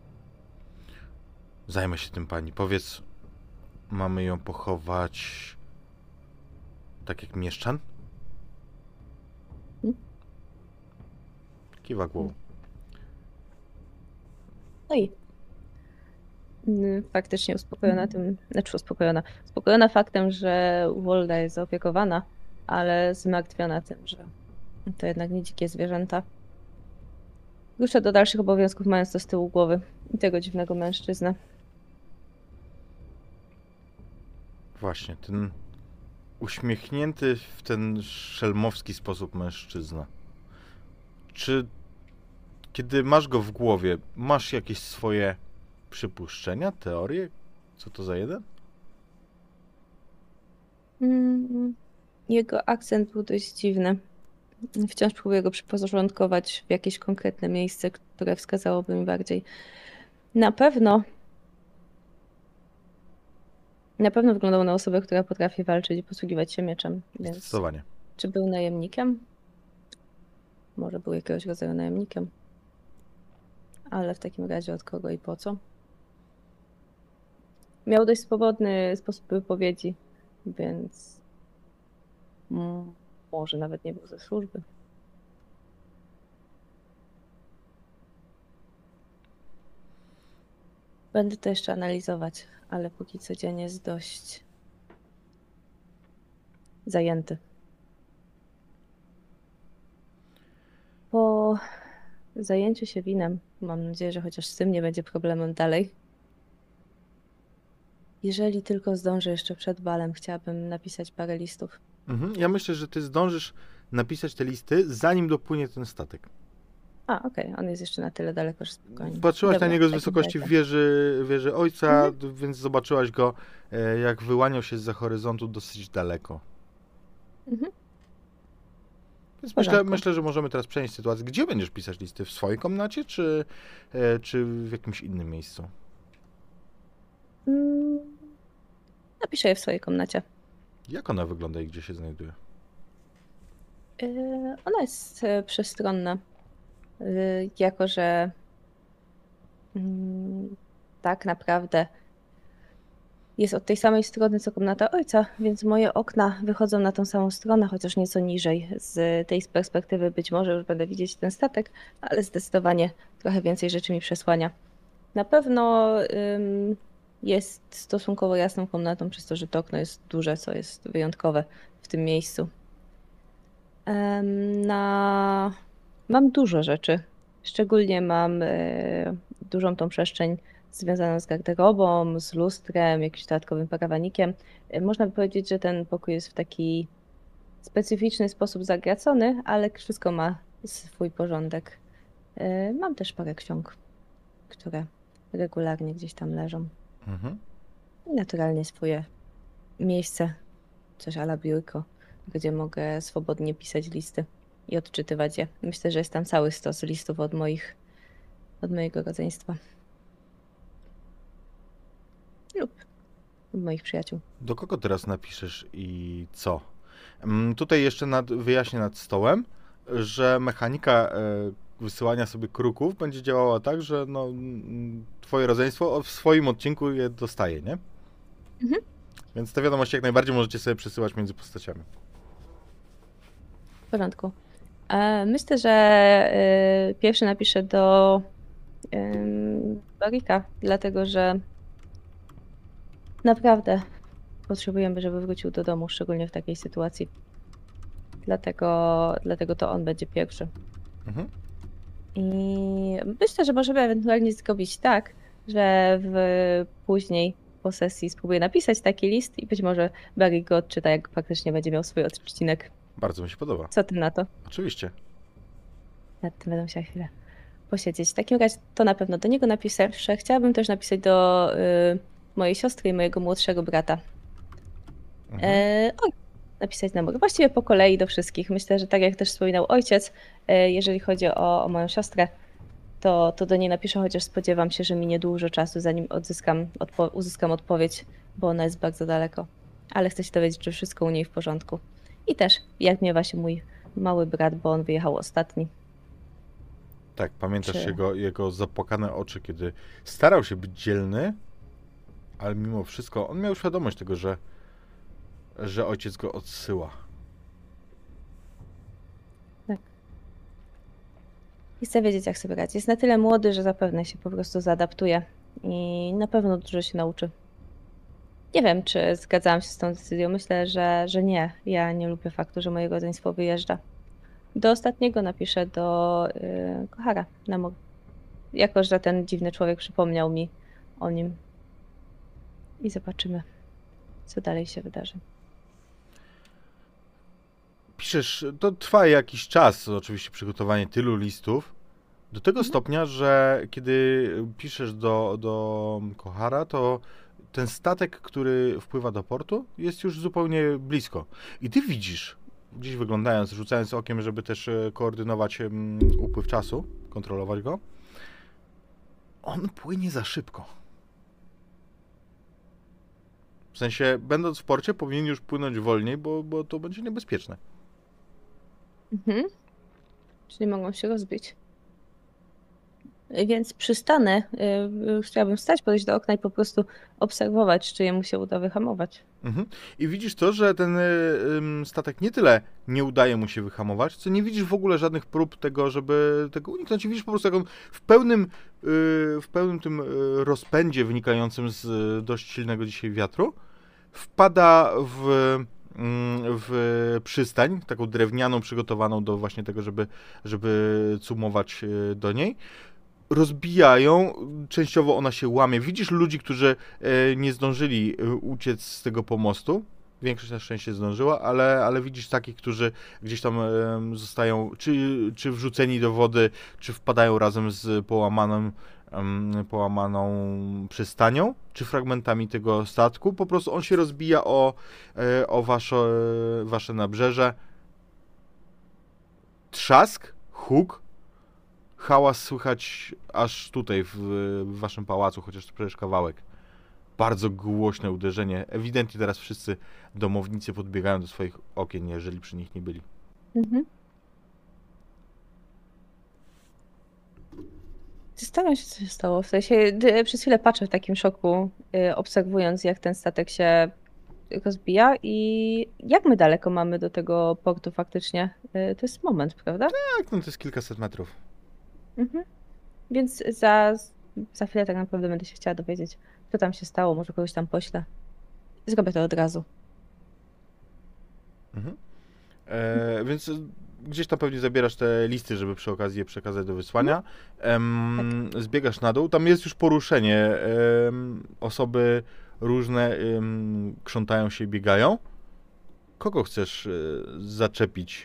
B: Zajmę się tym, pani. Powiedz, mamy ją pochować tak jak mieszczan?
C: Hmm?
B: Kiwa głową.
C: No i mm, faktycznie uspokojona tym, znaczy uspokojona, uspokojona faktem, że Wolda jest zaopiekowana, ale zmartwiona tym, że to jednak nie dzikie zwierzęta. Ruszę do dalszych obowiązków, mając to z tyłu głowy i tego dziwnego mężczyznę.
B: Właśnie, ten uśmiechnięty w ten szelmowski sposób mężczyzna. Czy kiedy masz go w głowie, masz jakieś swoje przypuszczenia, teorie? Co to za jeden?
C: Mm, Jego akcent był dość dziwny. Wciąż próbuję go przyporządkować w jakieś konkretne miejsce, które wskazałoby mi bardziej. Na pewno Na pewno wyglądał na osobę, która potrafi walczyć i posługiwać się mieczem, więc
B: Zdecydowanie.
C: czy był najemnikiem? Może był jakiegoś rodzaju najemnikiem. Ale w takim razie od kogo i po co? Miał dość swobodny sposób wypowiedzi, więc mm, może nawet nie był ze służby. Będę to jeszcze analizować, ale póki co dzień jest dość zajęty. Po zajęciu się winem, mam nadzieję, że chociaż z tym nie będzie problemem dalej. Jeżeli tylko zdążę jeszcze przed balem, chciałabym napisać parę listów.
B: Mhm. Ja myślę, że ty zdążysz napisać te listy, zanim dopłynie ten statek.
C: A, okej, on jest jeszcze na tyle daleko, że spokojnie.
B: Patrzyłaś
C: Dobra,
B: na niego z
C: w takim
B: wysokości
C: razie.
B: wieży, wieży ojca,
C: Mhm.
B: d- więc zobaczyłaś go, e, jak wyłaniał się zza horyzontu dosyć daleko.
C: Mhm.
B: Więc
C: W
B: myślę,
C: porządku.
B: myślę, że możemy teraz przenieść sytuację. Gdzie będziesz pisać listy? W swojej komnacie, czy, e, czy w jakimś innym miejscu?
C: Mm, Napiszę je w swojej komnacie.
B: Jak ona wygląda i gdzie się znajduje?
C: Yy, Ona jest e, przestronna, Yy, jako że mm, tak naprawdę jest od tej samej strony co komnata ojca, więc moje okna wychodzą na tą samą stronę, chociaż nieco niżej. Z tej perspektywy być może już będę widzieć ten statek, ale zdecydowanie trochę więcej rzeczy mi przesłania. Na pewno ym, jest stosunkowo jasną komnatą, przez to, że to okno jest duże, co jest wyjątkowe w tym miejscu. Em, Na... Mam dużo rzeczy. Szczególnie mam e, dużą tą przestrzeń związaną z garderobą, z lustrem, jakimś dodatkowym parawanikiem. E, Można by powiedzieć, że ten pokój jest w taki specyficzny sposób zagracony, ale wszystko ma swój porządek. E, Mam też parę ksiąg, które regularnie gdzieś tam leżą.
B: Mhm.
C: I naturalnie swoje miejsce, coś a la biurko, gdzie mogę swobodnie pisać listy i odczytywać je. Myślę, że jest tam cały stos listów od moich, od mojego rodzeństwa. Lub od moich przyjaciół.
B: Do kogo teraz napiszesz i co? Mm, Tutaj jeszcze nad, wyjaśnię nad stołem, że mechanika e, wysyłania sobie kruków będzie działała tak, że no, mm, twoje rodzeństwo w swoim odcinku je dostaje, nie?
C: Mhm.
B: Więc te wiadomości jak najbardziej możecie sobie przesyłać między postaciami.
C: W porządku. E, Myślę, że e, pierwszy napiszę do em, Barika, dlatego że naprawdę potrzebujemy, żeby wrócił do domu, szczególnie w takiej sytuacji. Dlatego, dlatego to on będzie pierwszy.
B: Mhm.
C: I myślę, że możemy ewentualnie zrobić tak, że w później po sesji spróbuję napisać taki list i być może Barry go odczyta, jak faktycznie będzie miał swój odcinek.
B: Bardzo mi się podoba.
C: Co ty na to?
B: Oczywiście.
C: Nad tym będę musiała chwilę posiedzieć. W takim razie to na pewno do niego napiszę. Chciałabym też napisać do y, mojej siostry i mojego młodszego brata.
B: Mhm.
C: E, oj, napisać na mogę. Właściwie po kolei do wszystkich. Myślę, że tak jak też wspominał ojciec, e, jeżeli chodzi o, o moją siostrę, to, to do niej napiszę, chociaż spodziewam się, że minie dużo czasu, zanim odzyskam odpo- uzyskam odpowiedź, bo ona jest bardzo daleko. Ale chcę się dowiedzieć, czy wszystko u niej w porządku. I też, jak miewa się mój mały brat, bo on wyjechał ostatni.
B: Tak, pamiętasz
C: Czy-
B: jego, jego zapłakane oczy, kiedy starał się być dzielny, ale mimo wszystko on miał świadomość tego, że, że ojciec go odsyła.
C: I chcę wiedzieć, jak sobie radzi. Jest na tyle młody, że zapewne się po prostu zaadaptuje i na pewno dużo się nauczy. Nie wiem, czy zgadzałam się z tą decyzją. Myślę, że, że nie. Ja nie lubię faktu, że moje rodzeństwo wyjeżdża. Do ostatniego napiszę do yy, Kohara. Na mo- jako, że ten dziwny człowiek przypomniał mi o nim. I zobaczymy, co dalej się wydarzy.
B: Piszesz, to trwa jakiś czas, oczywiście przygotowanie tylu listów, do tego
C: Mhm.
B: stopnia, że kiedy piszesz do, do Kohara, to ten statek, który wpływa do portu, jest już zupełnie blisko. I ty widzisz, gdzieś wyglądając, rzucając okiem, żeby też e, koordynować em, upływ czasu, kontrolować go, on płynie za szybko. W sensie, będąc w porcie, powinien już płynąć wolniej, bo, bo to będzie niebezpieczne.
C: Mhm. Czyli mogą się rozbić. Więc przystanę. Yy, chciałabym wstać, podejść do okna i po prostu obserwować, czy jemu się uda wyhamować.
B: Mhm. I widzisz to, że ten y, ym, statek nie tyle nie udaje mu się wyhamować, co nie widzisz w ogóle żadnych prób tego, żeby tego uniknąć. I widzisz po prostu, jak on w pełnym, y, w pełnym tym y, rozpędzie wynikającym z y, dość silnego dzisiaj wiatru wpada w, mm, w przystań, taką drewnianą, przygotowaną do właśnie tego, żeby, żeby cumować y, do niej. Rozbijają, częściowo ona się łamie. Widzisz ludzi, którzy e, nie zdążyli e, uciec z tego pomostu. Większość na szczęście zdążyła, ale, ale widzisz takich, którzy gdzieś tam e, zostają czy, czy wrzuceni do wody, czy wpadają razem z połamanym, em, połamaną przystanią, czy fragmentami tego statku. Po prostu on się rozbija o, e, o wasze, wasze nabrzeże. Trzask, huk. Hałas słychać aż tutaj w, w waszym pałacu, chociaż to przecież kawałek. Bardzo głośne uderzenie. Ewidentnie teraz wszyscy domownicy podbiegają do swoich okien, jeżeli przy nich nie byli.
C: Mhm. Zastanawiam się, co się stało. W sensie y, przez chwilę patrzę w takim szoku, y, obserwując, jak ten statek się rozbija i jak my daleko mamy do tego portu faktycznie. Y, To jest moment, prawda?
B: Tak, no to jest kilkaset metrów.
C: Mhm. Więc za, za chwilę tak naprawdę będę się chciała dowiedzieć, co tam się stało, może kogoś tam poślę. Zrobię to od razu.
B: Mhm. E, więc gdzieś tam pewnie zabierasz te listy, żeby przy okazji je przekazać do wysłania. Em, Zbiegasz na dół, tam jest już poruszenie. Em, osoby różne em, krzątają się i biegają. Kogo chcesz e, zaczepić?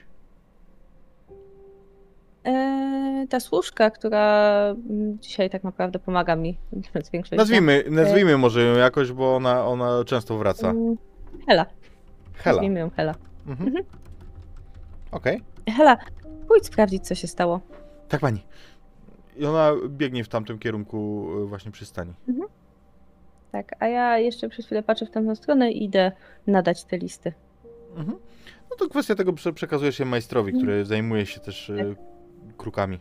C: Eee, ta służka, która mm, dzisiaj tak naprawdę pomaga mi przez większość dnia.
B: Nazwijmy, nazwijmy może ją jakoś, bo ona, ona często wraca.
C: Mm, Hela.
B: Hela.
C: Nazwijmy ją Hela.
B: Mhm.
C: Mhm.
B: Okej.
C: Hela, pójdź sprawdzić, co się stało.
B: Tak, pani. I ona biegnie w tamtym kierunku e, właśnie przystani.
C: Tak, a ja jeszcze przez chwilę patrzę w tamtą stronę i idę nadać te listy.
B: Mhm. No to kwestia tego prze- przekazuje się majstrowi,
C: Mhm.
B: który zajmuje się też e, krukami.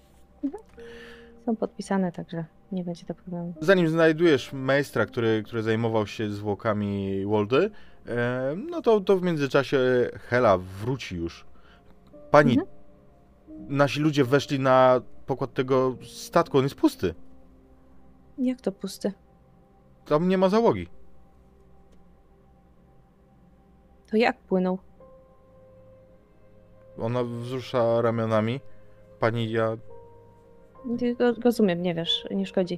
C: Są podpisane, także nie będzie to problemu.
B: Zanim znajdujesz majstra, który, który zajmował się zwłokami Woldy, e, no to, to w międzyczasie Hela wróci już. Pani,
C: Mhm.
B: nasi ludzie weszli na pokład tego statku, on jest pusty.
C: Jak to pusty?
B: Tam nie ma załogi.
C: To jak płynął?
B: Ona wzrusza ramionami. Pani, ja...
C: Ro- Rozumiem, nie wiesz, nie szkodzi.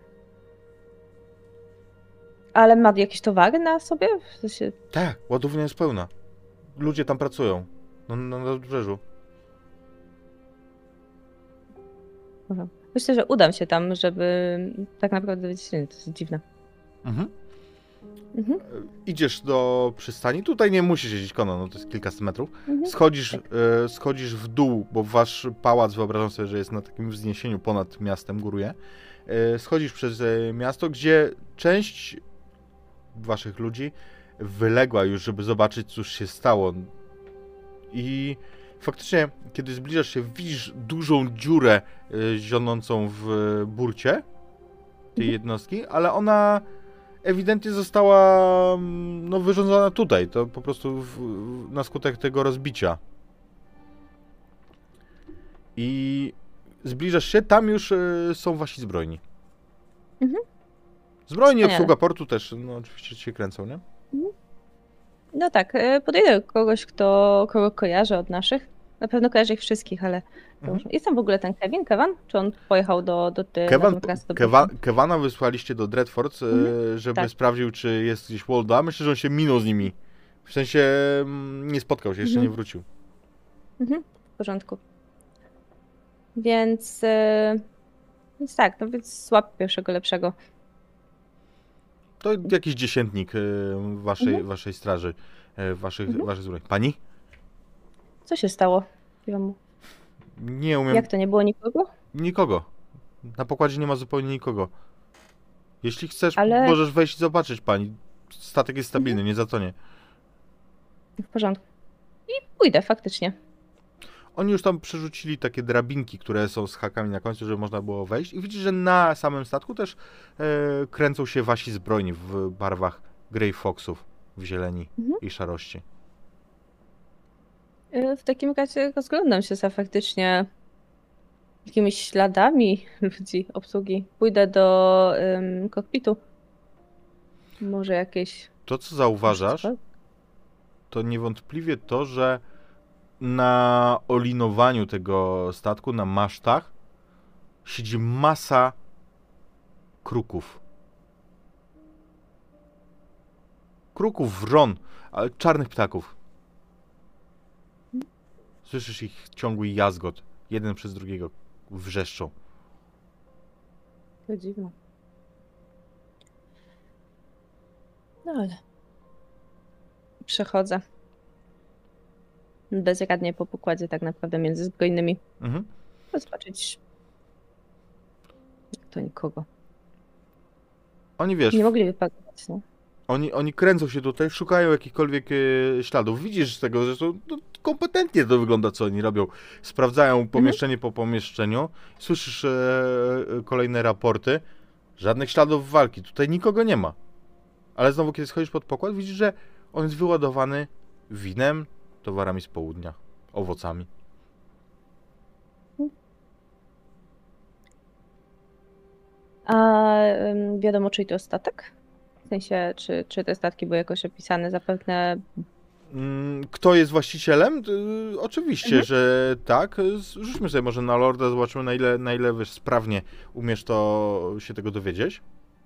C: Ale ma jakieś towary na sobie? W sensie,
B: Tak, ładownia jest pełna. Ludzie tam pracują. Na, na nadbrzeżu.
C: aha. Myślę, że udam się tam, żeby tak naprawdę wiedzieć, nie, to jest dziwne.
B: Mhm.
C: Mhm.
B: Idziesz do przystani. Tutaj nie musisz jeździć konno, no to jest kilkaset metrów.
C: Mhm.
B: Schodzisz,
C: Tak.
B: e, schodzisz w dół, bo wasz pałac, wyobrażam sobie, że jest na takim wzniesieniu ponad miastem, góruje. E, schodzisz przez e, miasto, gdzie część waszych ludzi wyległa już, żeby zobaczyć, cóż się stało. I faktycznie, kiedy zbliżasz się, widzisz dużą dziurę e, zionącą w burcie tej
C: Mhm.
B: jednostki, ale ona ewidentnie została mm, no, wyrządzona tutaj, to po prostu w, w, na skutek tego rozbicia. I zbliżasz się, tam już y, są wasi zbrojni.
C: Mhm.
B: Zbrojni,
C: Wspaniale.
B: obsługa portu też, no oczywiście się kręcą, nie?
C: No tak, e, podejdę do kogoś, kto, kogo kojarzę od naszych. Na pewno kojarzę ich wszystkich, ale to
B: Mhm.
C: już... Jest tam w ogóle ten Kevin, Kevan? Czy on pojechał do, do ty, na
B: Kevan,
C: tą trasę do
B: Kewa,
C: Brooklyn?
B: Kewana wysłaliście do Dreadfort, y,
C: Mhm,
B: żeby
C: tak.
B: sprawdził, czy jest gdzieś Wolda. Myślę, że on się minął z nimi. W sensie mm, nie spotkał się, jeszcze
C: Mhm.
B: nie wrócił.
C: Mhm, w porządku. Więc, e, więc tak, no więc słab pierwszego lepszego.
B: To jakiś dziesiętnik e, waszej,
C: Mhm.
B: waszej straży, e, waszych,
C: Mhm.
B: waszych zbroi. Pani?
C: Co się stało? Jomu?
B: Nie umiem
C: Jak to, nie było nikogo?
B: nikogo. Na pokładzie nie ma zupełnie nikogo. Jeśli chcesz,
C: Ale
B: możesz wejść i zobaczyć, pani. Statek jest stabilny, nie zatonie.
C: w porządku. I pójdę faktycznie.
B: Oni już tam przerzucili takie drabinki, które są z hakami na końcu, żeby można było wejść. I widzisz, że na samym statku też e, kręcą się wasi zbrojni w barwach Grey Foxów, w zieleni
C: Mhm.
B: i szarości.
C: Y, W takim razie rozglądam się za faktycznie jakimiś śladami ludzi, obsługi. Pójdę do ym, kokpitu. Może jakieś...
B: To, co zauważasz, to niewątpliwie to, że na olinowaniu tego statku, na masztach, siedzi masa kruków. Kruków, wron, ale czarnych ptaków. Słyszysz ich ciągły jazgot. Jeden przez drugiego wrzeszczą.
C: To dziwne. No ale... Przechodzę. Bezradnie po pokładzie tak naprawdę między zbrojnymi.
B: Mhm.
C: Zobaczyć... To nikogo.
B: Oni, wiesz,
C: Nie mogli wypakować, no.
B: oni, oni kręcą się tutaj, szukają jakichkolwiek e, śladów. Widzisz z tego, że to, to kompetentnie to wygląda, co oni robią. Sprawdzają pomieszczenie po pomieszczeniu. Słyszysz e, e, kolejne raporty. Żadnych śladów walki. Tutaj nikogo nie ma. Ale znowu, kiedy schodzisz pod pokład, widzisz, że on jest wyładowany winem, towarami z południa, owocami.
C: A ym, wiadomo, czyj to statek? W sensie, czy, czy te statki były jakoś opisane? Zapewne...
B: Mm, Kto jest właścicielem? Y, oczywiście,
C: Mhm.
B: że tak. Z- Rzućmy sobie może na Lorda, zobaczymy na ile, na ile wiesz, sprawnie umiesz to się tego dowiedzieć.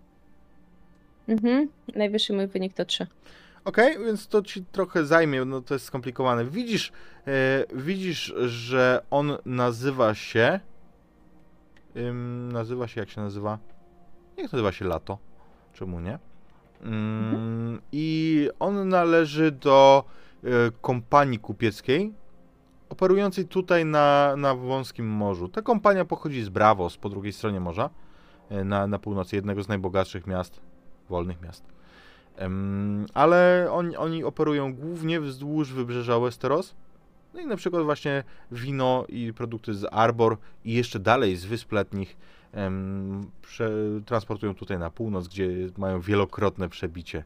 C: Mhm. Najwyższy mój wynik to trzy.
B: Okej, więc to ci trochę zajmie, no to jest skomplikowane. Widzisz, e, widzisz, że on nazywa się... Ym, nazywa się, jak się nazywa? Niech nazywa się Lato. Czemu nie? Ym, I on należy do e, kompanii kupieckiej operującej tutaj na, na wąskim morzu. Ta kompania pochodzi z Bravos, po drugiej stronie morza, e, na, na północy, jednego z najbogatszych miast, wolnych miast. Em, ale oni, oni operują głównie wzdłuż wybrzeża Westeros. No i na przykład właśnie wino i produkty z Arbor i jeszcze dalej z Wysp Letnich em, prze, transportują tutaj na północ, gdzie mają wielokrotne przebicie.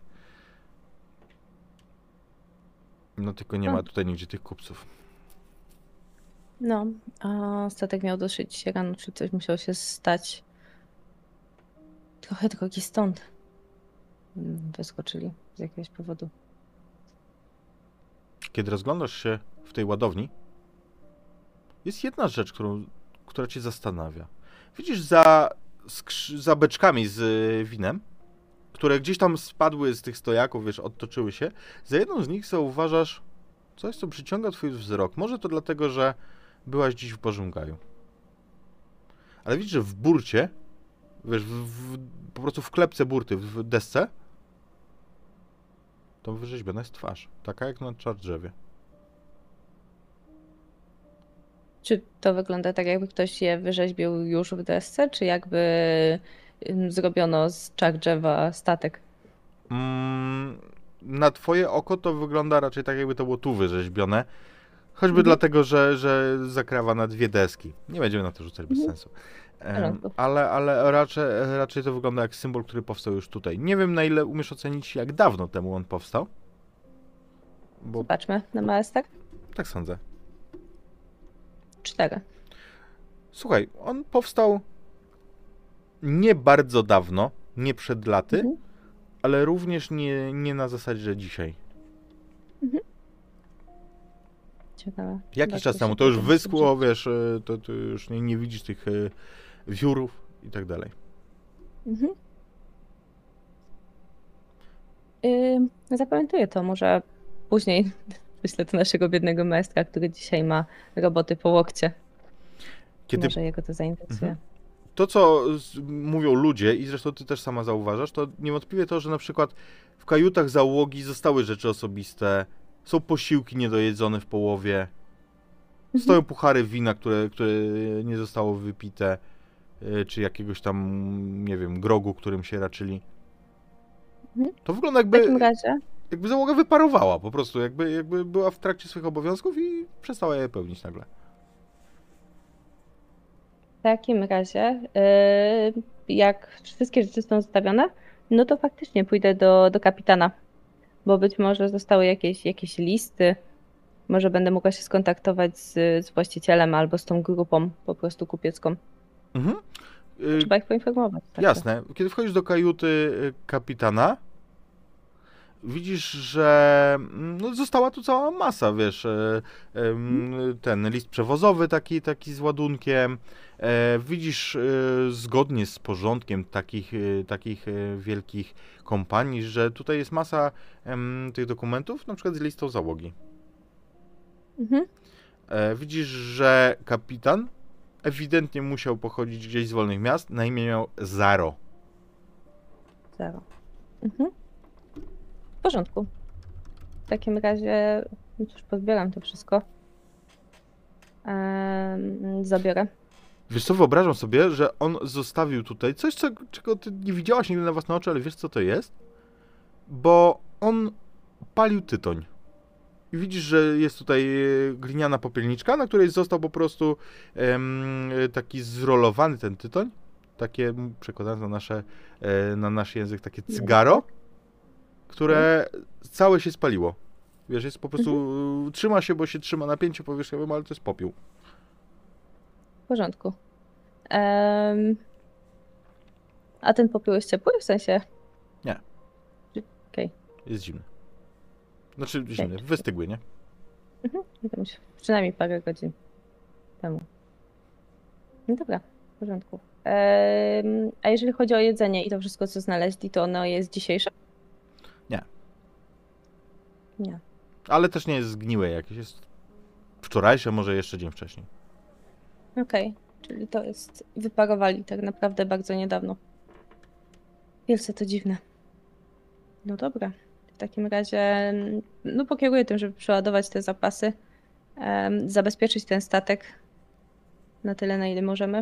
B: No tylko nie ma tutaj nigdzie tych kupców.
C: No, a statek miał dosyć rano, czy coś musiało się stać. Trochę drogi stąd. Mm, Wyskoczyli z jakiegoś powodu.
B: Kiedy rozglądasz się w tej ładowni, jest jedna rzecz, którą, która cię zastanawia. Widzisz za, skrzy- za beczkami z y, winem, które gdzieś tam spadły z tych stojaków, wiesz, odtoczyły się. Za jedną z nich zauważasz coś, co przyciąga twój wzrok. Może to dlatego, że byłaś dziś w Bożym Gaju. Ale widzisz, że w burcie, wiesz, w, w, po prostu w klepce burty, w desce, to wyrzeźbiona jest twarz. Taka jak na czardrzewie.
C: Czy to wygląda tak, jakby ktoś je wyrzeźbił już w desce, czy jakby ym, zrobiono z czak drzewa statek?
B: Mm, na twoje oko to wygląda raczej tak, jakby to było tu wyrzeźbione. Choćby
C: Mhm.
B: dlatego, że, że zakrawa na dwie deski. Nie będziemy na to rzucać bez
C: Mhm.
B: sensu. Em,
C: porządku.
B: ale ale raczej, raczej to wygląda jak symbol, który powstał już tutaj. Nie wiem, na ile umiesz ocenić, jak dawno temu on powstał. Bo
C: Zobaczmy na maestek.
B: tak sądzę.
C: Cztery.
B: Słuchaj, on powstał nie bardzo dawno, nie przed laty,
C: Mhm.
B: ale również nie, nie na zasadzie, że dzisiaj.
C: Ciekawe.
B: Jakiś
C: Bardzo
B: czas
C: się
B: temu, to już
C: tym
B: wyschło,
C: przyjrzeć.
B: wiesz, y, to, to już nie, nie widzisz tych y, wiórów i tak dalej.
C: Mhm. Ym, Zapamiętuję to, może później wyślę do naszego biednego maestra, który dzisiaj ma roboty po łokcie.
B: Kiedy,
C: Może jego to zainteresuje.
B: Mhm. to, co z, mówią ludzie, i zresztą ty też sama zauważasz, to niewątpliwie to, że na przykład w kajutach załogi zostały rzeczy osobiste, są posiłki niedojedzone w połowie,
C: Mhm.
B: stoją puchary wina, które, które nie zostało wypite, y, czy jakiegoś tam, nie wiem, grogu, którym się raczyli.
C: Mhm.
B: To wygląda
C: W takim
B: jakby,
C: razie,
B: jakby załoga wyparowała po prostu, jakby, jakby była w trakcie swoich obowiązków i przestała je pełnić nagle.
C: w takim razie, yy, jak wszystkie rzeczy są zostawione, no to faktycznie pójdę do, do kapitana, bo być może zostały jakieś, jakieś listy, może będę mogła się skontaktować z, z właścicielem albo z tą grupą po prostu kupiecką.
B: Mhm. Y,
C: Trzeba ich poinformować. Także.
B: Jasne. Kiedy wchodzisz do kajuty y, kapitana, widzisz, że mm, no, została tu cała masa, wiesz, e, em, ten list przewozowy taki, taki z ładunkiem. E, widzisz, e, zgodnie z porządkiem takich, e, takich e, wielkich kompanii, że tutaj jest masa em, tych dokumentów, na przykład z listą załogi.
C: Mhm.
B: E, widzisz, że kapitan ewidentnie musiał pochodzić gdzieś z wolnych miast, na imię miał Zaro.
C: Zero. Mhm. W porządku. W takim razie, no cóż, pozbieram to wszystko. Em, zabiorę.
B: Wiesz co, wyobrażam sobie, że on zostawił tutaj coś, co, czego ty nie widziałaś nigdy na własne oczy, ale wiesz co to jest? Bo on palił tytoń. I widzisz, że jest tutaj e, gliniana popielniczka, na której został po prostu em, taki zrolowany ten tytoń. Takie, m, przekładając na, nasze, e, na nasz język, takie cygaro, które całe się spaliło. Wiesz, jest po prostu, trzyma się, bo się trzyma na napięciu powierzchniowym, ale to jest popiół.
C: W porządku. Em, a ten popiół jest ciepły? W sensie...
B: Nie.
C: Okej.
B: Jest zimny. Znaczy zimny, wystygły, nie?
C: Mhm. No to myślę, przynajmniej parę godzin temu. No dobra, w porządku. Em, a jeżeli chodzi o jedzenie i to wszystko, co znaleźli, to ono jest dzisiejsze?
B: Nie.
C: Nie.
B: Ale też nie jest zgniłe jakieś, jest wczorajsze, może jeszcze dzień wcześniej.
C: Okej, czyli to jest... Wyparowali tak naprawdę bardzo niedawno. Wielce to dziwne. No dobra. W takim razie no pokieruję tym, żeby przeładować te zapasy, em, zabezpieczyć ten statek na tyle, na ile możemy.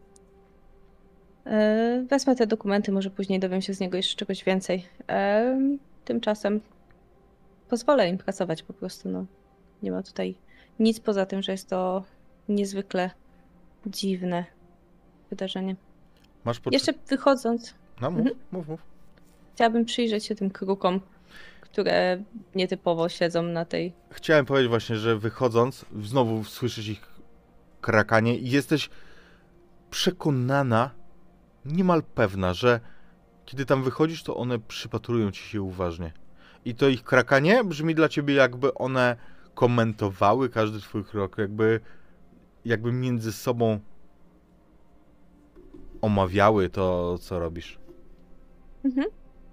C: E, wezmę te dokumenty, może później dowiem się z niego jeszcze czegoś więcej. Em, tymczasem pozwolę im pracować po prostu. No. Nie ma tutaj nic poza tym, że jest to niezwykle dziwne wydarzenie.
B: Masz poczu-
C: Jeszcze wychodząc,
B: No mów,
C: Mhm.
B: mów, mów.
C: chciałabym przyjrzeć się tym krukom, które nietypowo siedzą na tej...
B: Chciałem powiedzieć właśnie, że wychodząc, znowu słyszysz ich krakanie i jesteś przekonana, niemal pewna, że kiedy tam wychodzisz, to one przypatrują ci się uważnie. I to ich krakanie brzmi dla ciebie, jakby one komentowały każdy twój krok, jakby, jakby między sobą omawiały to, co robisz.
C: Mhm.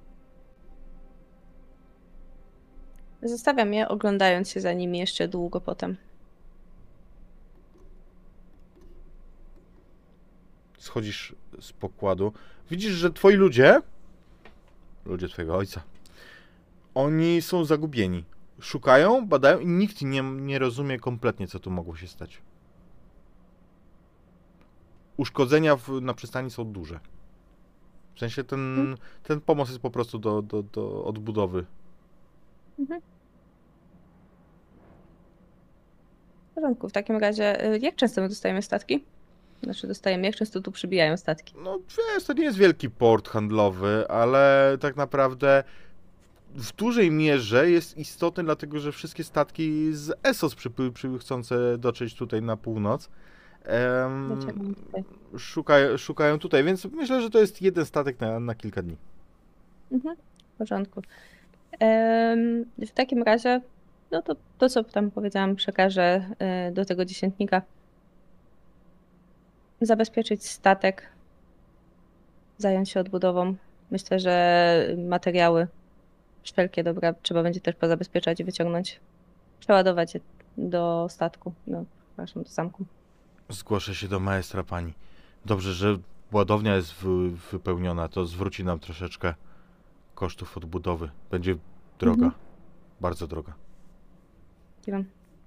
C: Zostawiam je, oglądając się za nimi jeszcze długo potem.
B: Schodzisz z pokładu. Widzisz, że twoi ludzie, ludzie twojego ojca, oni są zagubieni. Szukają, badają i nikt nie, nie rozumie kompletnie, co tu mogło się stać. Uszkodzenia w, na przystani są duże. W sensie ten,
C: Hmm.
B: ten pomost jest po prostu do, do, do odbudowy.
C: Mhm. W porządku. W takim razie, y, jak często my dostajemy statki? Znaczy dostajemy, jak często tu przybijają statki?
B: No wiesz, to nie jest wielki port handlowy, ale tak naprawdę w dużej mierze jest istotny, dlatego że wszystkie statki z Essos przypływy przy, chcące dotrzeć tutaj na północ em,
C: Dlaczego tutaj?
B: szukają, szukają tutaj, więc myślę, że to jest jeden statek na, na kilka dni.
C: Mhm. W porządku. Em, w takim razie, no to to, co tam powiedziałam, przekażę y, do tego dziesiętnika. Zabezpieczyć statek, zająć się odbudową. Myślę, że materiały, wszelkie dobra, trzeba będzie też pozabezpieczać i wyciągnąć, przeładować je do statku, no, przepraszam, do zamku.
B: Zgłoszę się do maestra pani. Dobrze, że ładownia jest wy, wypełniona, to zwróci nam troszeczkę kosztów odbudowy. Będzie droga.
C: Mhm.
B: Bardzo droga.
C: Kiwam.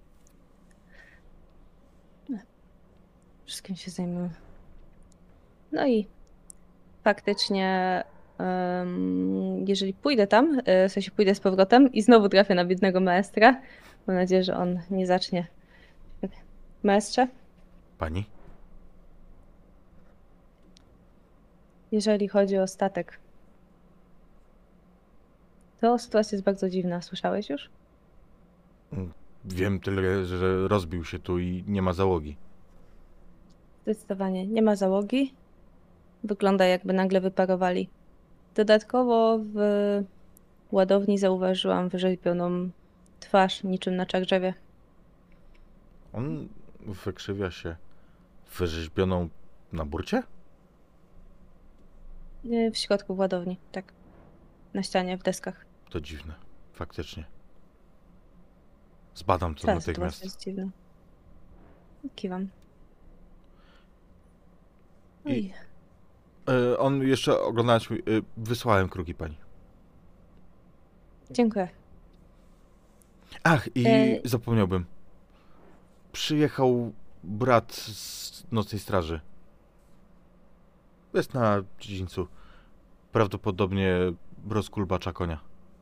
C: No, wszystkim się zajmuję. No i faktycznie, em, jeżeli pójdę tam, e, w sensie pójdę z powrotem i znowu trafię na biednego maestra, mam nadzieję, że on nie zacznie. Maestrze,
B: Pani?
C: jeżeli chodzi o statek, to sytuacja jest bardzo dziwna. Słyszałeś już?
B: Wiem tyle, że rozbił się tu i nie ma załogi.
C: Zdecydowanie nie ma załogi. Wygląda, jakby nagle wyparowali. Dodatkowo w ładowni zauważyłam wyrzeźbioną twarz, niczym na czarżewie.
B: On wykrzywia się wyrzeźbioną na burcie?
C: Nie, w środku w ładowni, tak. Na ścianie, w deskach.
B: To dziwne, faktycznie. Zbadam to
C: Cała
B: natychmiast.
C: sytuacja jest dziwna. Kiwam.
B: I-
C: Oj,
B: E, on jeszcze oglądając mi, e, wysłałem kruki pani.
C: dziękuję.
B: Ach, i
C: E-
B: zapomniałbym. Przyjechał brat z nocnej straży. Jest na dziedzińcu. Prawdopodobnie rozkulbacza konia.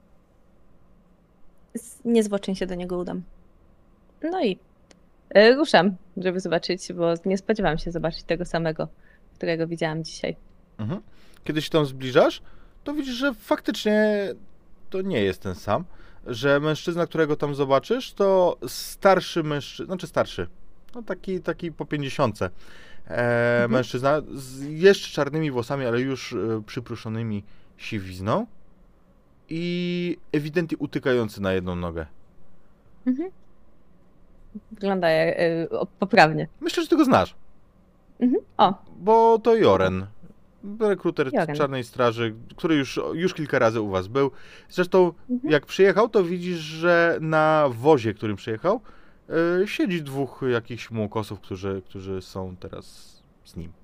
C: Z- Niezwłocznie się do niego udam. No i e, ruszam, żeby zobaczyć, bo nie spodziewałam się zobaczyć tego samego, którego widziałam dzisiaj.
B: Mhm. Kiedy się tam zbliżasz, to widzisz, że faktycznie to nie jest ten sam. Że mężczyzna, którego tam zobaczysz, to starszy mężczyzna, znaczy starszy, no taki, taki po pięćdziesiątce. E,
C: Mhm.
B: Mężczyzna z jeszcze czarnymi włosami, ale już e, przypruszonymi siwizną i ewidentnie utykający na jedną nogę.
C: Mhm. Wygląda jak, e, o- poprawnie.
B: Myślę, że ty go znasz,
C: Mhm. O,
B: bo to Joren, rekruter
C: Joren.
B: Czarnej Straży, który już, już kilka razy u was był. Zresztą
C: Mhm.
B: jak przyjechał, to widzisz, że na wozie, którym przyjechał, e, siedzi dwóch jakichś młokosów, którzy, którzy są teraz z nim.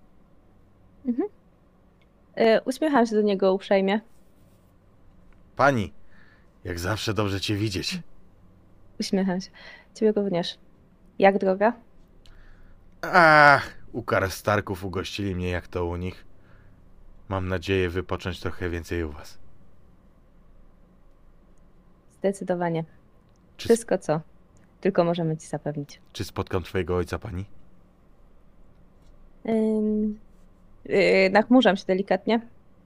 C: e, uśmiecham się do niego uprzejmie.
B: Pani, jak zawsze dobrze cię widzieć.
C: Uśmiecham się. Ciebie również. Jak droga?
B: Ach, u Karstarków ugościli mnie jak to u nich. Mam nadzieję wypocząć trochę więcej u was.
C: Zdecydowanie.
B: Czy,
C: Wszystko, co tylko możemy ci zapewnić.
B: czy spotkam twojego ojca, pani?
C: Ym, yy, nachmurzam się delikatnie.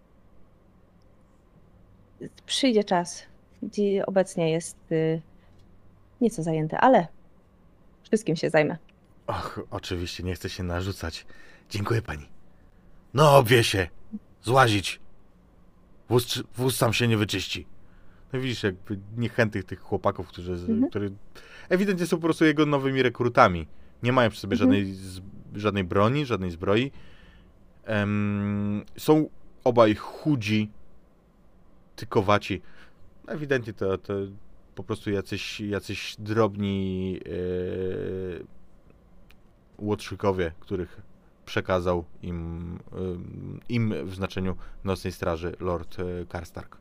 C: Przyjdzie czas. Dzi- Obecnie jest yy, nieco zajęty, ale wszystkim się zajmę.
B: Och, oczywiście, nie chcę się narzucać. Dziękuję pani. No, obwie się. Złazić. Wóz, czy- wóz sam się nie wyczyści. No widzisz, jakby niechętnych tych chłopaków, którzy,
C: Mhm.
B: którzy ewidentnie są po prostu jego nowymi rekrutami. Nie mają przy sobie
C: Mhm.
B: żadnej, z, żadnej broni, żadnej zbroi. Em, są obaj chudzi, tykowaci. No, ewidentnie to, to po prostu jacyś, jacyś drobni yy, łotrzykowie, których przekazał im, ym, im w znaczeniu Nocnej Straży Lord y, Karstark.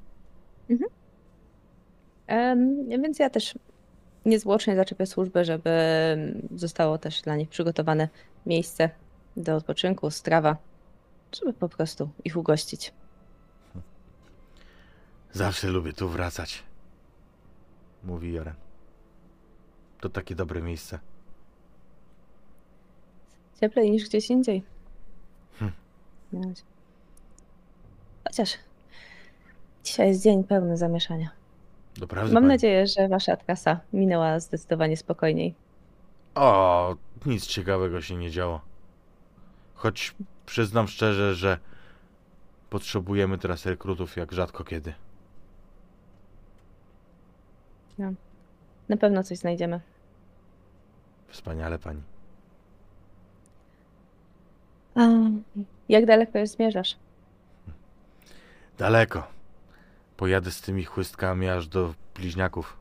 C: Em, więc ja też niezwłocznie zaczepię służbę, żeby zostało też dla nich przygotowane miejsce do odpoczynku, strawa, żeby po prostu ich ugościć.
B: Zawsze lubię tu wracać, mówi Joren. To takie dobre miejsce.
C: Cieplej niż gdzieś indziej.
B: Hm.
C: Na razie. Chociaż dzisiaj jest dzień pełny zamieszania.
B: Doprawdy,
C: Mam
B: pani?
C: nadzieję, że wasza trasa minęła zdecydowanie spokojniej.
B: O, nic ciekawego się nie działo. Choć przyznam szczerze, że potrzebujemy teraz rekrutów jak rzadko kiedy.
C: Na pewno coś znajdziemy.
B: Wspaniale, pani.
C: A, jak daleko już zmierzasz?
B: Daleko. Pojadę z tymi chłystkami aż do bliźniaków.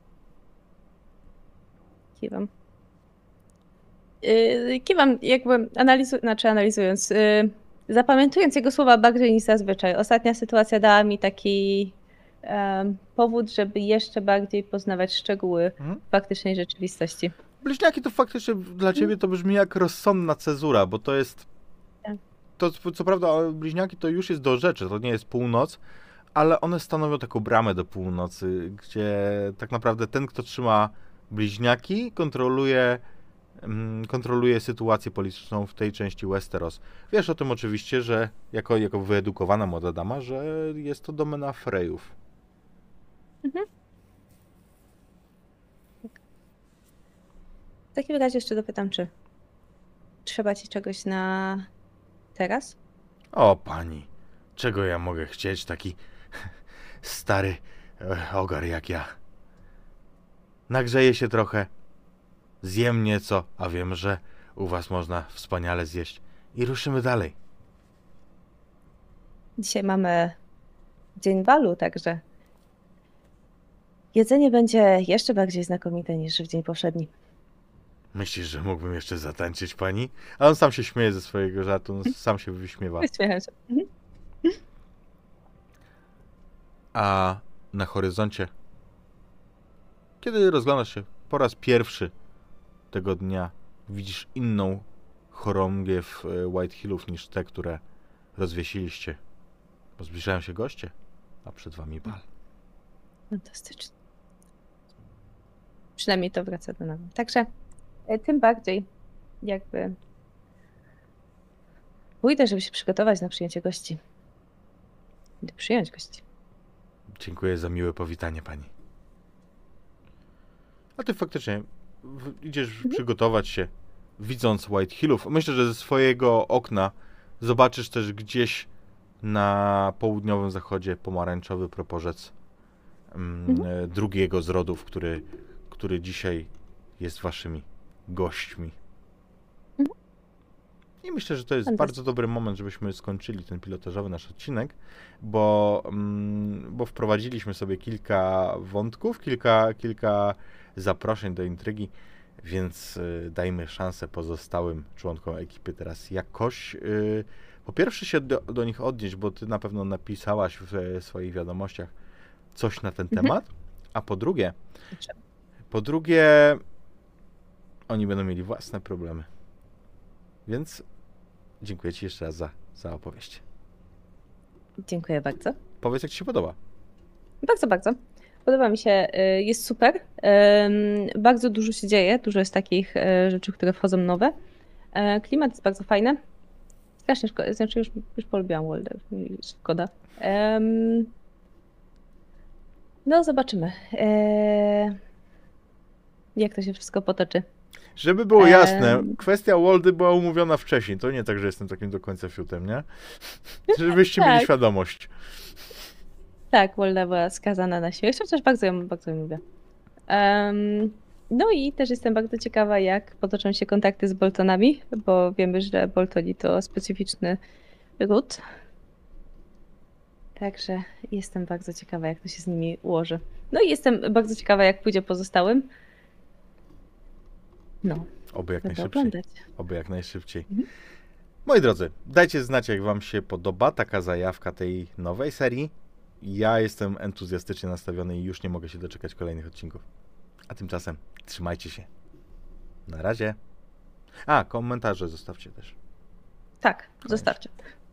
C: Kiwam. Yy, kiwam, jakby analizu- znaczy analizując. Yy, zapamiętując jego słowa bardziej niż zazwyczaj. Ostatnia sytuacja dała mi taki um, powód, żeby jeszcze bardziej poznawać szczegóły
B: Mhm.
C: faktycznej rzeczywistości.
B: Bliźniaki to faktycznie dla ciebie to brzmi jak rozsądna cezura, bo to jest...
C: Tak.
B: To co co prawda bliźniaki to już jest do rzeczy, to nie jest północ, ale one stanowią taką bramę do północy, gdzie tak naprawdę ten, kto trzyma bliźniaki, kontroluje, mm, kontroluje sytuację polityczną w tej części Westeros. Wiesz o tym oczywiście, że jako, jako wyedukowana młoda dama, że jest to domena Freyów.
C: Mhm. W takim razie jeszcze dopytam, czy trzeba ci czegoś na teraz?
B: O pani, czego ja mogę chcieć, taki stary e, ogar jak ja. Nagrzeję się trochę, zjem nieco, a wiem, że u was można wspaniale zjeść i ruszymy dalej.
C: Dzisiaj mamy Dzień Walu, także jedzenie będzie jeszcze bardziej znakomite niż w dzień poprzedni.
B: Myślisz, że mógłbym jeszcze zatańczyć pani? A on sam się śmieje ze swojego żartu, on sam się wyśmiewa.
C: Uśmiecham się. Mhm.
B: A na horyzoncie, kiedy rozglądasz się po raz pierwszy tego dnia, widzisz inną chorągiew e, White Hillów niż te, które rozwiesiliście. Bo zbliżają się goście, a przed wami bal.
C: Fantastycznie. Przynajmniej to wraca do nas. Także e, tym bardziej jakby pójdę, żeby się przygotować na przyjęcie gości. Idę przyjąć gości.
B: Dziękuję za miłe powitanie pani. A ty faktycznie w- idziesz przygotować się, widząc White Hillów. Myślę, że ze swojego okna zobaczysz też gdzieś na południowym zachodzie pomarańczowy proporzec mm,
C: Mhm.
B: e, drugiego z rodów, który, który dzisiaj jest waszymi gośćmi.
C: Mhm.
B: I myślę, że to jest
C: Fantastycznie.
B: bardzo dobry moment, żebyśmy skończyli ten pilotażowy nasz odcinek, bo, mm, bo wprowadziliśmy sobie kilka wątków, kilka, kilka zaproszeń do intrygi, więc y, dajmy szansę pozostałym członkom ekipy teraz jakoś y, po pierwsze się do, do nich odnieść, bo ty na pewno napisałaś w e, swoich wiadomościach coś na ten
C: Mhm.
B: temat, a po drugie,
C: Dobrze.
B: po drugie oni będą mieli własne problemy. Więc dziękuję ci jeszcze raz za, za opowieść.
C: Dziękuję bardzo.
B: Powiedz, jak ci się podoba.
C: Bardzo, bardzo. Podoba mi się, y, jest super. Ym, Bardzo dużo się dzieje, dużo jest takich y, rzeczy, które wchodzą nowe. E, Klimat jest bardzo fajny. Strasznie szkoda, znaczy już, już polubiłam Walder, szkoda. Ym, No, zobaczymy, e, jak to się wszystko potoczy.
B: Żeby było jasne,
C: Em.
B: kwestia Woldy była umówiona wcześniej. To nie tak, że jestem takim do końca fiutem, nie? Żebyście mieli
C: Tak.
B: świadomość.
C: Tak, Walda była skazana na śmierć, chociaż bardzo ją, bardzo ją lubię. Em, No i też jestem bardzo ciekawa, jak potoczą się kontakty z Boltonami, bo wiemy, że Boltoni to specyficzny ród. Także jestem bardzo ciekawa, jak to się z nimi ułoży. No i jestem bardzo ciekawa, jak pójdzie pozostałym. No,
B: Oby jak
C: będę
B: najszybciej.
C: oglądać.
B: Oby jak najszybciej.
C: Mhm.
B: Moi drodzy, dajcie znać, jak wam się podoba taka zajawka tej nowej serii. Ja jestem entuzjastycznie nastawiony i już nie mogę się doczekać kolejnych odcinków. A tymczasem trzymajcie się. Na razie. A, komentarze zostawcie też.
C: Tak, zostawcie.